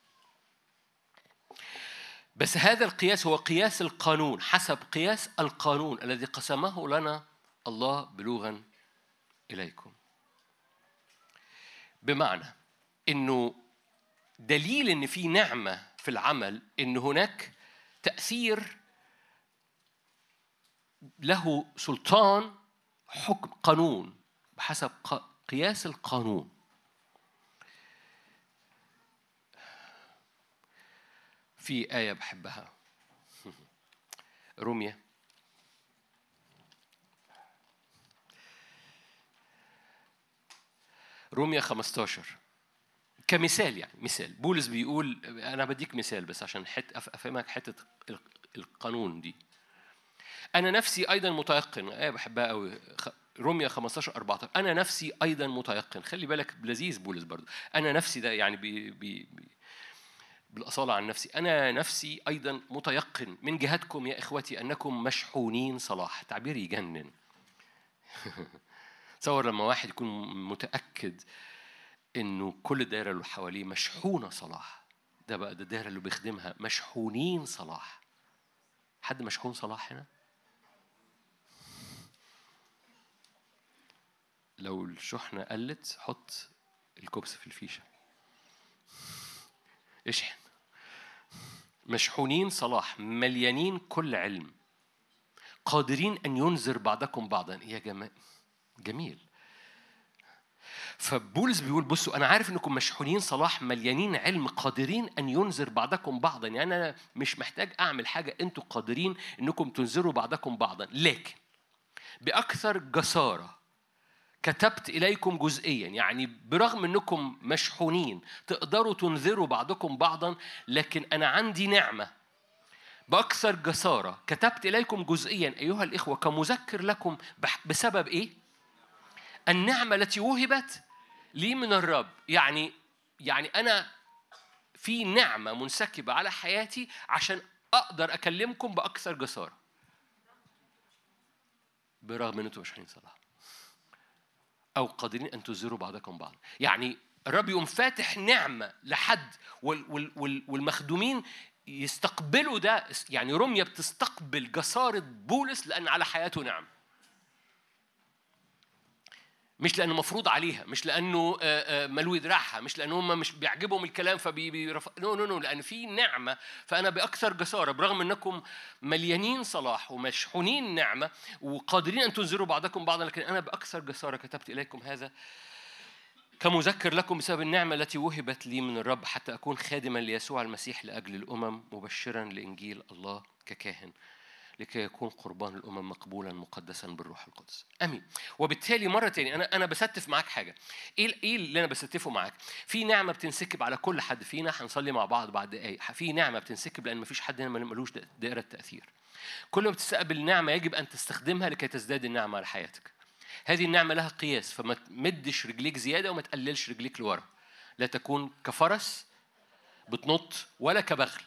Speaker 3: بس هذا القياس هو قياس القانون، حسب قياس القانون الذي قسمه لنا الله بلوغا إليكم. بمعنى إنه دليل إن في نعمة في العمل إن هناك تأثير له سلطان حكم قانون بحسب قياس القانون. في آية بحبها، رومية رومية خمسة عشر كمثال، يعني مثال بولس بيقول، أنا بديك مثال بس عشان حت أفهمك حتة القانون دي. أنا نفسي أيضا متيقن، آية بحبها قوي، رومية خمسة عشر أربعة عشر، أنا نفسي أيضا متيقن. خلي بالك لذيذ بولس برضو، أنا نفسي ده يعني بي بي بي بالأصالة عن نفسي. أنا نفسي أيضا متيقن من جهتكم يا إخوتي أنكم مشحونين صلاح. تعبير يجنن. تصور لما واحد يكون متأكد إنه كل الدائرة اللي حواليه مشحونة صلاح، ده بقى ده الدائرة اللي بيخدمها مشحونين صلاح. حد مشحون صلاح هنا؟ لو الشحنة قلت حط الكوبس في الفيشة، اشحن. مشحونين صلاح، مليانين كل علم، قادرين أن ينذر بعضكم بعضا. يا جماعة جميل. فبولس بيقول بصوا، أنا عارف أنكم مشحونين صلاح، مليانين علم، قادرين أن ينذر بعضكم بعضا. يعني أنا مش محتاج أعمل حاجة، أنتوا قادرين أنكم تنذروا بعضكم بعضا. لكن بأكثر جسارة كتبت إليكم جزئيا، يعني برغم أنكم مشحونين تقدروا تنذروا بعضكم بعضا، لكن أنا عندي نعمة بأكثر جسارة كتبت إليكم جزئيا أيها الإخوة كمذكر لكم بسبب إيه؟ النعمة التي وهبت لي من الرب. يعني يعني أنا في نعمة منسكبة على حياتي عشان أقدر أكلمكم بأكثر جسارة برغم أن أنتم مشحونين صلاح أو قادرين أن تنذروا بعضكم بعض. يعني الرب يقوم فاتح نعمة لحد والمخدومين يستقبلوا ده. يعني روميا بتستقبل جسارة بولس لأن على حياته نعم، مش لأنه مفروض عليها، مش لأنه ملوي دراعها، مش لأنه هم مش بيعجبهم الكلام فبيرفع نو نو نو لأن في نعمة. فأنا بأكثر جسارة برغم أنكم مليانين صلاح ومشحونين نعمة وقادرين أن تنذروا بعضكم بعضا، لكن أنا بأكثر جسارة كتبت إليكم هذا كمذكر لكم بسبب النعمة التي وهبت لي من الرب حتى أكون خادما ليسوع المسيح لأجل الأمم مبشرا لإنجيل الله ككاهن لكي يكون قربان الأمم مقبولا مقدسا بالروح القدس. أمين. وبالتالي مرة تاني أنا أنا بستف معاك حاجة. إيه إيه اللي أنا بستفه معاك؟ في نعمة بتنسكب على كل حد فينا. هنصلي مع بعض بعد دقايق. في نعمة بتنسكب لأن مفيش حد هنا ملوش دائرة تأثير. كل ما بتستقبل نعمة يجب أن تستخدمها لكي تزداد النعمة على حياتك. هذه النعمة لها قياس، فما تمدش رجليك زيادة وما تقللش رجليك لورا. لا تكون كفرس بتنط ولا كبغل.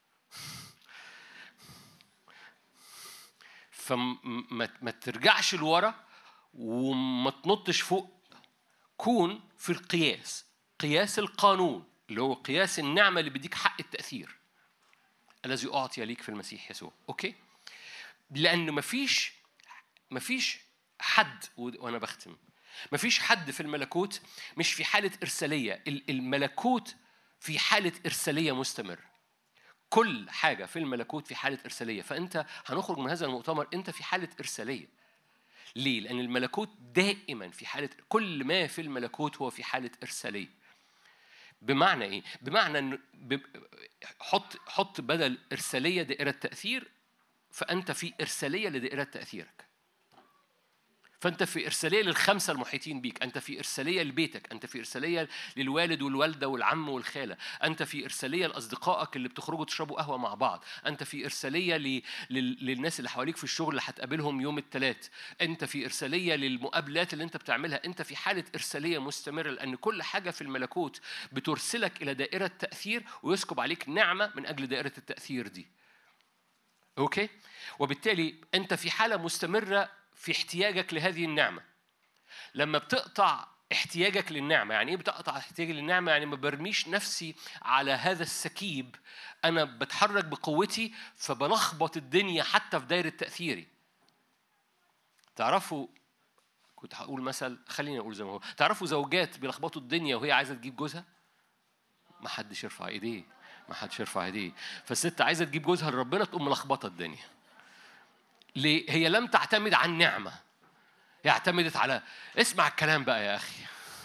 Speaker 3: فما ما ترجعش لورا وما تنطش فوق. كون في القياس، قياس القانون اللي هو قياس النعمة اللي بيديك حق التأثير الذي أعطي ليك في المسيح يسوع. أوكي؟ لأنه مفيش مفيش حد، وأنا بختم، مفيش حد في الملكوت مش في حالة إرسالية. الملكوت في حالة إرسالية مستمرة. كل حاجة في الملكوت في حالة إرسالية. فأنت هنخرج من هذا المؤتمر أنت في حالة إرسالية. ليه؟ لأن الملكوت دائما في حالة، كل ما في الملكوت هو في حالة إرسالية. بمعنى إيه؟ بمعنى أن حط حط بدل إرسالية دائرة تأثير، فأنت في إرسالية لدائرة تأثيرك. فأنت في إرسالية للخمسة المحيطين بيك، أنت في إرسالية لبيتك، أنت في إرسالية للوالد والوالدة والعم والخالة، أنت في إرسالية لأصدقائك اللي بتخرجوا تشربوا قهوة مع بعض، أنت في إرسالية ل... لل... للناس اللي حواليك في الشغل اللي هتقابلهم يوم الثلاث، أنت في إرسالية للمقابلات اللي أنت بتعملها، أنت في حالة إرسالية مستمرة، لأن كل حاجة في الملكوت بترسلك إلى دائرة تأثير ويسكب عليك نعمة من أجل دائرة التأثير دي. أوكي؟ وبالتالي أنت في حالة مستمرة في احتياجك لهذه النعمة. لما بتقطع احتياجك للنعمة، يعني إيه بتقطع احتياجي للنعمة؟ يعني ما برميش نفسي على هذا السكيب، أنا بتحرك بقوتي فبلخبط الدنيا حتى في دائرة تأثيري. تعرفوا، كنت هقول مثل، خليني أقول زي ما هو، تعرفوا زوجات بيلخبطوا الدنيا وهي عايزة تجيب جوزها؟ ما حدش يرفع إيديه، ما حدش يرفع إيديه. فالست عايزة تجيب جوزها لربنا تقوم ملخبطة الدنيا. ليه؟ هي لم تعتمد على النعمة، هي اعتمدت على اسمع الكلام بقى يا أخي.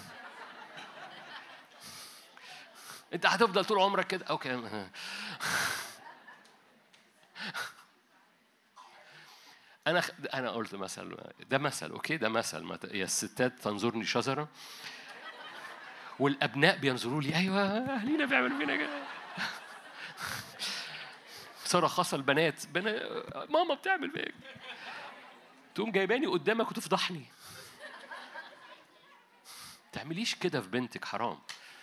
Speaker 3: أنت هتفضل طول عمرك كده؟ أوكي. أنا أنا قلت مثل، ده مثل، أوكي، ده مثل. يا الستات تنظرني شجرة والأبناء بينظروا لي، أيوة أهلينا بيعملوا فينا كده. صار خاصة البنات، بنا... ماما بتعمل فيك، تقوم جايباني قدامك وتفضحني. تعمليش كده في بنتك، حرام.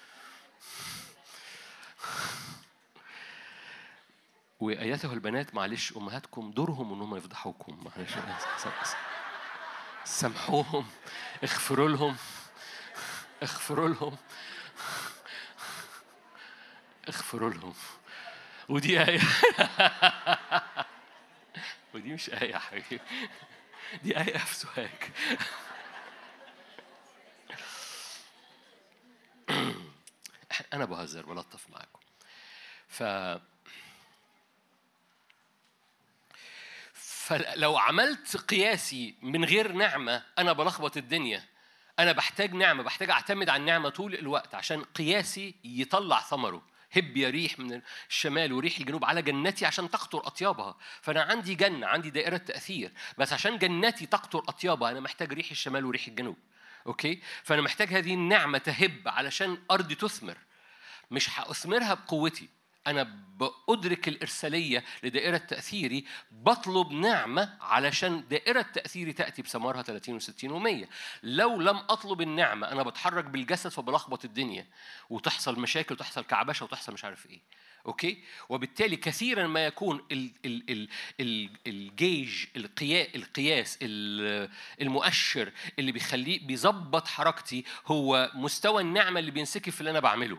Speaker 3: وآياته البنات، معلش أمهاتكم دورهم إنهم يفضحوكم، معلش سامحوهم، اغفروا لهم، اغفروا لهم، اغفروا لهم. ودي آية. ودي مش آية يا حبيبي، دي آية في سواك. أنا بهزر بلطف معاكم. ف فلو عملت قياسي من غير نعمة أنا بلخبط الدنيا. أنا بحتاج نعمة، بحتاج أعتمد على النعمة طول الوقت عشان قياسي يطلع ثمره. هب يا ريح من الشمال وريح الجنوب على جنتي عشان تقطر أطيابها. فأنا عندي جنة، عندي دائرة تأثير، بس عشان جنتي تقطر أطيابها أنا محتاج ريح الشمال وريح الجنوب. أوكي؟ فأنا محتاج هذه النعمة تهب علشان أرضي تثمر. مش هأثمرها بقوتي، أنا بأدرك الإرسالية لدائرة تأثيري، بطلب نعمة علشان دائرة تأثيري تأتي بثمارها ثلاثين وستين ومية. لو لم أطلب النعمة أنا بتحرك بالجسد فبلخبط الدنيا وتحصل مشاكل وتحصل كعبشة وتحصل مش عارف إيه. أوكي؟ وبالتالي كثيرا ما يكون ال ال ال ال الجيج القياس القياس المؤشر اللي بيخليه بيظبط حركتي هو مستوى النعمة اللي بينسكب في اللي أنا بعمله.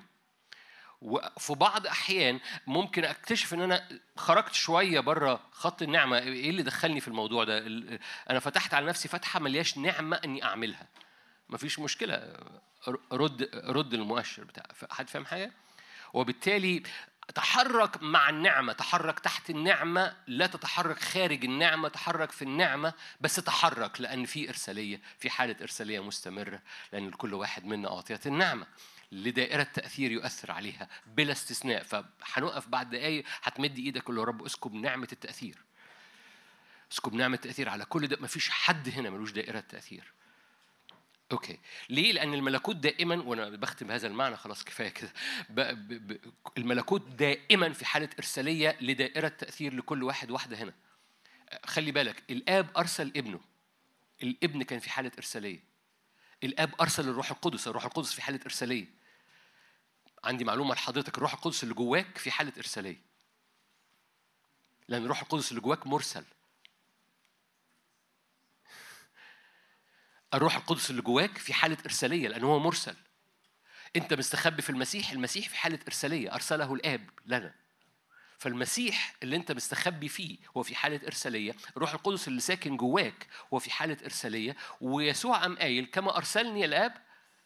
Speaker 3: وفي بعض أحيان ممكن أكتشف إن أنا خرجت شوية بره خط النعمة. إيه اللي دخلني في الموضوع ده؟ أنا فتحت على نفسي فتحة ملياش نعمة إني أعملها. مفيش مشكلة، رد رد المؤشر بتاع. حد فاهم حاجة؟ وبالتالي تحرك مع النعمة، تحرك تحت النعمة، لا تتحرك خارج النعمة، تحرك في النعمة بس تحرك، لأن في إرسالية، في حالة إرسالية مستمرة، لأن لكل واحد منا أعطيت النعمة لدائرة تأثير يؤثر عليها بلا استثناء. فحنوقف بعد دقايق، هتمد إيدك وقول يا رب اسكب نعمة التأثير، اسكب نعمة التأثير على كل ده. مفيش حد هنا ملوش دائرة تأثير. أوكي، ليه؟ لأن الملكوت دائما، وأنا بختم هذا المعنى خلاص كفاية كده، الملكوت دائما في حالة إرسالية لدائرة تأثير لكل واحد واحدة هنا. خلي بالك، الآب أرسل ابنه، الابن كان في حالة إرسالية. الآب أرسل الروح القدس، الروح القدس في حالة إرسالية. عندي معلومة لحضرتك، الروح القدس اللي جواك في حالة إرسالية، لأن الروح القدس اللي جواك مرسل. الروح القدس اللي جواك في حالة إرسالية لأنه هو مرسل. أنت مستخبي في المسيح، المسيح في حالة إرسالية، أرسله الآب لنا. فالمسيح اللي أنت مستخبي فيه هو في حالة إرسالية، الروح القدس اللي ساكن جواك هو في حالة إرسالية. ويسوع قام قايل كما أرسلني الآب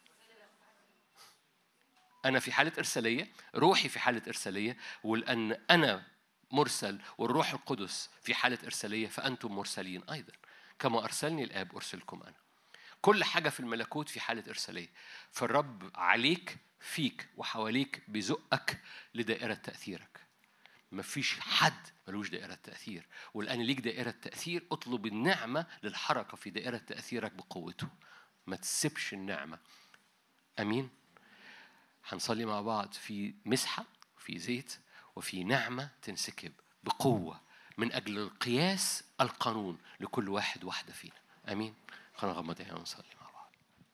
Speaker 3: أنا في حالة إرسالية، روحي في حالة إرسالية، ولأن أنا مرسل والروح القدس في حالة إرسالية فأنتم مرسلين أيضا. كما أرسلني الآب أرسلكم أنا. كل حاجة في الملكوت في حالة إرسالية. فالرب عليك، فيك وحواليك بيزقك لدائرة تأثيرك. مفيش حد ملوش دائرة تأثير، والآن ليك دائرة تأثير. اطلب النعمة للحركة في دائرة تأثيرك بقوته، ما تسيبش النعمة. أمين. هنصلي مع بعض في مسحة، في زيت، وفي نعمة تنسكب بقوة من أجل القياس القانون لكل واحد واحدة فينا. أمين. خلينا نغمض عينينا ونصلي مع بعض.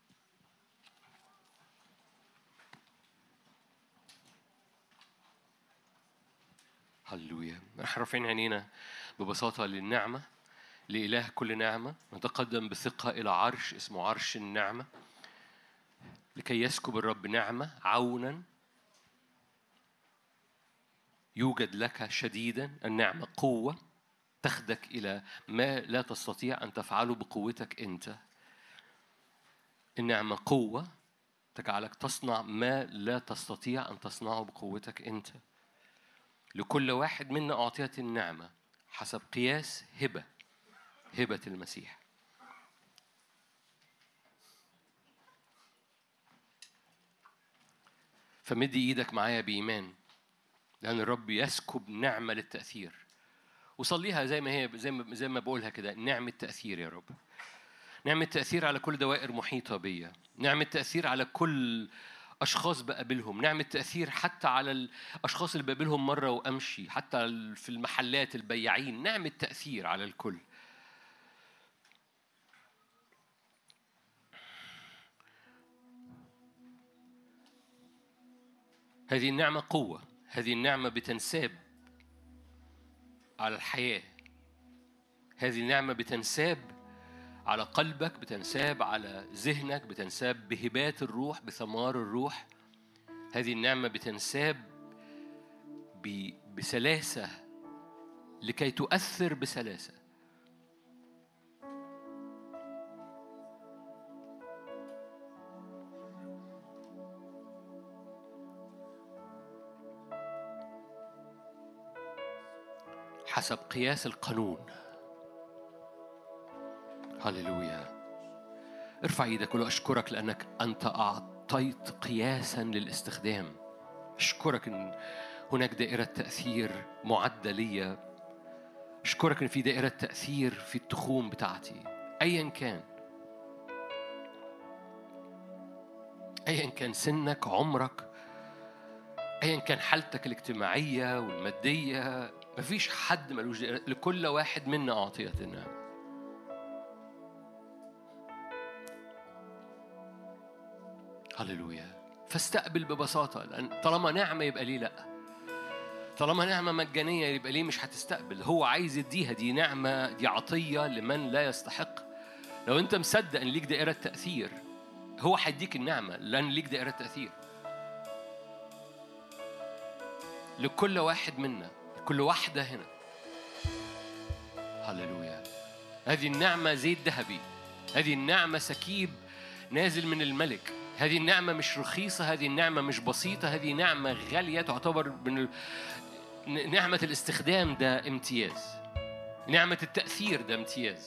Speaker 3: هللويا. نحن رافعين عينينا ببساطة للنعمة، لإله كل نعمة. نتقدم بثقة إلى عرش اسمه عرش النعمة، لكي يسكب الرب نعمة عونا يوجد لك شديدا. النعمة قوة تخدك إلى ما لا تستطيع أن تفعله بقوتك أنت. النعمة قوة تجعلك تصنع ما لا تستطيع أن تصنعه بقوتك أنت. لكل واحد منا أعطيت النعمة حسب قياس هبة هبة المسيح. فمد إيدك معايا بإيمان، لأن الرب يسكب نعمة للتأثير. وصليها زي ما هي، زي ما زي ما بقولها كده، نعمة تأثير يا رب. نعمة تأثير على كل دوائر محيطة بيا، نعمة تأثير على كل أشخاص بقابلهم، نعمة تأثير حتى على الأشخاص اللي بقابلهم مرة وأمشي، حتى في المحلات البياعين، نعمة تأثير على الكل. هذه النعمة قوة، هذه النعمة بتنساب على الحياة، هذه النعمة بتنساب على قلبك، بتنساب على ذهنك، بتنساب بهبات الروح، بثمار الروح. هذه النعمة بتنساب بسلاسة لكي تؤثر بسلاسة. حسب قياس القانون. هللويا. ارفع ايدك وقول أشكرك لأنك أنت أعطيت قياسا للاستخدام. أشكرك إن هناك دائرة تأثير معدة لي. أشكرك إن في دائرة تأثير في التخوم بتاعتي، أيا كان أيا كان سنك، عمرك، أيا كان حالتك الاجتماعية والمادية. مفيش حد ملوش دائرة، لكل واحد منا أعطيت النعمة. هللويا. فاستقبل ببساطة، لأن طالما نعمة يبقى ليه لأ، طالما نعمة مجانية يبقى ليه مش هتستقبل. هو عايز يديها، دي نعمة، دي عطية لمن لا يستحق. لو أنت مصدق أن ليك دائرة تأثير، هو هيديك النعمة لأن ليك دائرة تأثير. لكل واحد منا، كل واحدة هنا. هللويا. هذه النعمة زيت ذهبي، هذه النعمة سكيب نازل من الملك. هذه النعمة مش رخيصة، هذه النعمة مش بسيطة، هذه نعمة غالية، تعتبر من نعمة الاستخدام ده امتياز، نعمة التأثير ده امتياز.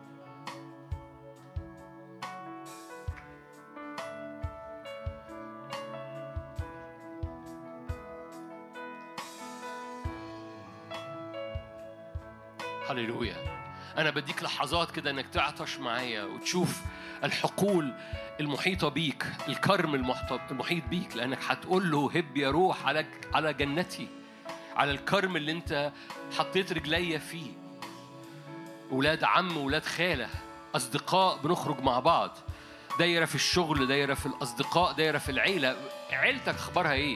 Speaker 3: هللويا. أنا بديك لحظات كده إنك تعطش معايا وتشوف الحقول المحيطة بيك، الكرم المحيط بيك، لأنك هتقول له هب يا روح على على جنتي، على الكرم اللي أنت حطيت رجلي فيه. أولاد عم، أولاد خالة، أصدقاء، بنخرج مع بعض، دايرة في الشغل، دايرة في الأصدقاء، دايرة في العيلة. عيلتك أخبارها إيه؟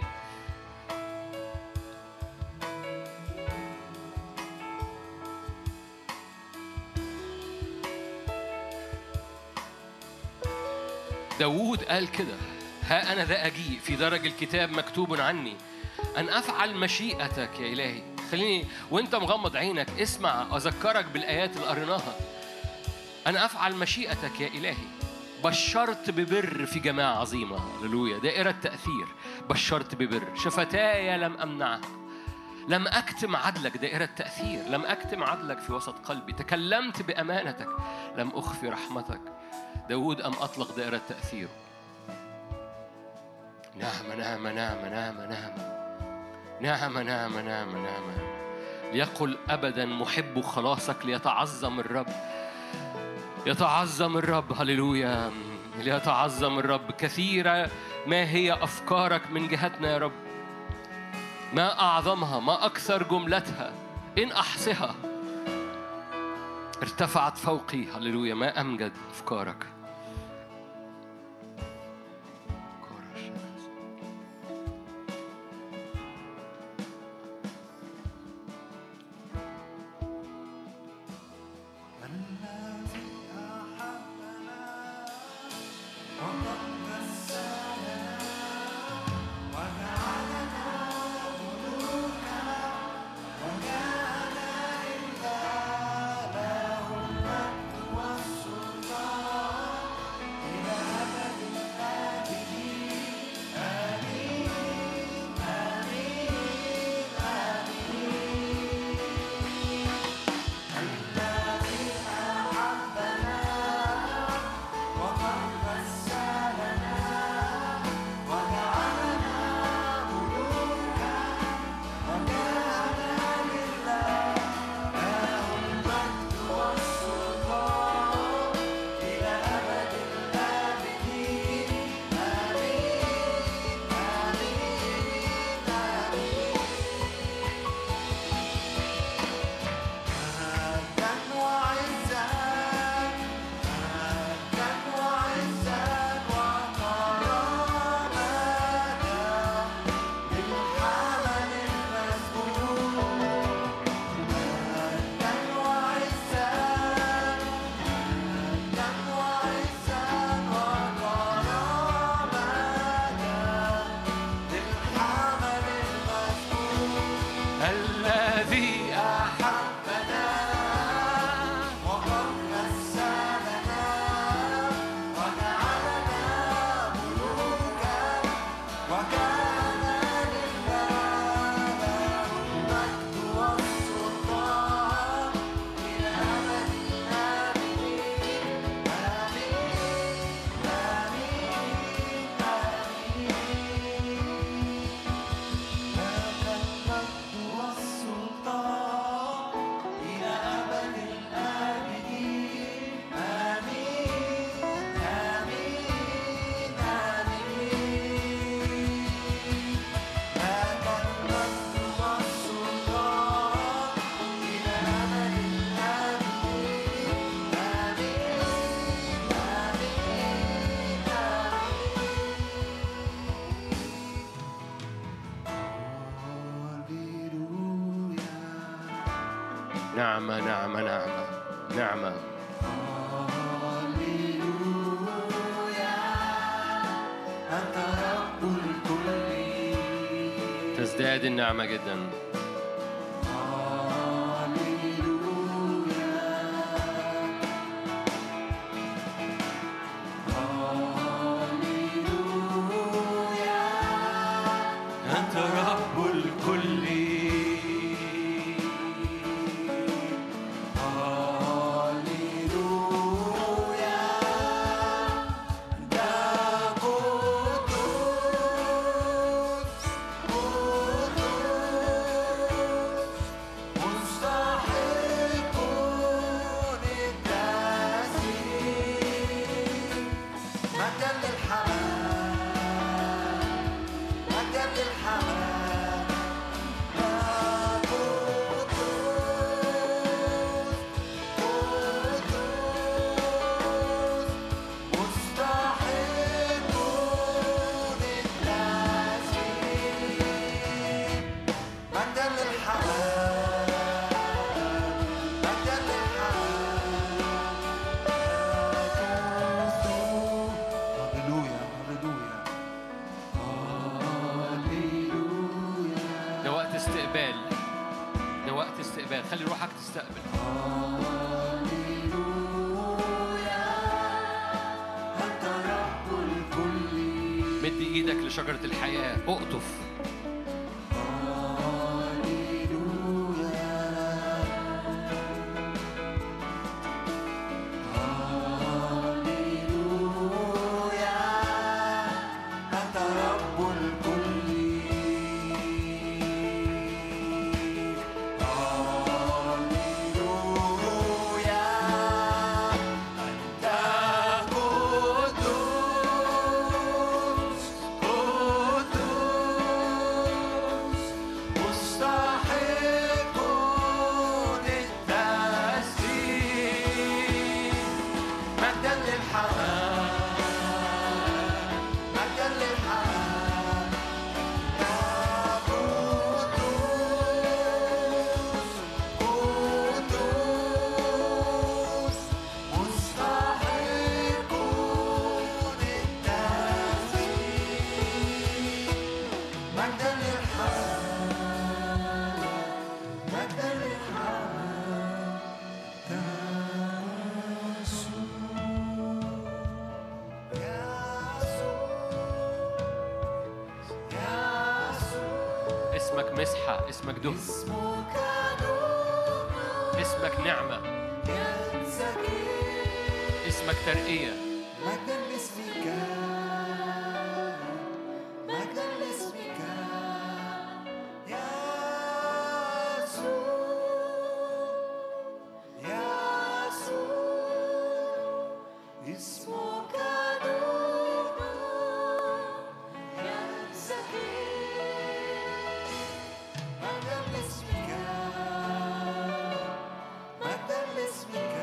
Speaker 3: داود قال كده: ها أنا ذا أجيء، في درج الكتاب مكتوب عني أن أفعل مشيئتك يا إلهي. خليني وإنت مغمض عينك اسمع أذكرك بالآيات اللي قريناها. أنا أفعل مشيئتك يا إلهي. بشرت ببر في جماعة عظيمة. هللويا. دائرة تأثير. بشرت ببر، شفتاي لم أمنعها، لم أكتم عدلك. دائرة تأثير. لم أكتم عدلك في وسط قلبي، تكلمت بأمانتك، لم أخفي رحمتك. داود أم أطلق دائرة تأثيره. نعمة نعمة نعمة نعمة نعمة نعمة نعمة نعمة نعمة. ليقل أبدا محب خلاصك ليتعظم الرب، يتعظم الرب. هللويا. ليتعظم الرب. كثيرة ما هي أفكارك من جهتنا يا رب، ما أعظمها، ما أكثر جملتها، إن أحصها ارتفعت فوقي. هللويا. ما أمجد أفكارك. نعمة نعمة نعمة نعمة. تزداد النعمة جدا.
Speaker 2: أنت رب الكل.
Speaker 3: خلي روحك تستقبل. مد ايدك لشجرة الحياة، اقطف. اسمك مسحة، اسمك دهن، اسمك نعمة، اسمك ترقية.
Speaker 2: مجدا لاسمك، مجدا لاسمك يا يسوع، يا يسوع اسمك نور ينسكب. مجدا لاسمك، مجدا لاسمك.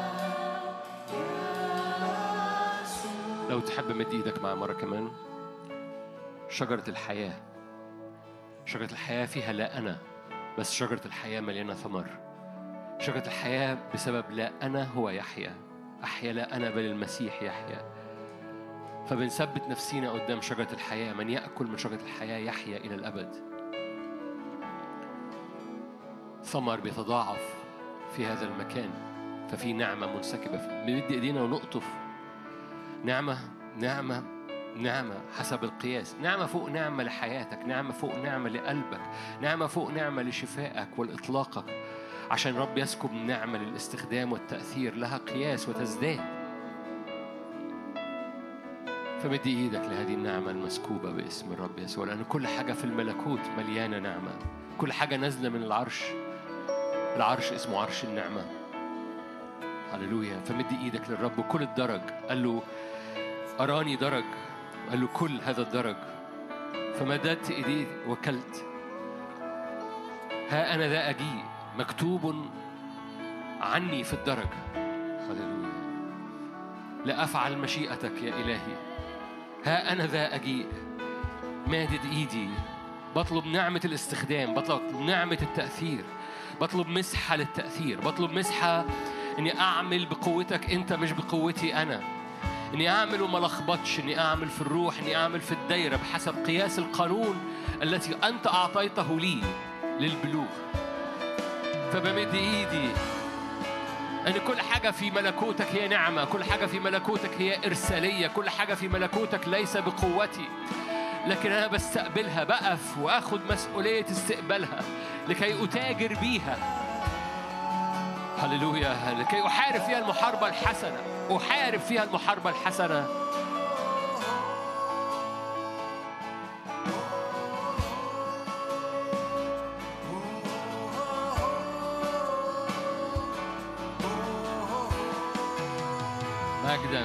Speaker 3: لو تحب مد ايدك معايا مرة كمان. شجرة الحياة، شجرة الحياة فيها لا أنا، بس شجرة الحياة مليانة ثمر. شجرة الحياة بسبب لا أنا هو يحيى، أحيا لا أنا بل المسيح يحيى. فبنثبت نفسينا قدام شجرة الحياة. من يأكل من شجرة الحياة يحيا إلى الأبد. ثمر بيتضاعف في هذا المكان، ففي نعمة منسكبة. بندي إيدينا ونقطف نعمة، نعمة، نعمة حسب القياس. نعمة فوق نعمة لحياتك، نعمة فوق نعمة لقلبك، نعمة فوق نعمة لشفائك والإطلاقك، عشان رب يسكب نعمة للاستخدام والتأثير، لها قياس وتزداد. فمدي إيدك لهذه النعمة المسكوبة باسم الرب يسوع، لأن كل حاجة في الملكوت مليانة نعمة. كل حاجة نازلة من العرش. العرش اسمه عرش النعمة. هللويا. فمدي إيدك للرب كل الدرج. قال له أراني درج، قال له كل هذا الدرج. فمددت إيدي وكلت. ها أنا ذا أجيء، مكتوب عني في الدرج. هللويا. لأفعل مشيئتك يا إلهي. ها أنا ذا أجيء، مادد إيدي، بطلب نعمة الاستخدام، بطلب نعمة التأثير، بطلب مسحة للتأثير، بطلب مسحة إني أعمل بقوتك أنت مش بقوتي أنا، إني أعمل وما لخبطش، إني أعمل في الروح، إني أعمل في الدايرة بحسب قياس القانون التي أنت أعطيته لي للبلوغ. فبمد إيدي أن كل حاجة في ملكوتك هي نعمة، كل حاجة في ملكوتك هي إرسالية، كل حاجة في ملكوتك ليس بقوتي، لكن أنا بستقبلها، بقف وأخذ مسؤولية استقبالها لكي أتاجر بيها. هللويا. لكي أحارب فيها المحاربة الحسنة، أحارب فيها المحاربة الحسنة. مجداً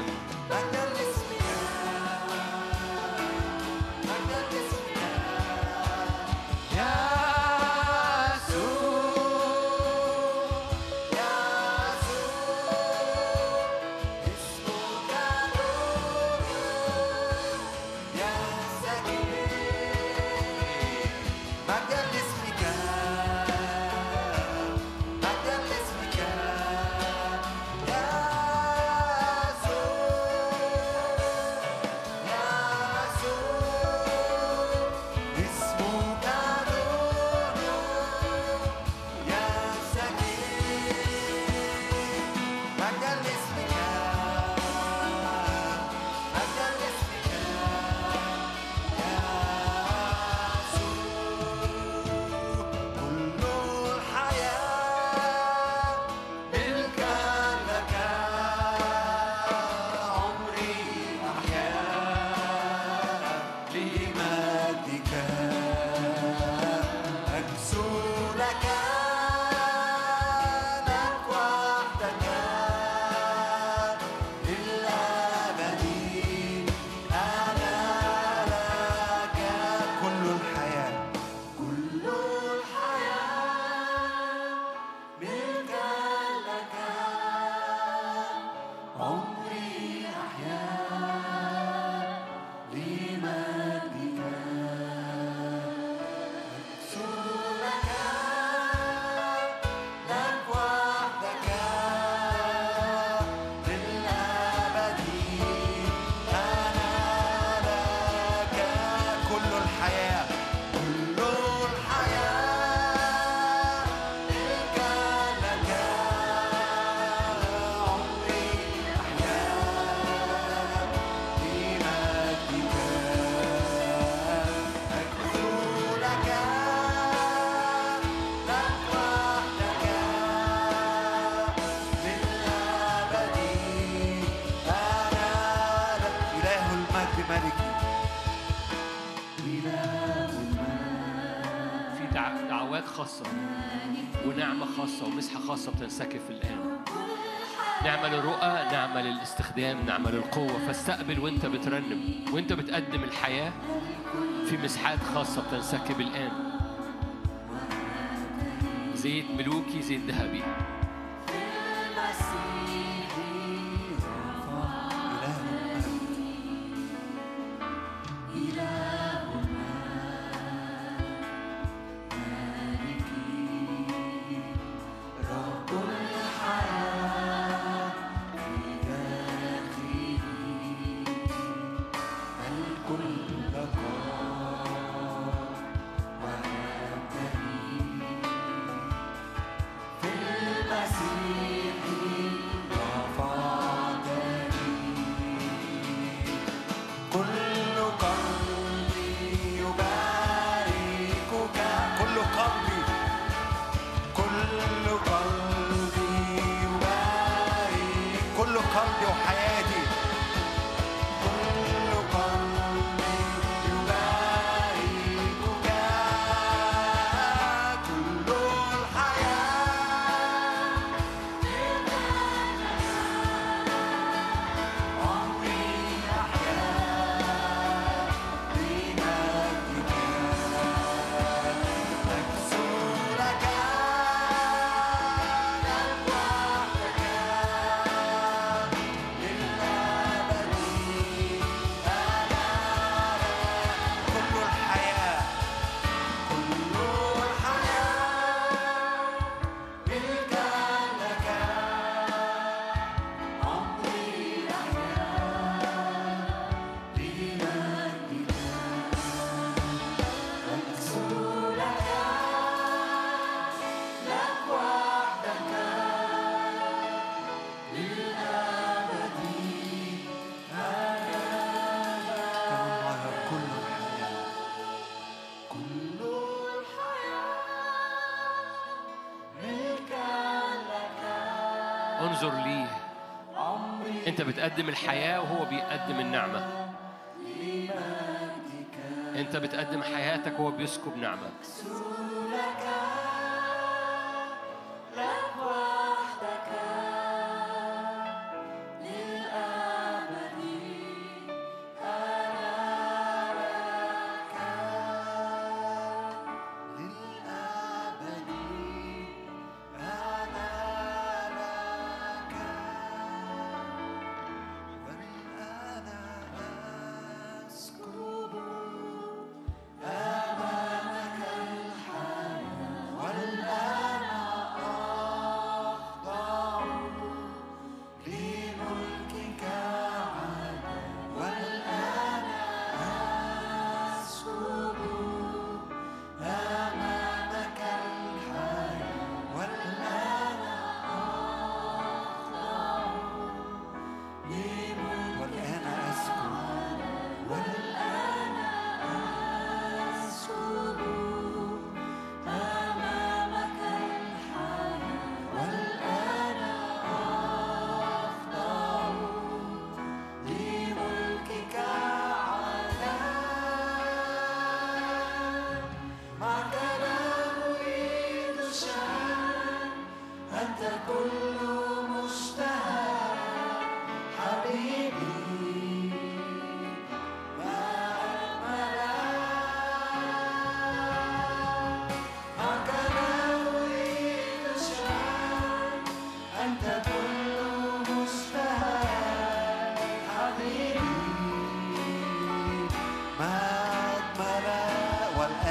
Speaker 3: خاصة ونعمة خاصة ومسحة خاصة بتنسكب الآن. نعمة للرؤى، نعمة للاستخدام، نعمة للقوة. فاستقبل وانت بترنم وانت بتقدم الحياة في مسحات خاصة بتنسكب الآن. زيت ملوكي، زيت ذهبي. انظر ليه. انت بتقدم الحياة وهو بيقدم النعمة. انت بتقدم حياتك وهو بيسكب نعمة.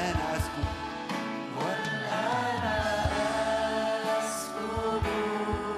Speaker 2: والآن أسكب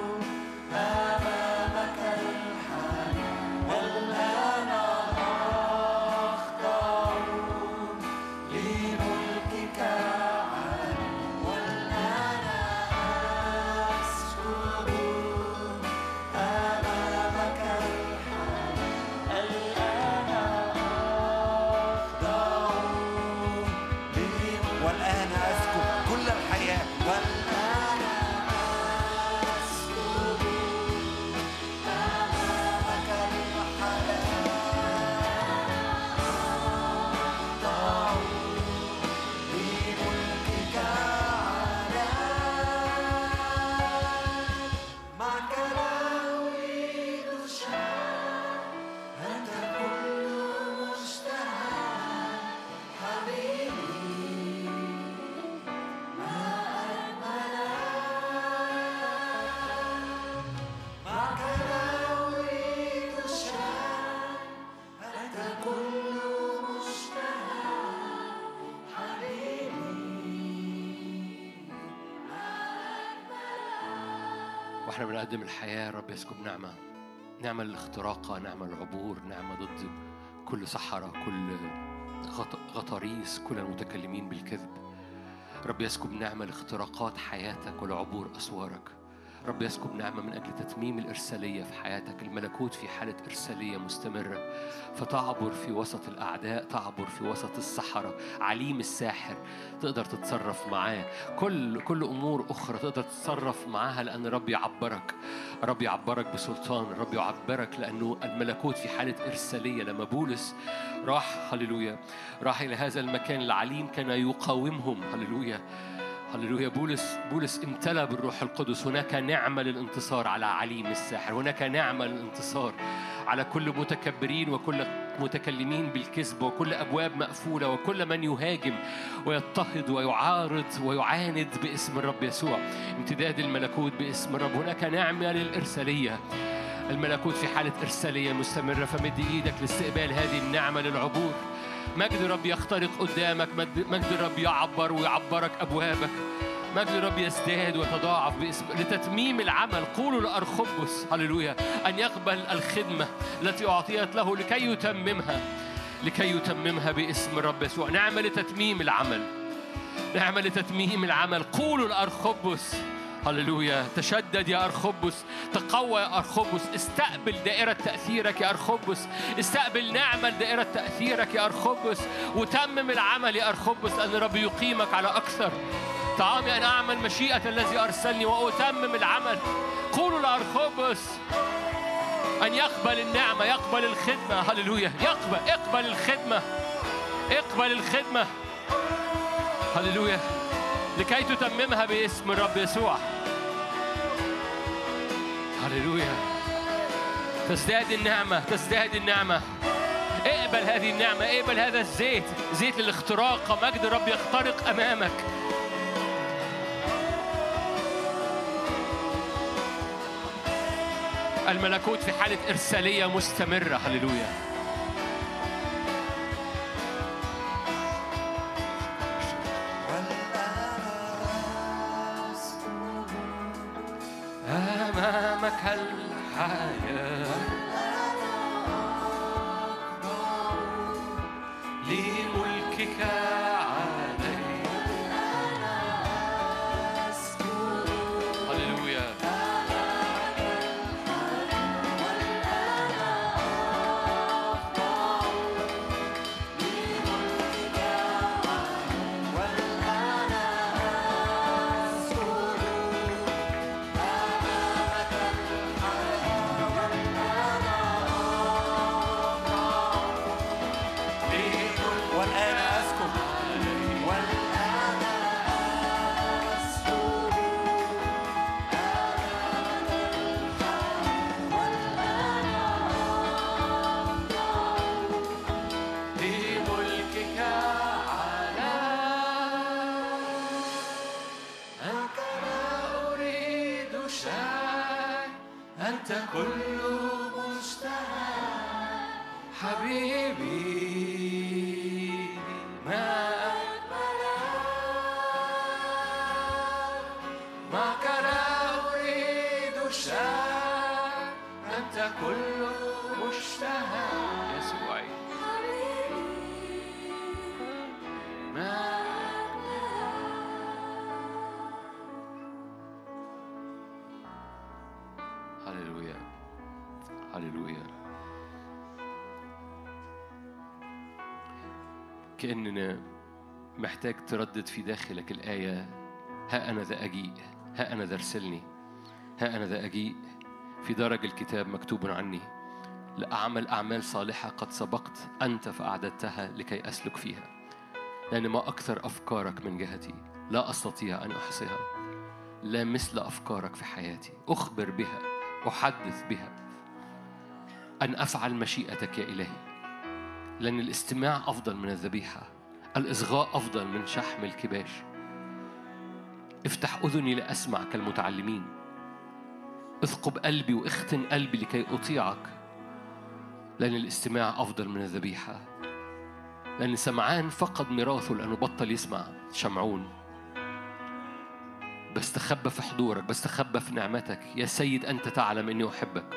Speaker 3: واحنا بنقدم الحياة رب يسكب نعمة، نعمة الاختراقة، نعمة العبور، نعمة ضد كل سحرة، كل غطاريس، كل المتكلمين بالكذب. رب يسكب نعمة لاختراقات حياتك ولعبور أسوارك. رب يسكب نعمة من أجل تتميم الإرسالية في حياتك. الملكوت في حالة إرسالية مستمرة، فتعبر في وسط الأعداء، تعبر في وسط السحرة. عليم الساحر تقدر تتصرف معاه، كل كل أمور أخرى تقدر تتصرف معاها، لأن رب يعبرك. رب يعبرك بسلطان، رب يعبرك لأنه الملكوت في حالة إرسالية. لما بولس راح هللويا راح إلى هذا المكان العليم كان يقاومهم. هللويا هللويا. بولس بولس امتلأ بالروح القدس. هناك نعمة للانتصار على عليم الساحر، هناك نعمة للانتصار على كل متكبرين وكل متكلمين بالكذب وكل أبواب مقفولة وكل من يهاجم ويضطهد ويعارض ويعاند باسم الرب يسوع. امتداد الملكوت باسم الرب. هناك نعمة للإرسالية. الملكوت في حالة إرسالية مستمرة، فمد إيدك لاستقبال هذه النعمة للعبور. مجد رب يخترق قدامك، مجد رب يعبر ويعبرك أبوابك، مجد رب يزداد ويتضاعف باسم لتتميم العمل. قولوا لأرخبس هللويا أن يقبل الخدمة التي أعطيت له لكي يتممها لكي يتممها باسم الرب يسوع. نعمة لتتميم العمل، نعمة لتتميم العمل. قولوا لأرخبس هللويا تشدد يا أرخبس، تقوى يا أرخبس، استقبل دائرة تأثيرك يا أرخبس، استقبل نعمة دائرة تأثيرك يا أرخبس، وتمم العمل يا أرخبس، لأن رب يقيمك على أكثر. طعامي أن أعمل مشيئة الذي أرسلني وأتمم العمل. قولوا لأرخبس أن يقبل النعمة، يقبل الخدمة. هللويا يقبل اقبل الخدمة، اقبل الخدمة. هللويا لكي تتممها باسم الرب يسوع. هللويا تزداد النعمة، تزداد النعمة. اقبل هذه النعمة، اقبل هذا الزيت، زيت للاختراق. مجد الرب يخترق أمامك. الملكوت في حالة إرسالية مستمرة. هللويا أمامك الحياة لملكك علي. هللويا كأننا محتاج تردد في داخلك الآية: ها أنا ذا أجيء، ها أنا ذا ارسلني، ها أنا ذا أجيء. في درج الكتاب مكتوب عني: لأعمل أعمال صالحة قد سبقت أنت فأعددتها لكي أسلك فيها، لأن ما أكثر أفكارك من جهتي لا أستطيع أن أحصيها، لا مثل أفكارك في حياتي. أخبر بها، أحدث بها، أن أفعل مشيئتك يا إلهي، لأن الاستماع أفضل من الذبيحة، الإصغاء أفضل من شحم الكباش. افتح أذني لأسمع كالمتعلمين، اثقب قلبي واختن قلبي لكي أطيعك، لأن الاستماع أفضل من الذبيحة. لأن سمعان فقد ميراثه لأنه بطل يسمع. شمعون بستخبى في حضورك، بستخبى في نعمتك. يا سيد أنت تعلم إني أحبك.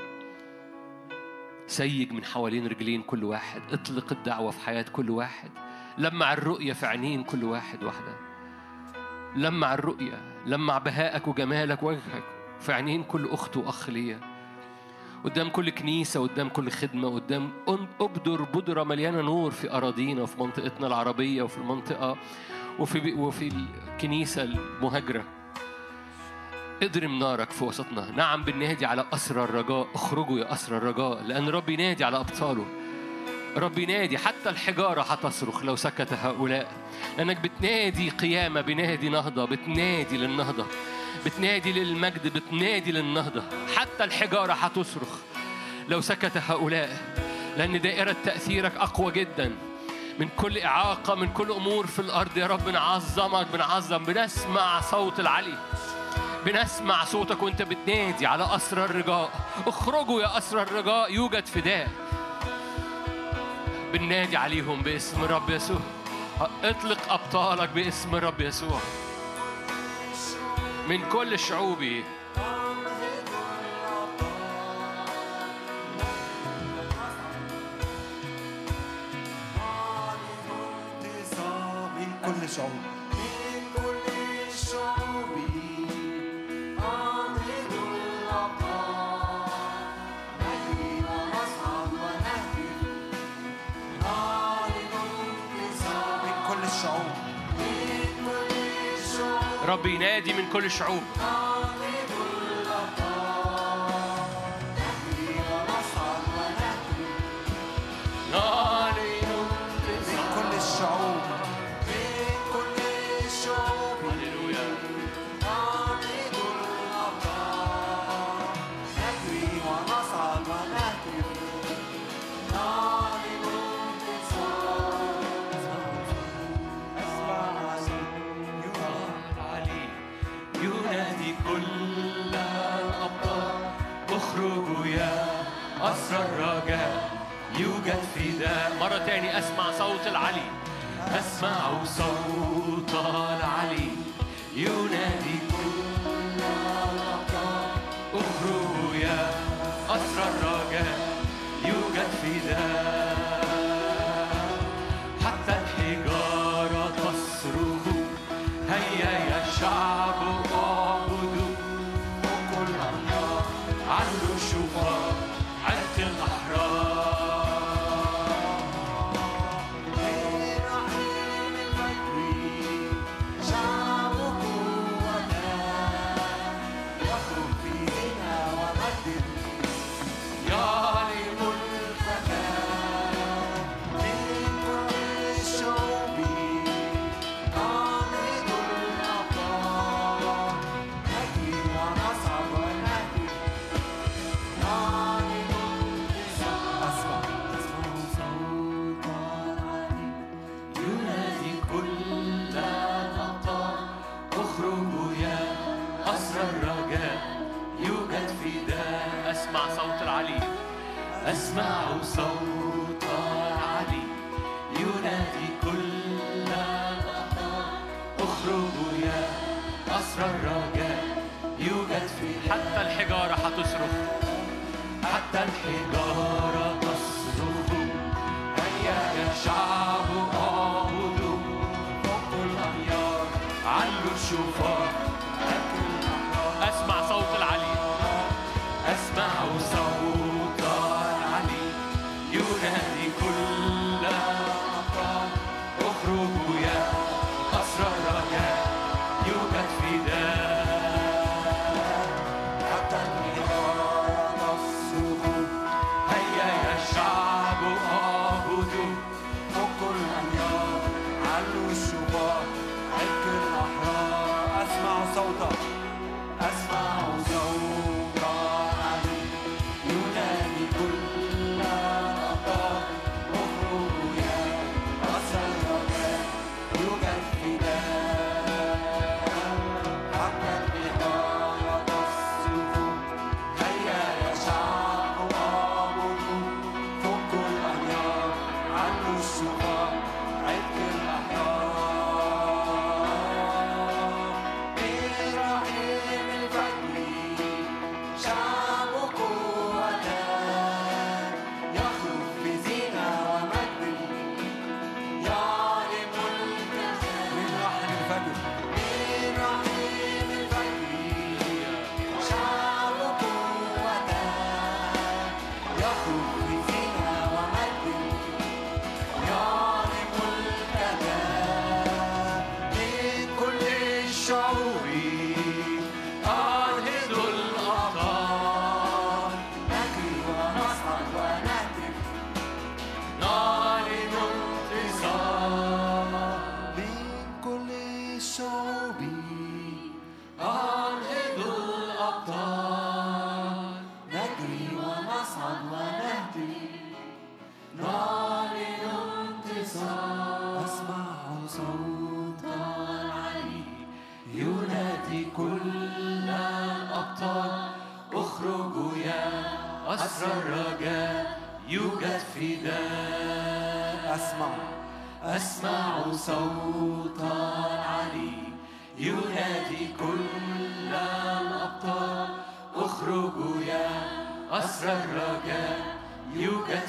Speaker 3: سيج من حوالين رجلين كل واحد، اطلق الدعوة في حياة كل واحد، لمع الرؤية في عينين كل واحد واحدة، لمع الرؤية، لمع بهائك وجمالك وجهك في عينين كل أخت وأخ ليا، قدام كل كنيسة، قدام كل خدمة، قدام أبدر بدرة مليانة نور في أراضينا وفي منطقتنا العربية وفي المنطقة وفي وفي الكنيسة المهاجرة. اضرم نارك في وسطنا. نعم بالنادي على أسرى الرجاء، اخرجوا يا أسرى الرجاء، لأن رب ينادي على أبطاله. رب ينادي، حتى الحجارة هتصرخ لو سكت هؤلاء، لأنك بتنادي قيامة، بنادي نهضة، بتنادي للنهضة، بتنادي للمجد، بتنادي للنهضة. حتى الحجارة هتصرخ لو سكت هؤلاء، لأن دائرة تأثيرك أقوى جدا من كل إعاقة، من كل أمور في الأرض. يا رب بنعظمك، بنعظم، بنسمع صوت العلي، بنسمع صوتك وانت بتنادي على أسرى الرجاء. اخرجوا يا أسرى الرجاء، يوجد فداء. بننادي عليهم باسم رب يسوع. اطلق أبطالك باسم رب يسوع من كل شعوبي.
Speaker 2: من كل شعوب، من كل الشعوب أنهض الأبطال، نجري ونصعد ونهتف نعلن انتصار. من كل الشعوب، من كل الشعوب،
Speaker 3: رب ينادي من كل الشعوب.
Speaker 2: أنهض الأبطال، نجري ونصعد ونهتف نعلن انتصار. من كل الشعوب،
Speaker 3: أسرى الرجاء، يوجد فداء. مرة تاني أسمع صوت العلي، أسمع صوت العلي ينادي كل الأبطال. اخرجوا يا أسرى الرجاء، يوجد فداء. حتى الحجارة تصرخ، هيا يا شعب اعبدوا. وكل أنهار علوا الشفار، عدت الأحرار.
Speaker 2: برحيم الفجر شعبك ونام، يخرج في غنى ومجد يعلم الفكان. من كل الشعوب أنهض الأبطال، نجري ونصعد ونهتف نعلن انتصار. أسمع أسمع صوت العلي
Speaker 3: ينادي كل الأبطال. اخرجوا يا أسرى الرجاء، يوجد فداء. أسمع صوت العلي، أسمع صوت العلي ينادي كل الأبطال. اخرجوا يا أسرى الرجاء، يوجد فداء. حتى الحجارة هتصرخ، حتى الحجارة تصرخ، هيا يا شعب اعبدوا. فوق الأنهار علوا الشفار، أسمع صوت العلي، أسمع صوت العلي ينادي كل الأبطال. اخرجوا يا أسرى الرجاء، يوجد فداء.
Speaker 2: حتى الحجارة تصرخ،
Speaker 3: هيا يا
Speaker 2: الأبطال نجري ونصعد ونهدي نعلن انتصار أسمع صوت العلي ينادي كل الأبطال اخرجوا يا أسرى الرجاء يوجد فداء أسمع أسمع صوت العلي ينادي كل الأبطال اخرجوا يا أسرى الرجاء يوجد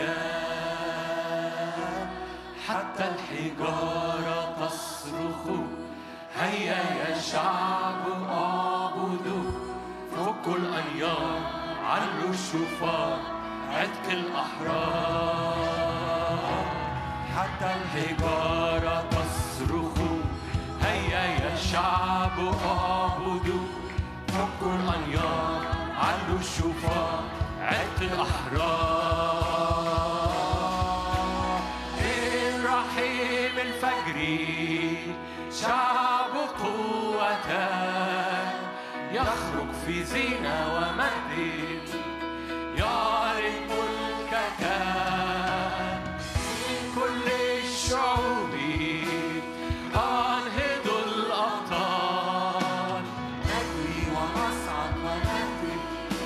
Speaker 2: فداء حتى الحجارة تصرخ هيا يا شعب اعبدوا فكوا الأنيار علوا الشفار عتق الأحرار حتى الحجارة تصرخ هيا يا شعب اعبدوا فكوا الأنيار علوا الشفار عتق الأحرار الرحيم الفجر شعب قوتان يخرج في زينة ومجد يعلن ملكك كل الشعوب أنهضوا الأبطال نجري ونصعد ونهدي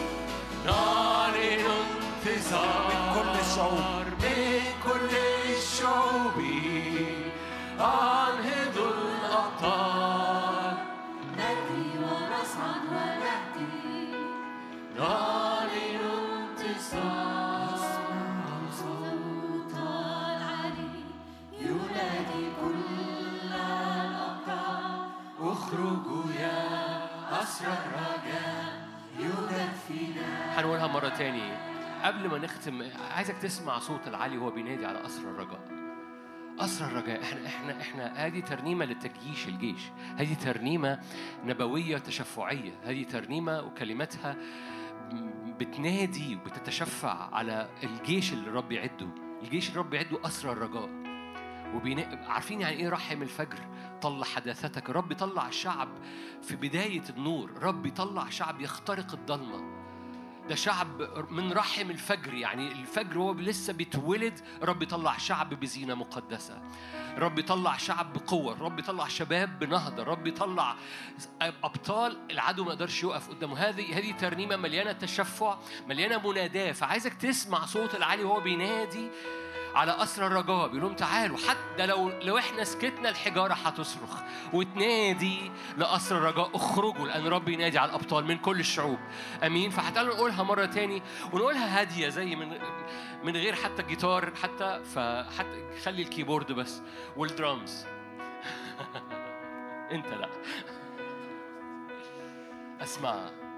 Speaker 2: نعلن انتصار من كل الشعوب من كل الشعوب أنهضوا الأبطال نجري ونصعد ونهدي نعلن انتصار أسمع صوت العلي ينادي كل الأبطال اخرجوا يا أسرى الرجاء يوجد فينا.
Speaker 3: هنقولها مرة تاني قبل ما نختم. عايزك تسمع صوت العلي وهو بينادي على أسرى الرجاء. أسرى الرجاء. احنا احنا احنا هذه ترنيمة للتجيش الجيش، هذه ترنيمة نبوية تشفعية، هذه ترنيمة وكلماتها بتنادي وبتتشفع على الجيش اللي الرب يعده. الجيش اللي الرب يعده أسرى الرجاء. وبينا... عارفين يعني ايه رحم الفجر؟ طلع حداثتك. رب يطلع الشعب في بداية النور، رب يطلع شعب يخترق الضلمة. ده شعب من رحم الفجر، يعني الفجر هو لسه بيتولد. رب يطلع شعب بزينة مقدسة، رب يطلع شعب بقوة، رب يطلع شباب بنهضة، رب يطلع أبطال العدو ما يقدرش يقف قدامه. هذه هذه ترنيمة مليانة تشفع، مليانة مناداة. فعايزك تسمع صوت العلي وهو بينادي على أسرى الرجاء، بيقول لهم تعالوا. حتى لو لو احنا سكتنا الحجارة هتصرخ وتنادي لأسرى الرجاء اخرجوا، لأن رب ينادي على الأبطال من كل الشعوب. أمين. فهتعالوا نقولها مرة تاني ونقولها هادية زي من من غير حتى جيتار، حتى فحتى خلي الكيبورد بس والدرامز. أنت لا أسمع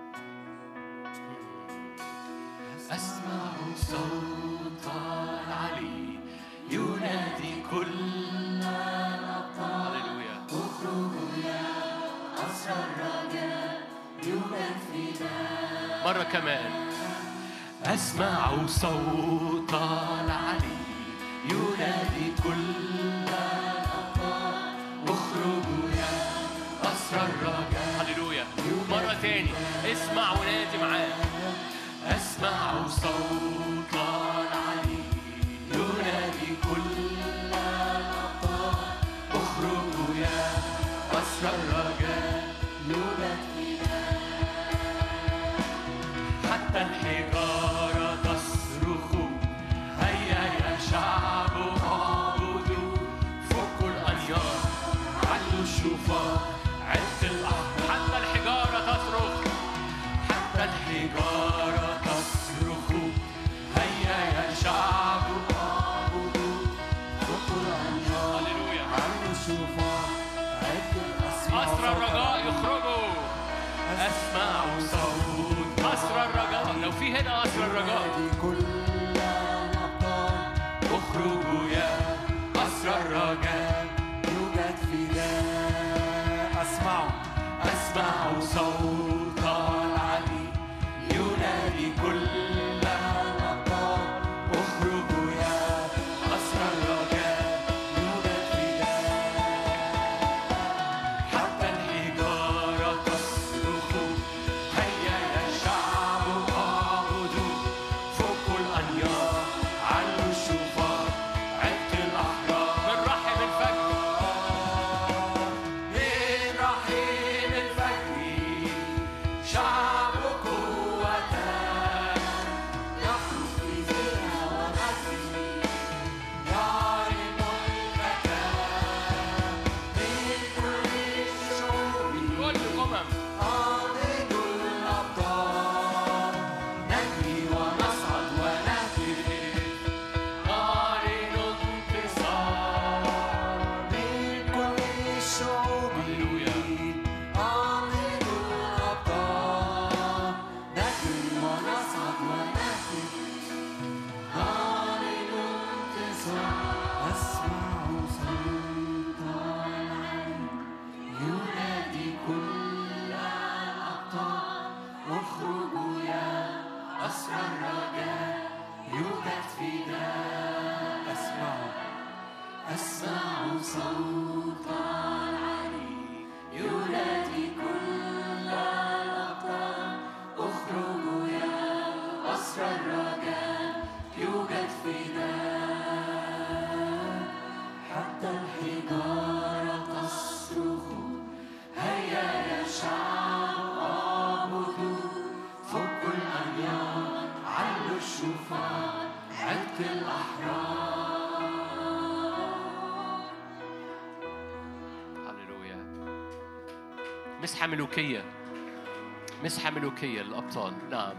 Speaker 3: أسمع صوت العلي ينادي كل الأبطال. هللويا. اخرجوا يا أسرى الرجاء يوجد فداء. مرة كمان. أسمع صوت العلي ينادي كل الأبطال اخرجوا يا أسرى الرجاء. هللويا. مرة تاني اسمع ونادي معاه. أسمع صوت العلي ينادي كل الأبطال اخرجوا يا أسرى الرجاء يوجد فداء. حتى الحجارة تصرخ هيا يا شعب اعبدوا فكوا الأنيار علوا الشفار عتق الأحرار. حتى الحجارة تصرخ، حتى الحجارة تصرخ هيا يا شعب اعبدوا فكوا الأنيار. هللويا. علوا الشفار عتق الأسرى. أسرى الرجاء يخرجوا. أسمع صوت أسرى الرجاء. لو في هنا أسرى الرجاء كل الأبطال اخرجوا يا أسرى الرجاء يوجد فداء. أسمعوا أسمع صوت العلي ينادي كل الأبطال اخرجوا يا أسرى الرجاء يوجد فداء. حتى الحجارة تصرخ هيا اخرجوا يا أسرى الرجاء يوجد فداء. أسمع أسمع صوت العلي ينادي كل الأبطال. اخرجوا يا أسرى الرجاء يوجد فداء. حتى الحجارة تصرخ هيا يا شعب اعبدوا. فكوا الأنيار علوا الشوفان عد الأحرار. هللويا. مسحة ملوكية، مسحة ملوكية للأبطال. نعم.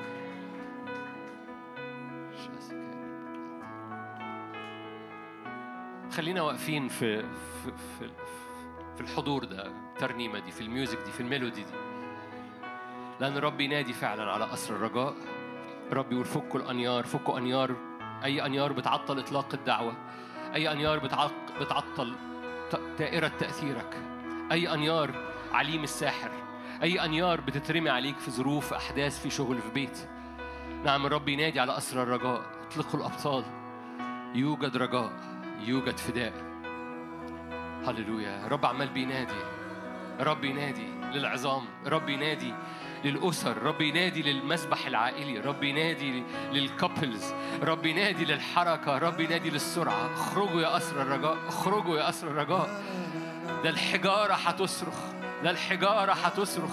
Speaker 3: خلينا واقفين في في في في الحضور ده، الترنيمة دي، في الميوزك دي، في الميلودي دي، لأن الرب ينادي فعلا على أسر الرجاء. الرب يقول فكوا الأنيار، فكوا أنيار، أي أنيار بتعطل إطلاق الدعوة، أي أنيار بتعطل دائرة تأثيرك، أي أنيار عليم الساحر، أي أنيار بتترمي عليك في ظروف، أحداث، في شغل، في بيت. نعم الرب ينادي على أسر الرجاء. اطلقوا الأبطال، يوجد رجاء، يوجد فداء. هللويا. رب عمال بينادي، رب ينادي للعظام، رب ينادي للأسر، رب ينادي للمسبح العائلي، رب ينادي للكابلز، رب ينادي للحركة، رب ينادي للسرعة. اخرجوا يا أسر الرجاء، اخرجوا يا أسر الرجاء. ده الحجارة هتصرخ، ده الحجارة هتصرخ.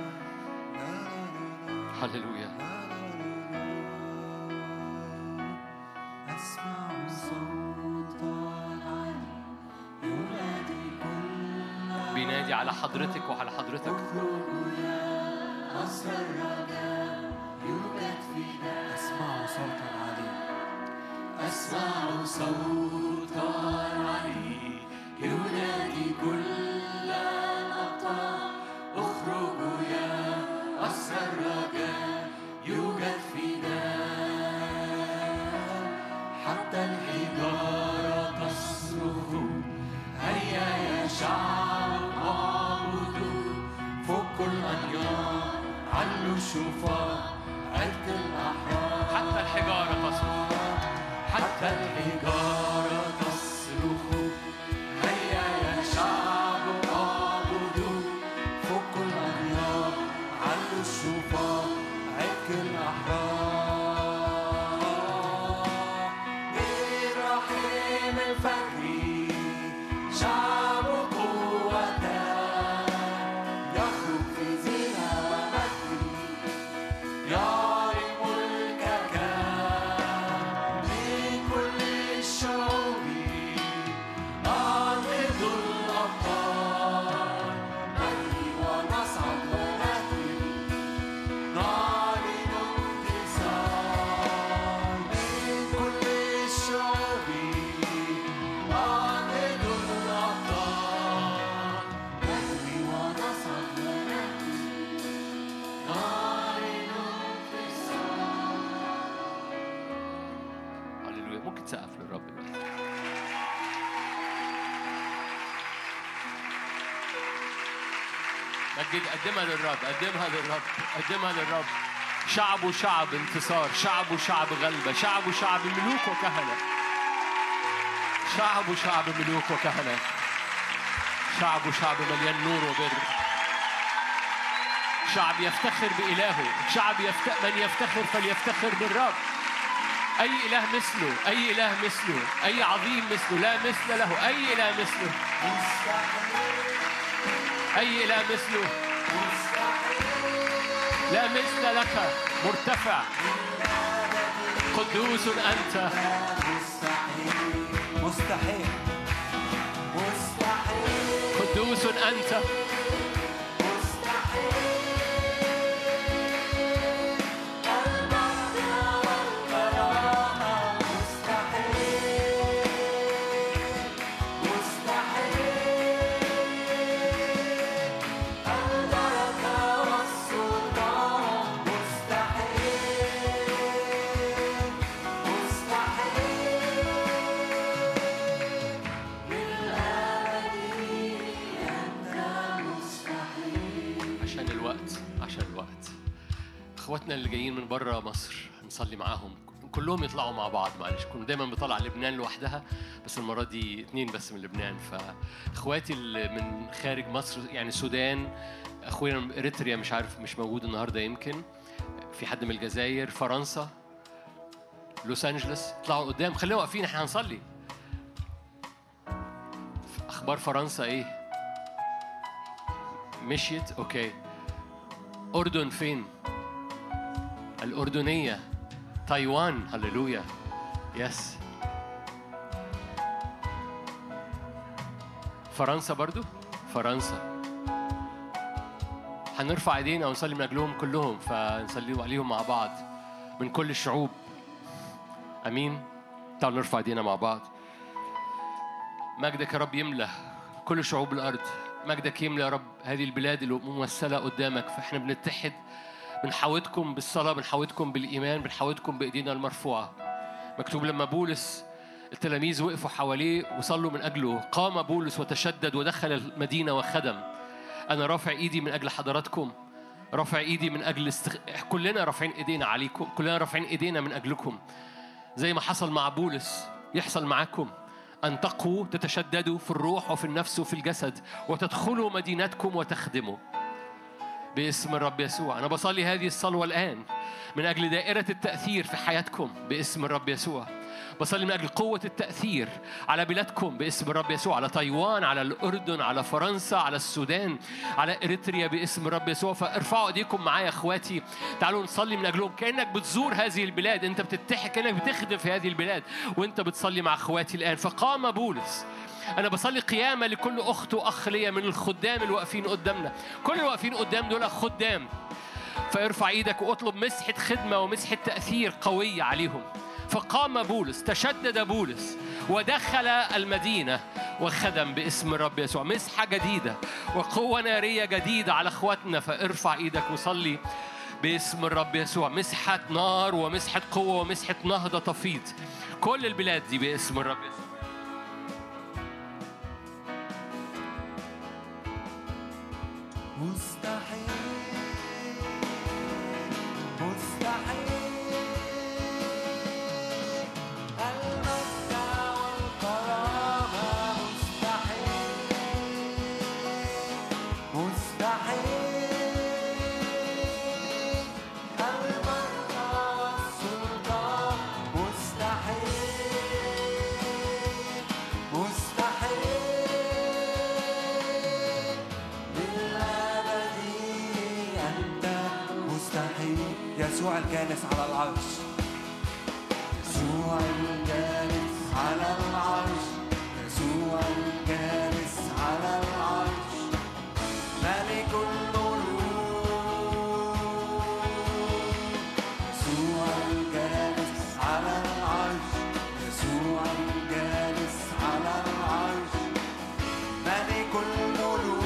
Speaker 3: هللويا. بينادي على حضرتك وعلى حضرتك.
Speaker 2: أسمعوا صوت العلي،
Speaker 3: أسمعوا صوت العلي ينادي كل الأبطال. اخرجوا يا أسر الرجاء يوجد فداء. حتى الحجارة تصرخ هيا يا شعب اعبدوا. فكوا الأنيار علوا الشوفان عد الأحرار. حتى الحجارة تصرخ، حتى الحجارة تصرخ هيا يا شعب اعبدوا. فكوا الأنيار علوا الشوفان عد الأحرار. بالرحيم الفجري شعب قوته يخرج في زينة ومجد يعلن ملكك من كل الشعوب. نعرض الأبطال نجري ونصعد ونهدي نعلن انتصار من كل الشعوب. نعرض الأبطال نجري ونصعد ونهدي نعلن انتصار. هللويا. ممكن تسقف للرب دلوقتي. مجد، قدمها للرب، قدمها للرب، قدمها للرب. شعب وشعب انتصار، شعب وشعب غلبة، شعب وشعب ملوك وكهنة، شعب وشعب ملوك وكهنة، شعب وشعب مليان نور وبر، شعب يفتخر بإلهه، شعب يفتخر، من يفتخر فليفتخر بالرب. أي إله مثله، أي إله مثله، أي عظيم مثله، لا مثل له. أي إله مثله، أي إله مثله، لا مثل لك. مرتفع قدوس أنت.
Speaker 2: مستحيل
Speaker 3: قدوس أنت. اخواتنا اللي جايين من بره مصر هنصلي معاهم، كلهم يطلعوا مع بعض. معلش كنا دايما بطلع لبنان لوحدها، بس المره دي اتنين بس من لبنان. فاخواتي اللي من خارج مصر يعني السودان، اخويا من اريتريا مش عارف مش موجود النهارده، يمكن في حد من الجزائر، فرنسا، لوس انجلوس، اطلعوا قدام خلينا واقفين احنا هنصلي. اخبار فرنسا ايه؟ مشيت؟ اوكي. اردن فين؟ الاردنيه، تايوان، هللويا، يس. فرنسا برضو، فرنسا هنرفع ايدينا ونصلي من اجلهم كلهم، فنصلي عليهم مع بعض من كل الشعوب. امين. تعالوا نرفع ايدينا مع بعض. مجدك يا رب يملى كل شعوب الارض، مجدك يملى يا رب هذه البلاد اللي ممثله قدامك. فاحنا بنتحد، بنحاوطكم بالصلاه، بنحاوطكم بالايمان، بنحاوطكم بايدينا المرفوعه. مكتوب لما بولس التلاميذ وقفوا حواليه وصلوا من اجله، قام بولس وتشدد ودخل المدينه وخدم. انا رافع ايدي من اجل حضراتكم، رافع ايدي من اجل استخ... كلنا رافعين ايدينا عليكم، كلنا رافعين ايدينا من اجلكم. زي ما حصل مع بولس يحصل معاكم، أن تقووا تتشددوا في الروح وفي النفس وفي الجسد وتدخلوا مدينتكم وتخدموا باسم الرب يسوع. أنا بصلي هذه الصلوة الآن من أجل دائرة التأثير في حياتكم باسم الرب يسوع. بصلي من أجل قوة التأثير على بلادكم باسم الرب يسوع، على تايوان، على الأردن، على فرنسا، على السودان، على إريتريا باسم الرب يسوع. فارفعوا ايديكم معايا يا اخواتي، تعالوا نصلي من أجلهم كأنك بتزور هذه البلاد، أنت بتتحد كأنك بتخدم في هذه البلاد وأنت بتصلي مع اخواتي الآن. فقام بولس. أنا بصلي قيامة لكل أخت وأخ ليا من الخدام اللي واقفين قدامنا، كل اللي واقفين قدام دول خدام. فارفع ايدك واطلب مسحة خدمة ومسحة تأثير قوية عليهم. فقام بولس، تشدد بولس ودخل المدينة وخدم باسم الرب يسوع. مسحة جديدة وقوة نارية جديدة على اخواتنا. فارفع ايدك وصلي باسم الرب يسوع. مسحة نار ومسحة قوة ومسحة نهضة تفيض كل البلاد دي باسم الرب يسوع.
Speaker 2: مستحيل مستحيل المجد والكرامة، مستحيل مستحيل المجد والسلطان، مستحيل مستحيل للأبد أنت مستحيل. يسوع الجالس على العرش، يسوع الجالس على العرش، يسوع الجالس على العرش، ملك الملوك. يسوع الجالس على العرش، يسوع الجالس على العرش، ملك الملوك.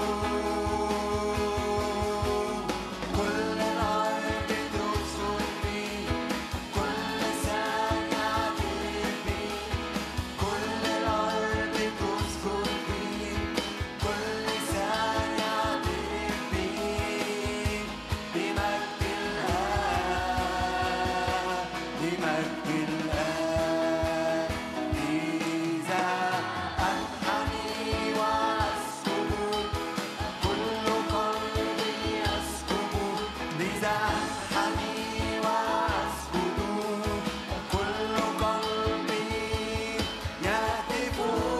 Speaker 2: كل الأرض تسجد فيه، كل ثانية تعترف بيه، كل الأرض تسجد فيه، كل ثانية تعترف بيه. بمجد الآب، بمجد الآب، إذا أنحني وأسجد كل قلبي يسكب، لذا أنحني وأسجد كل قلبي يهتف.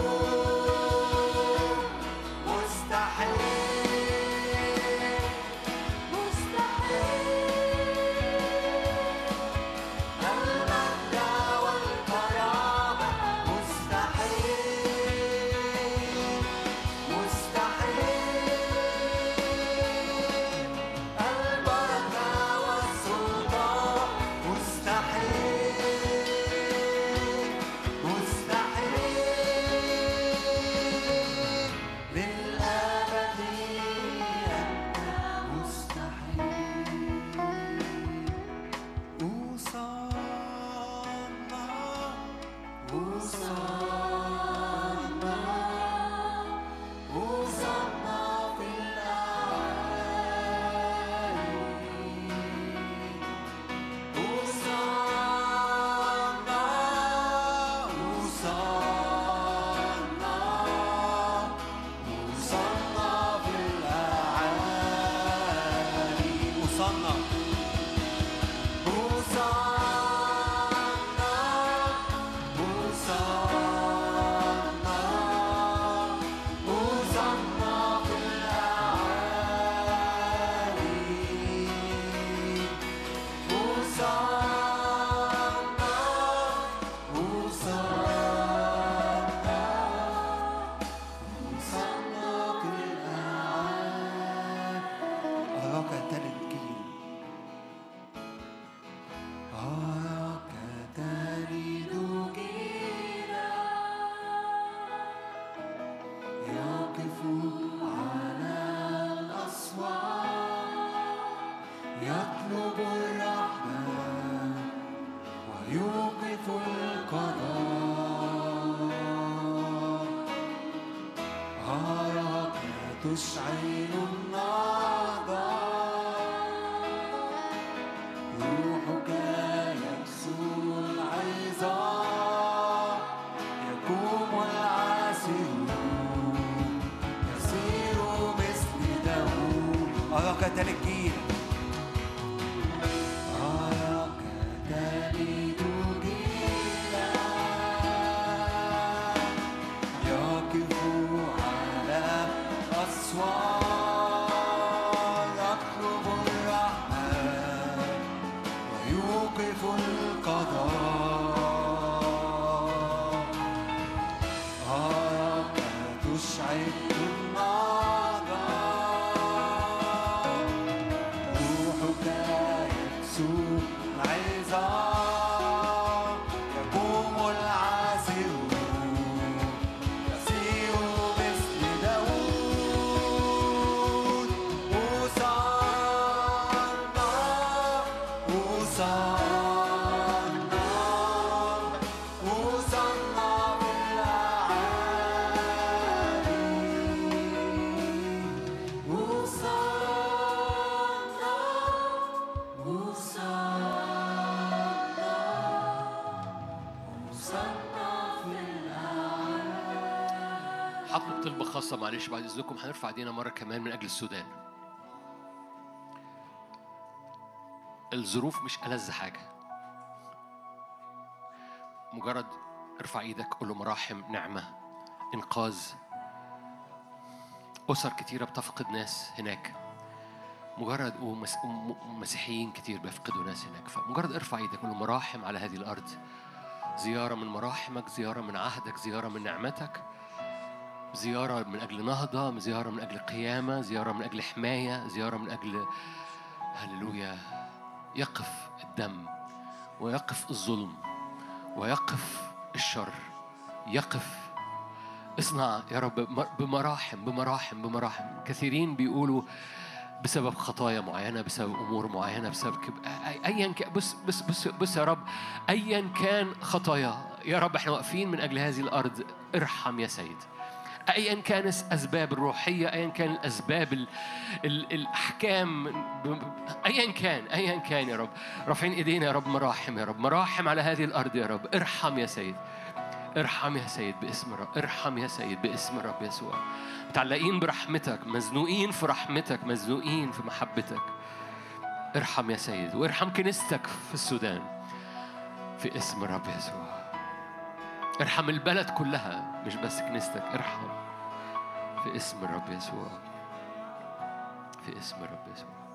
Speaker 2: مستحيل مستحيل المجد والكرامة، مستحيل مستحيل البركة والسلطان،
Speaker 3: معلش بعد إذنكم هنرفع ايدينا مرة كمان من أجل السودان. الظروف مش ألذ حاجة، مجرد ارفع ايدك قول له مراحم، نعمة، إنقاذ. أسر كتيرة بتفقد ناس هناك، مجرد ومسيحيين كتير بيفقدوا ناس هناك، فمجرد ارفع ايدك قول له مراحم على هذه الأرض. زيارة من مراحمك، زيارة من عهدك، زيارة من نعمتك، زيارة من أجل نهضة، زيارة من أجل قيامة، زيارة من أجل حماية، زيارة من أجل هللويا. يقف الدم ويقف الظلم ويقف الشر، يقف. اصنع يا رب بمراحم بمراحم بمراحم. كثيرين بيقولوا بسبب خطايا معينة، بسبب أمور معينة، بسبب كب... أيا كان. بص بص بص بص يا رب، أيا كان خطايا يا رب احنا واقفين من أجل هذه الأرض. ارحم يا سيد. أيا كان الأسباب الروحية، أيا كان الأسباب ال ال الأحكام، أيا كان أيا كان يا رب، رافعين إيدينا يا رب. مراحم يا رب، مراحم على هذه الأرض يا رب. ارحم يا سيد، ارحم يا سيد باسم الرب، ارحم يا سيد باسم الرب يسوع. متعلقين برحمتك، مزنوقين في رحمتك، مزنوقين في محبتك. ارحم يا سيد، وارحم كنيستك في السودان في اسم الرب يسوع. ارحم البلد كلها مش بس كنيستك، ارحم في اسم الرب يسوع، في اسم الرب يسوع.